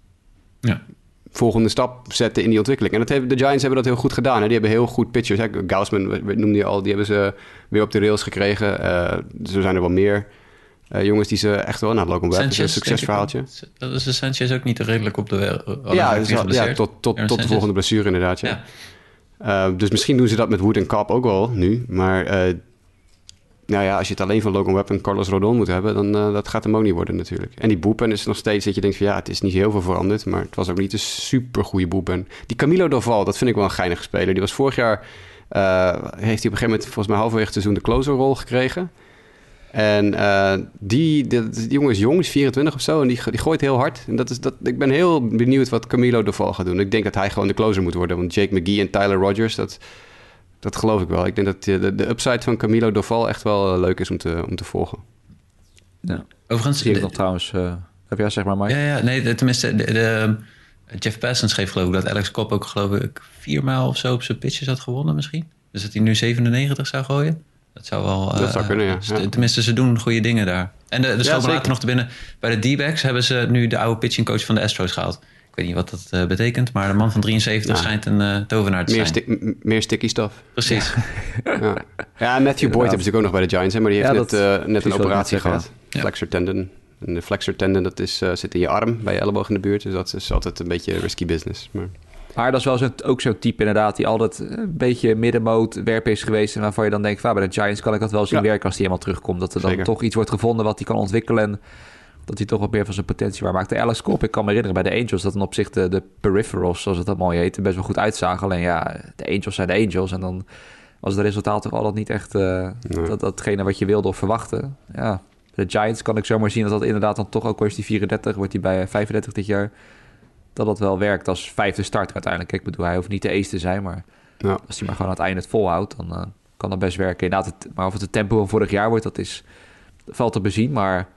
volgende stap zetten in die ontwikkeling. En de Giants hebben dat heel goed gedaan. Hè? Die hebben heel goed pitchers. Hè? Gausman noemde je al, die hebben ze weer op de rails gekregen. Zo zijn er wel meer jongens die ze echt wel... Nou, Logan Webb is een succesverhaaltje. Dat is de Sanchez ook niet redelijk op de... tot de volgende blessure inderdaad. Ja. Dus misschien doen ze dat met Wood en Cobb ook wel nu. Maar als je het alleen van Logan Webb en Carlos Rodon moet hebben... dan dat gaat hem ook niet worden natuurlijk. En die bullpen is nog steeds dat je denkt van... ja, het is niet heel veel veranderd... maar het was ook niet een super goede bullpen. Die Camilo Doval, dat vind ik wel een geinige speler. Die was vorig jaar... heeft hij op een gegeven moment... volgens mij halverwege het seizoen de closerrol gekregen... En die jongen is jong, is 24 of zo... en die gooit heel hard. En ik ben heel benieuwd wat Camilo Doval gaat doen. Ik denk dat hij gewoon de closer moet worden. Want Jake McGee en Tyler Rogers, dat geloof ik wel. Ik denk dat de upside van Camilo Doval echt wel leuk is om te volgen. Ja. Overigens zie ik nog trouwens... heb jij zeg maar, Mike? Ja, nee, tenminste... Jeff Passan schreef geloof ik dat Alex Cobb ook geloof ik 4 maal of zo op zijn pitches had gewonnen misschien. Dus dat hij nu 97 zou gooien. Dat zou wel... dat zou kunnen, ja. Tenminste, ze doen goede dingen daar. En de schoon later nog te binnen. Bij de D-backs hebben ze nu de oude pitchingcoach van de Astros gehaald. Ik weet niet wat dat betekent, maar de man van 73 schijnt een tovenaar te zijn. Meer sticky stuff. Precies. Ja, Matthew Boyd hebben ze ook nog bij de Giants, hè, maar die heeft net een operatie gehad. Ja. Flexor tendon. En de flexor tendon, dat zit in je arm, bij je elleboog in de buurt. Dus dat is altijd een beetje risky business. Maar dat is wel ook zo'n type inderdaad... die altijd een beetje middenmoot werp is geweest... en waarvan je dan denkt... bij de Giants kan ik dat wel zien werken als die helemaal terugkomt. Dat er dan toch iets wordt gevonden wat hij kan ontwikkelen... en dat hij toch wat meer van zijn potentie waar maakt. De Alex Cobb, ik kan me herinneren bij de Angels... dat dan op zich de peripherals, zoals het dat mooi heet... best wel goed uitzagen. Alleen ja, de Angels zijn de Angels... en dan was het resultaat toch altijd niet echt... datgene wat je wilde of verwachtte. Ja, de Giants kan ik zomaar zien... dat inderdaad dan toch ook... als die 34 wordt hij bij 35 dit jaar... dat wel werkt als 5e starter uiteindelijk. Ik bedoel, hij hoeft niet de ace te zijn, maar als hij maar gewoon aan het einde het volhoudt, dan kan dat best werken. Inderdaad, maar of het de tempo van vorig jaar wordt, dat valt te bezien. Maar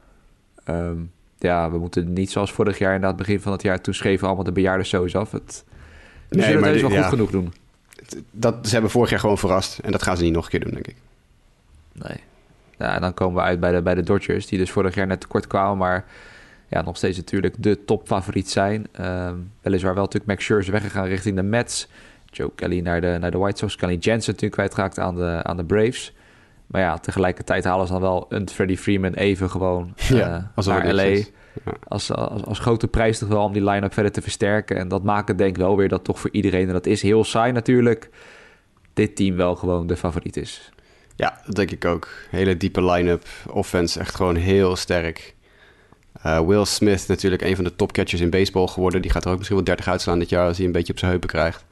we moeten niet zoals vorig jaar, inderdaad, begin van het jaar, toen schreven allemaal de bejaarden sowieso af. We zullen het wel goed genoeg doen. Ze hebben vorig jaar gewoon verrast en dat gaan ze niet nog een keer doen, denk ik. Nee. Ja, dan komen we uit bij de Dodgers, die dus vorig jaar net tekort kwamen, maar... ja, nog steeds natuurlijk de topfavoriet zijn. Weliswaar wel natuurlijk Max Scherzer weggegaan richting de Mets. Joe Kelly naar de White Sox. Kelly Jansen natuurlijk kwijtgeraakt aan de Braves. Maar ja, tegelijkertijd halen ze dan wel een Freddie Freeman even gewoon naar LA. Ja. Als grote prijs toch wel om die line-up verder te versterken. En dat maakt het denk ik wel weer dat toch voor iedereen... en dat is heel saai natuurlijk... dit team wel gewoon de favoriet is. Ja, dat denk ik ook. Hele diepe line-up. Offense echt gewoon heel sterk... Will Smith natuurlijk een van de topcatchers in baseball geworden. Die gaat er ook misschien wel 30 uitslaan dit jaar... als hij een beetje op zijn heupen krijgt.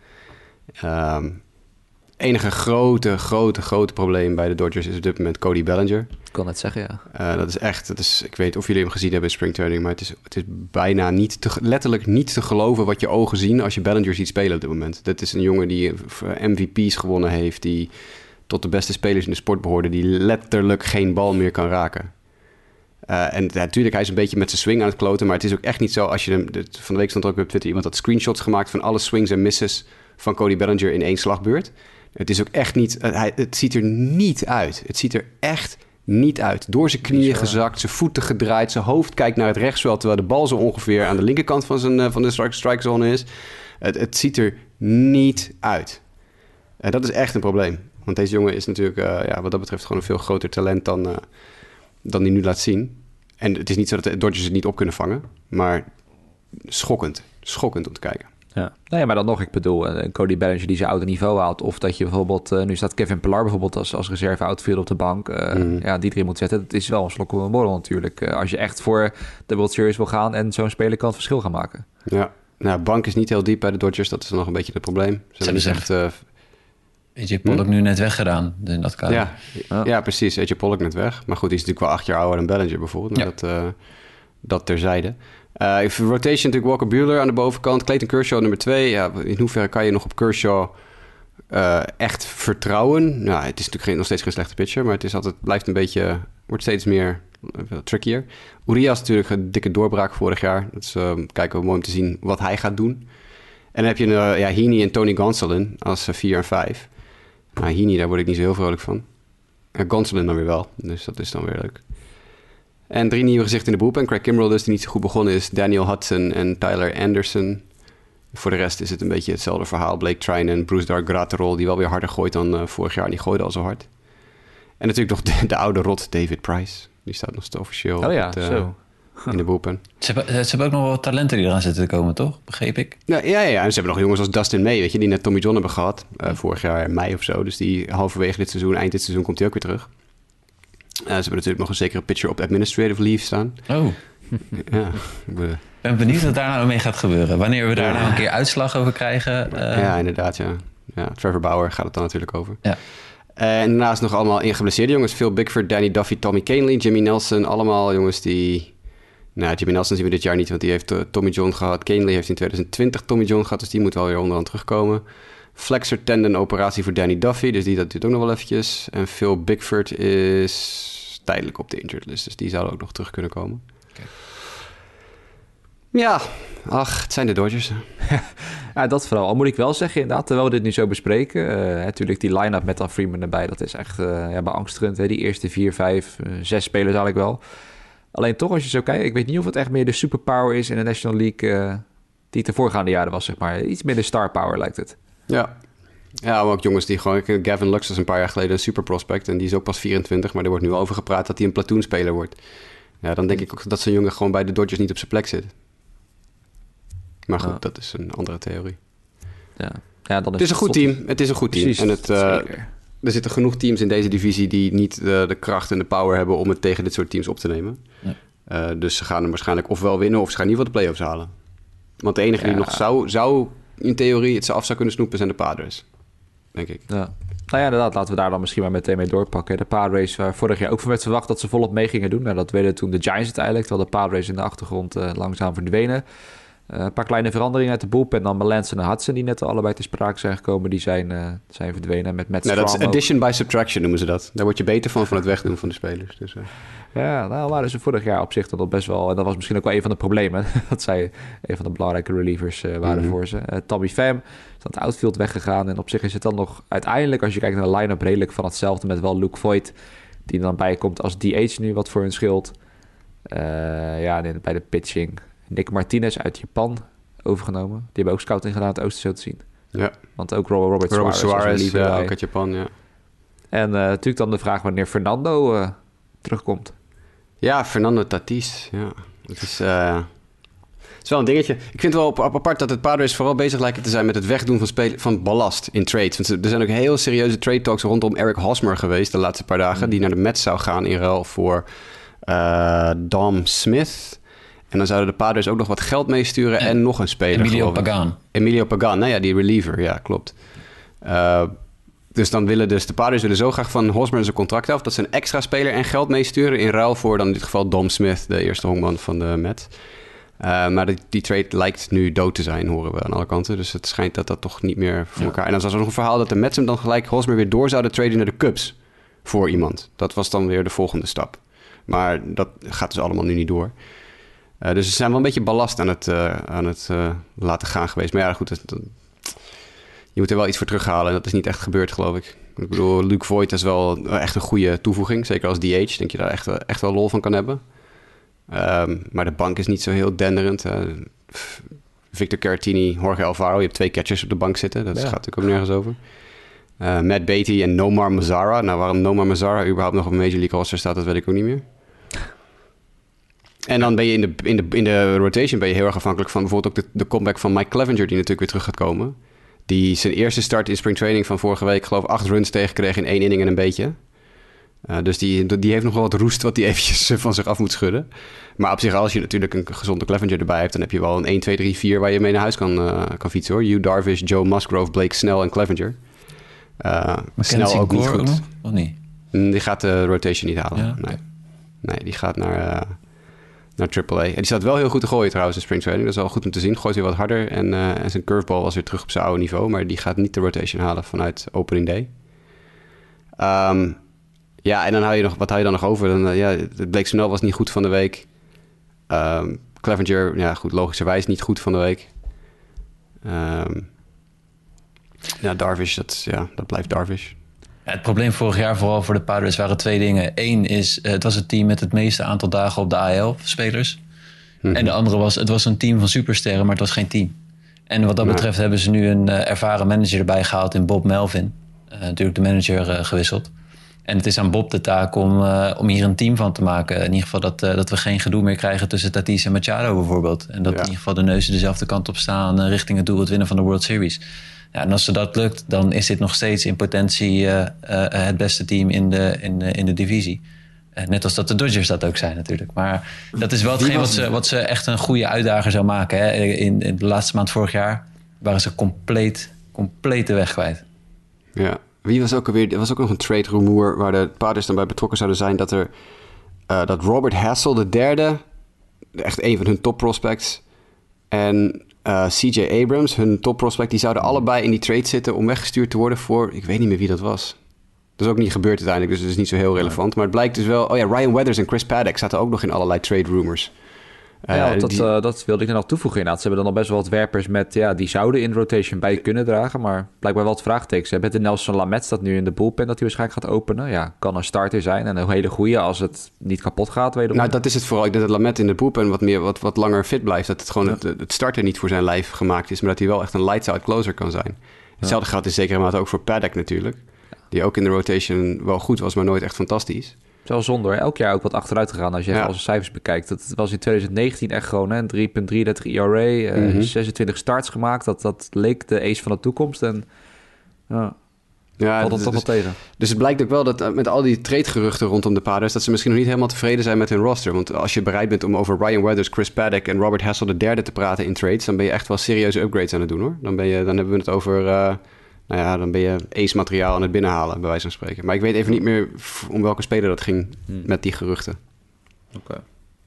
Enige grote probleem bij de Dodgers... is op dit moment Cody Bellinger. Ik kan het zeggen, ja. Dat is echt... ik weet niet of jullie hem gezien hebben in springtraining... maar het is bijna letterlijk niet te geloven... wat je ogen zien als je Bellinger ziet spelen op dit moment. Dat is een jongen die MVP's gewonnen heeft... die tot de beste spelers in de sport behoorde... die letterlijk geen bal meer kan raken. En natuurlijk, hij is een beetje met zijn swing aan het kloten... maar het is ook echt niet zo als je hem... Van de week stond er ook op Twitter iemand had screenshots gemaakt... van alle swings en misses van Cody Bellinger in 1 slagbeurt. Het is ook echt niet... het ziet er niet uit. Het ziet er echt niet uit. Door zijn knieën gezakt, zijn voeten gedraaid... zijn hoofd kijkt naar het rechtsveld... terwijl de bal zo ongeveer aan de linkerkant van de strikezone is. Het ziet er niet uit. En dat is echt een probleem. Want deze jongen is natuurlijk wat dat betreft... gewoon een veel groter talent dan hij nu laat zien. En het is niet zo dat de Dodgers het niet op kunnen vangen. Maar schokkend om te kijken. Ja. Nee, maar dan nog, ik bedoel, Cody Bellinger die zijn oude niveau haalt. Of dat je bijvoorbeeld, nu staat Kevin Pillar bijvoorbeeld als reserve outfielder op de bank. Ja, die erin moet zetten. Dat is wel een slok op een borrel natuurlijk. Als je echt voor de World Series wil gaan en zo'n speler kan het verschil gaan maken. Ja, nou, bank is niet heel diep bij de Dodgers. Dat is nog een beetje het probleem. Ze hebben echt... AJ Pollock nu net weggedaan in dat kader. Ja, precies. AJ Pollock net weg. Maar goed, die is natuurlijk wel 8 jaar ouder dan Bellinger bijvoorbeeld. Maar dat terzijde. Rotation natuurlijk Walker Buehler aan de bovenkant. Clayton Kershaw nummer 2. Ja, in hoeverre kan je nog op Kershaw echt vertrouwen? Nou, het is natuurlijk nog steeds geen slechte pitcher, maar het is blijft een beetje, wordt steeds meer trickier. Urias natuurlijk een dikke doorbraak vorig jaar. Dat is kijken we mooi om te zien wat hij gaat doen. En dan heb je Heaney en Tony Gonsolin als 4 en 5. Nou, Heaney, daar word ik niet zo heel vrolijk van. Gonsolin dan weer wel, dus dat is dan weer leuk. En 3 nieuwe gezichten in de bullpen. Craig Kimbrell dus, die niet zo goed begonnen is. Daniel Hudson en Tyler Anderson. Voor de rest is het een beetje hetzelfde verhaal. Blake Trinan, Bruce Gratterol, die wel weer harder gooit dan vorig jaar. En die gooide al zo hard. En natuurlijk nog de oude rot David Price. Die staat nog steeds officieel in de bullpen. Ze hebben ook nog wel talenten die eraan zitten te komen, toch? Begreep ik? Ja. En ze hebben nog jongens als Dustin May, weet je, die net Tommy John hebben gehad. Vorig jaar in mei of zo. Dus die halverwege dit seizoen, eind dit seizoen, komt hij ook weer terug. Ze hebben natuurlijk nog een zekere pitcher op administrative leave staan. Oh. Ja. Ik ben benieuwd wat daar nou mee gaat gebeuren. Wanneer we daar nou een keer uitslag over krijgen. Ja, inderdaad, ja. Trevor Bauer gaat het dan natuurlijk over. Ja. En daarnaast nog allemaal ingeblesseerde jongens. Phil Bickford, Danny Duffy, Tommy Kahnle, Jimmy Nelson. Allemaal jongens die... Nou, Jimmy Nelson zien we dit jaar niet, want die heeft Tommy John gehad. Kahnle heeft in 2020 Tommy John gehad, dus die moet wel weer onderaan terugkomen. Flexor tendon operatie voor Danny Duffy, dus dat duurt ook nog wel eventjes. En Phil Bickford is tijdelijk op de injured list, dus die zou ook nog terug kunnen komen. Okay. Ja, het zijn de Dodgers. Ja, dat vooral. Al moet ik wel zeggen, inderdaad, terwijl we dit nu zo bespreken. Natuurlijk die line-up met dan Freeman erbij, dat is echt beangstigend. Hè? Die eerste 4, 5, 6 spelers eigenlijk wel. Alleen toch, als je zo kijkt, ik weet niet of het echt meer de superpower is in de National League die het de voorgaande jaren was, zeg maar. Iets meer de star power lijkt het. Ja, maar ook jongens die gewoon... Gavin Lux was een paar jaar geleden een super prospect en die is ook pas 24, maar er wordt nu over gepraat dat hij een platoonspeler wordt. Ja, dan denk ik ook dat zo'n jongen gewoon bij de Dodgers niet op zijn plek zit. Maar goed, dat is een andere theorie. Ja, dan is het is een goed team. Het is een goed team. Precies, en er zitten genoeg teams in deze divisie die niet de kracht en de power hebben om het tegen dit soort teams op te nemen. Ja. Dus ze gaan hem waarschijnlijk ofwel winnen of ze gaan in ieder geval de playoffs halen. Want de enige die nog zou in theorie het af zou kunnen snoepen zijn de Padres. Denk ik. Ja. Nou ja, inderdaad. Laten we daar dan misschien maar meteen mee doorpakken. De Padres, waar vorig jaar ook van werd verwacht dat ze volop mee gingen doen. Nou, dat werden toen de Giants uiteindelijk, terwijl de Padres in de achtergrond langzaam verdwenen. Een paar kleine veranderingen uit de bullpen. Dan Melanson en Hudson, die net allebei te sprake zijn gekomen, die zijn verdwenen. Met Matt Strahm. Dat is addition by subtraction noemen ze dat. Daar word je beter van het wegdoen van de spelers. Dus, Ja, nou waren ze vorig jaar op zich dan best wel... En dat was misschien ook wel een van de problemen. Dat zij een van de belangrijke relievers waren voor ze. Tommy Pham is aan het outfield weggegaan. En op zich is het dan nog uiteindelijk, als je kijkt naar de line-up, redelijk van hetzelfde. Met wel Luke Voigt, die dan bijkomt als DH nu, wat voor hun scheelt. Bij de pitching... Nick Martinez uit Japan overgenomen. Die hebben ook scouting gedaan het oosten zo te zien. Ja. Want ook Robert Suarez ook uit Japan, ja. En natuurlijk dan de vraag wanneer Fernando terugkomt. Ja, Fernando Tatis. Ja. Het is wel een dingetje. Ik vind het wel apart dat het Padres vooral bezig lijken te zijn met het wegdoen van ballast in trades. Want er zijn ook heel serieuze trade talks rondom Eric Hosmer geweest de laatste paar dagen. Die naar de Mets zou gaan in ruil voor Dom Smith. En dan zouden de Padres ook nog wat geld meesturen en nog een speler. Emilio Pagan, nou ja, die reliever, ja, klopt. Dus dan willen de Padres zo graag van Hosmer zijn contract af dat ze een extra speler en geld meesturen in ruil voor dan in dit geval Dom Smith, de eerste honkman van de Mets. Maar die trade lijkt nu dood te zijn, horen we aan alle kanten. Dus het schijnt dat toch niet meer voor elkaar... En dan was er nog een verhaal dat de Mets hem dan gelijk Hosmer weer door zouden traden naar de Cubs voor iemand. Dat was dan weer de volgende stap. Maar dat gaat dus allemaal nu niet door. Dus ze zijn wel een beetje ballast aan het laten gaan geweest. Maar ja, goed, je moet er wel iets voor terughalen. En dat is niet echt gebeurd, geloof ik. Ik bedoel, Luke Voigt is wel echt een goede toevoeging. Zeker als DH, denk je daar echt wel lol van kan hebben. Maar de bank is niet zo heel denderend. Victor Caratini, Jorge Alfaro. Je hebt 2 catchers op de bank zitten. Dat gaat natuurlijk ook nergens over. Matt Beatty en Nomar Mazara. Nou, waarom Nomar Mazara überhaupt nog op een Major League roster staat, dat weet ik ook niet meer. En dan ben je in de rotation ben je heel erg afhankelijk van bijvoorbeeld ook de comeback van Mike Clevenger, die natuurlijk weer terug gaat komen. Die zijn eerste start in springtraining van vorige week, geloof ik, 8 runs tegengekregen in 1 inning en een beetje. Dus die heeft nog wel wat roest wat hij eventjes van zich af moet schudden. Maar op zich, als je natuurlijk een gezonde Clevenger erbij hebt, dan heb je wel een 1, 2, 3, 4 waar je mee naar huis kan fietsen, hoor. Yu Darvish, Joe Musgrove, Blake Snell en Clevenger. Snell ook niet goed. Nog? Of niet? Die gaat de rotation niet halen. Ja, okay. Nee, die gaat naar AAA. En die staat wel heel goed te gooien trouwens in springtraining. Dat is wel goed om te zien. Gooit weer wat harder. En zijn curveball was weer terug op zijn oude niveau. Maar die gaat niet de rotation halen vanuit opening day. Ja, en dan wat hou je dan nog over? Blake Snell was niet goed van de week. Clevenger, ja goed, logischerwijs niet goed van de week. Darvish, dat blijft Darvish. Ja, het probleem vorig jaar vooral voor de Padres waren 2 dingen. Eén is, het was het team met het meeste aantal dagen op de AL-spelers. Mm-hmm. En de andere was, het was een team van supersterren, maar het was geen team. En wat dat betreft hebben ze nu een ervaren manager erbij gehaald in Bob Melvin. Natuurlijk de manager gewisseld. En het is aan Bob de taak om hier een team van te maken. In ieder geval dat we geen gedoe meer krijgen tussen Tatis en Machado bijvoorbeeld. En dat in ieder geval de neuzen dezelfde kant op staan richting het doel het winnen van de World Series. Ja, en als ze dat lukt, dan is dit nog steeds in potentie het beste team in de divisie. Net als dat de Dodgers dat ook zijn natuurlijk. Maar dat is wel hetgeen wat ze echt een goede uitdager zou maken. Hè. In de laatste maand vorig jaar waren ze compleet de weg kwijt. Ja, wie was ook alweer? Er was ook nog een trade rumoer waar de Padres dan bij betrokken zouden zijn dat Robert Hassel, de derde, echt een van hun top prospects, en CJ Abrams, hun top prospect, die zouden allebei in die trade zitten om weggestuurd te worden voor, ik weet niet meer wie dat was. Dat is ook niet gebeurd uiteindelijk, dus het is niet zo heel relevant. Maar het blijkt dus wel, Ryan Weathers en Chris Paddock zaten ook nog in allerlei trade rumors. Dat wilde ik er nog toevoegen inderdaad. Ze hebben dan al best wel wat werpers die zouden in rotation bij kunnen dragen, maar blijkbaar wel wat vraagtekens. Ze hebben de Nelson Lamet staat nu in de bullpen dat hij waarschijnlijk gaat openen. Ja, kan een starter zijn en een hele goeie als het niet kapot gaat. Wederom. Nou, dat is het vooral. Ik denk dat Lamet in de bullpen wat langer fit blijft. Dat het gewoon het starter niet voor zijn lijf gemaakt is, maar dat hij wel echt een lights-out closer kan zijn. Hetzelfde geldt in zekere mate ook voor Paddock natuurlijk. Die ook in de rotation wel goed was, maar nooit echt fantastisch. Wel zonde hoor. Elk jaar ook wat achteruit gegaan als je al zijn cijfers bekijkt. Dat was in 2019 echt gewoon een 3.33 ERA, 26 starts gemaakt. Dat leek de ace van de toekomst en valt dat toch wel tegen. Dus het blijkt ook wel dat met al die trade-geruchten rondom de Padres, dat ze misschien nog niet helemaal tevreden zijn met hun roster. Want als je bereid bent om over Ryan Weathers, Chris Paddock en Robert Hassel de derde te praten in trades, dan ben je echt wel serieuze upgrades aan het doen hoor. Dan hebben we het over dan ben je ace-materiaal aan het binnenhalen, bij wijze van spreken. Maar ik weet even niet meer om welke speler dat ging met die geruchten. Oké.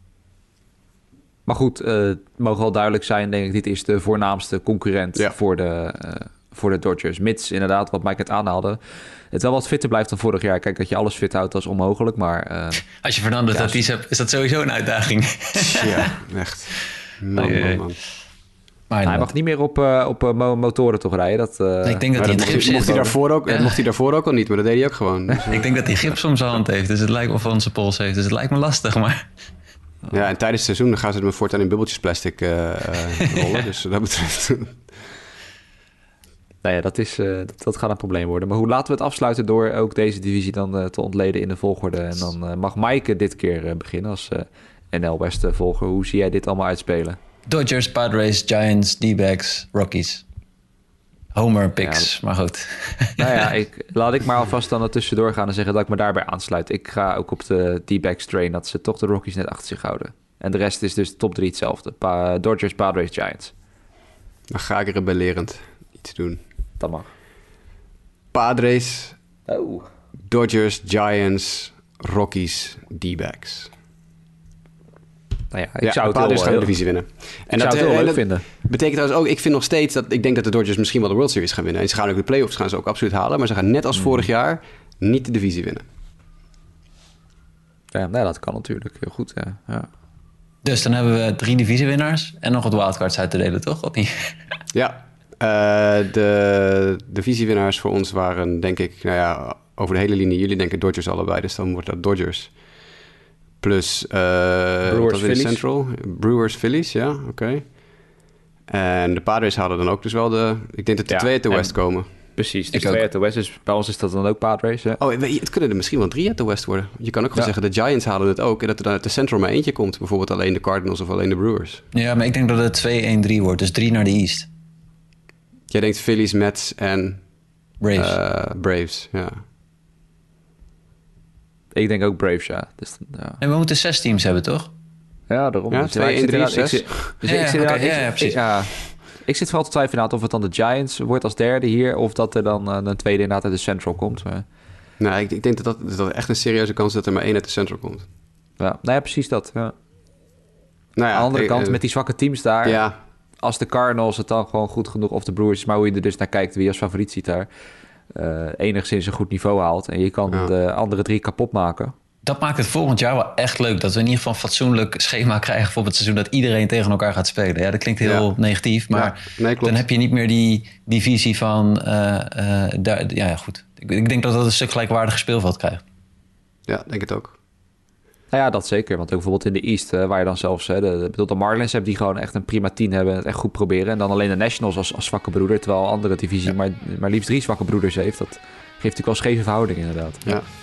Maar goed, het mogen wel duidelijk zijn, denk ik, dit is de voornaamste concurrent voor de Dodgers. Mits inderdaad, wat Mike het aanhaalde, het wel wat fitter blijft dan vorig jaar. Kijk, dat je alles fit houdt, dat is onmogelijk, maar als je Fernando Tatis hebt, is dat sowieso een uitdaging. Ja, echt. Man. Maar hij mag niet meer op motoren toch rijden. Ik denk dat hij een gips mocht hij daarvoor ook al niet, maar dat deed hij ook gewoon. Dus, ik denk dat hij gips om zijn hand heeft, dus het lijkt of van zijn pols heeft. Dus het lijkt me lastig, maar... Ja, en tijdens het seizoen gaan ze het me voortaan in bubbeltjes plastic rollen. Dus wat dat betreft... Nou ja, dat gaat een probleem worden. Maar hoe laten we het afsluiten door ook deze divisie dan te ontleden in de volgorde? En dan mag Maaike dit keer beginnen als NL West-volger. Hoe zie jij dit allemaal uitspelen? Dodgers, Padres, Giants, D-backs, Rockies. Homer picks, maar goed. Nou ja, laat ik maar alvast dan er tussendoor gaan en zeggen dat ik me daarbij aansluit. Ik ga ook op de D-backs train dat ze toch de Rockies net achter zich houden. En de rest is dus top 3 hetzelfde. Dodgers, Padres, Giants. Dan ga ik rebellerend iets doen. Dat mag. Padres, Dodgers, Giants, Rockies, D-backs. Nou ja, ik zou het Padres gaan de divisie winnen. En dat heel leuk vinden. Betekent trouwens ook, ik vind nog steeds dat ik denk dat de Dodgers misschien wel de World Series gaan winnen. En ze gaan ook de playoffs gaan ze ook absoluut halen, maar ze gaan net als vorig jaar niet de divisie winnen. Ja, dat kan natuurlijk heel goed. Ja. Dus dan hebben we 3 divisiewinnaars en nog wat wildcards uit te delen, toch? Of niet? Ja, de divisiewinnaars voor ons waren, denk ik, over de hele linie. Jullie denken Dodgers allebei, dus dan wordt dat Dodgers. Plus Brewers, Phillies. Central. Brewers, Phillies, ja, oké. En de Padres hadden dan ook dus wel ik denk dat de twee uit de West komen. Precies, dus Ik ook. 2 uit de West. Dus bij ons is dat dan ook Padres. Hè? Oh, weet je, het kunnen er misschien wel 3 uit de West worden. Je kan ook gewoon Ja. zeggen, de Giants halen het ook. En dat er dan uit de Central maar eentje komt. Bijvoorbeeld alleen de Cardinals of alleen de Brewers. Ja, maar ik denk dat het 2-1-3 wordt. Dus 3 naar de East. Jij denkt Phillies, Mets en Braves. ja. Ik denk ook Braves, ja. Dus, ja. En we moeten 6 teams hebben, toch? Ja, daarom. Ja, Dus 2, ik zit 1, 3, inderdaad- 6. ik zit- dus Ja, ik zit oké, inderdaad- ja, precies. Ik zit vooral te twijfelen inderdaad of het dan de Giants wordt als derde hier... of dat er dan een tweede inderdaad uit de Central komt. Maar, Nou, ik denk dat echt een serieuze kans is dat er maar 1 uit de Central komt. ja. Nou ja, precies dat. Ja. Nou ja, Aan de andere kant, met die zwakke teams daar... Ja, als de Cardinals het dan gewoon goed genoeg... of de Brewers, maar hoe je er dus naar kijkt... wie als favoriet ziet daar... enigszins een goed niveau haalt... en je kan Ja. de andere 3 kapot maken... Dat maakt het volgend jaar wel echt leuk. Dat we in ieder geval een fatsoenlijk schema krijgen voor het seizoen. Dat iedereen tegen elkaar gaat spelen. Ja, dat klinkt heel negatief. Maar Ja, nee, klopt. dan heb je niet meer die visie van... ja, goed. Ik denk dat dat een stuk gelijkwaardig speelveld krijgt. ja, denk het ook. Nou ja, dat zeker. Want ook bijvoorbeeld in de East... waar je dan zelfs... de Marlins hebt die gewoon echt een prima 10 hebben... en het echt goed proberen. En dan alleen de Nationals als zwakke broeder... terwijl een andere divisie maar liefst 3 zwakke broeders heeft. Dat geeft natuurlijk wel scheve verhouding inderdaad.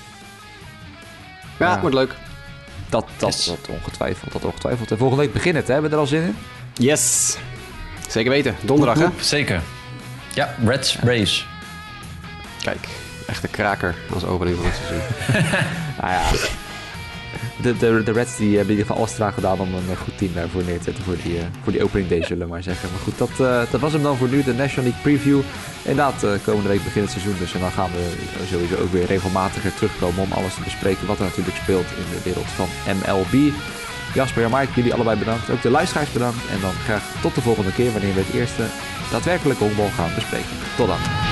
Ja, het wordt leuk. Dat ongetwijfeld. En volgende week begint het, hè? Hebben we er al zin in? Yes. Zeker weten. Donderdag, hè? Zeker. Ja, Reds, Braves. Kijk, echt een kraker als opening van het seizoen. Nou ja... De Reds die hebben in ieder geval alles eraan gedaan om een goed team daarvoor neer te zetten voor die opening day, zullen we maar zeggen. Maar goed, dat was hem dan voor nu, de National League Preview. Inderdaad, komende week begint het seizoen dus en dan gaan we sowieso ook weer regelmatiger terugkomen om alles te bespreken wat er natuurlijk speelt in de wereld van MLB. Jasper en Mike, jullie allebei bedankt. Ook de luisteraars bedankt. En dan graag tot de volgende keer wanneer we het eerste daadwerkelijk honkbal gaan bespreken. Tot dan.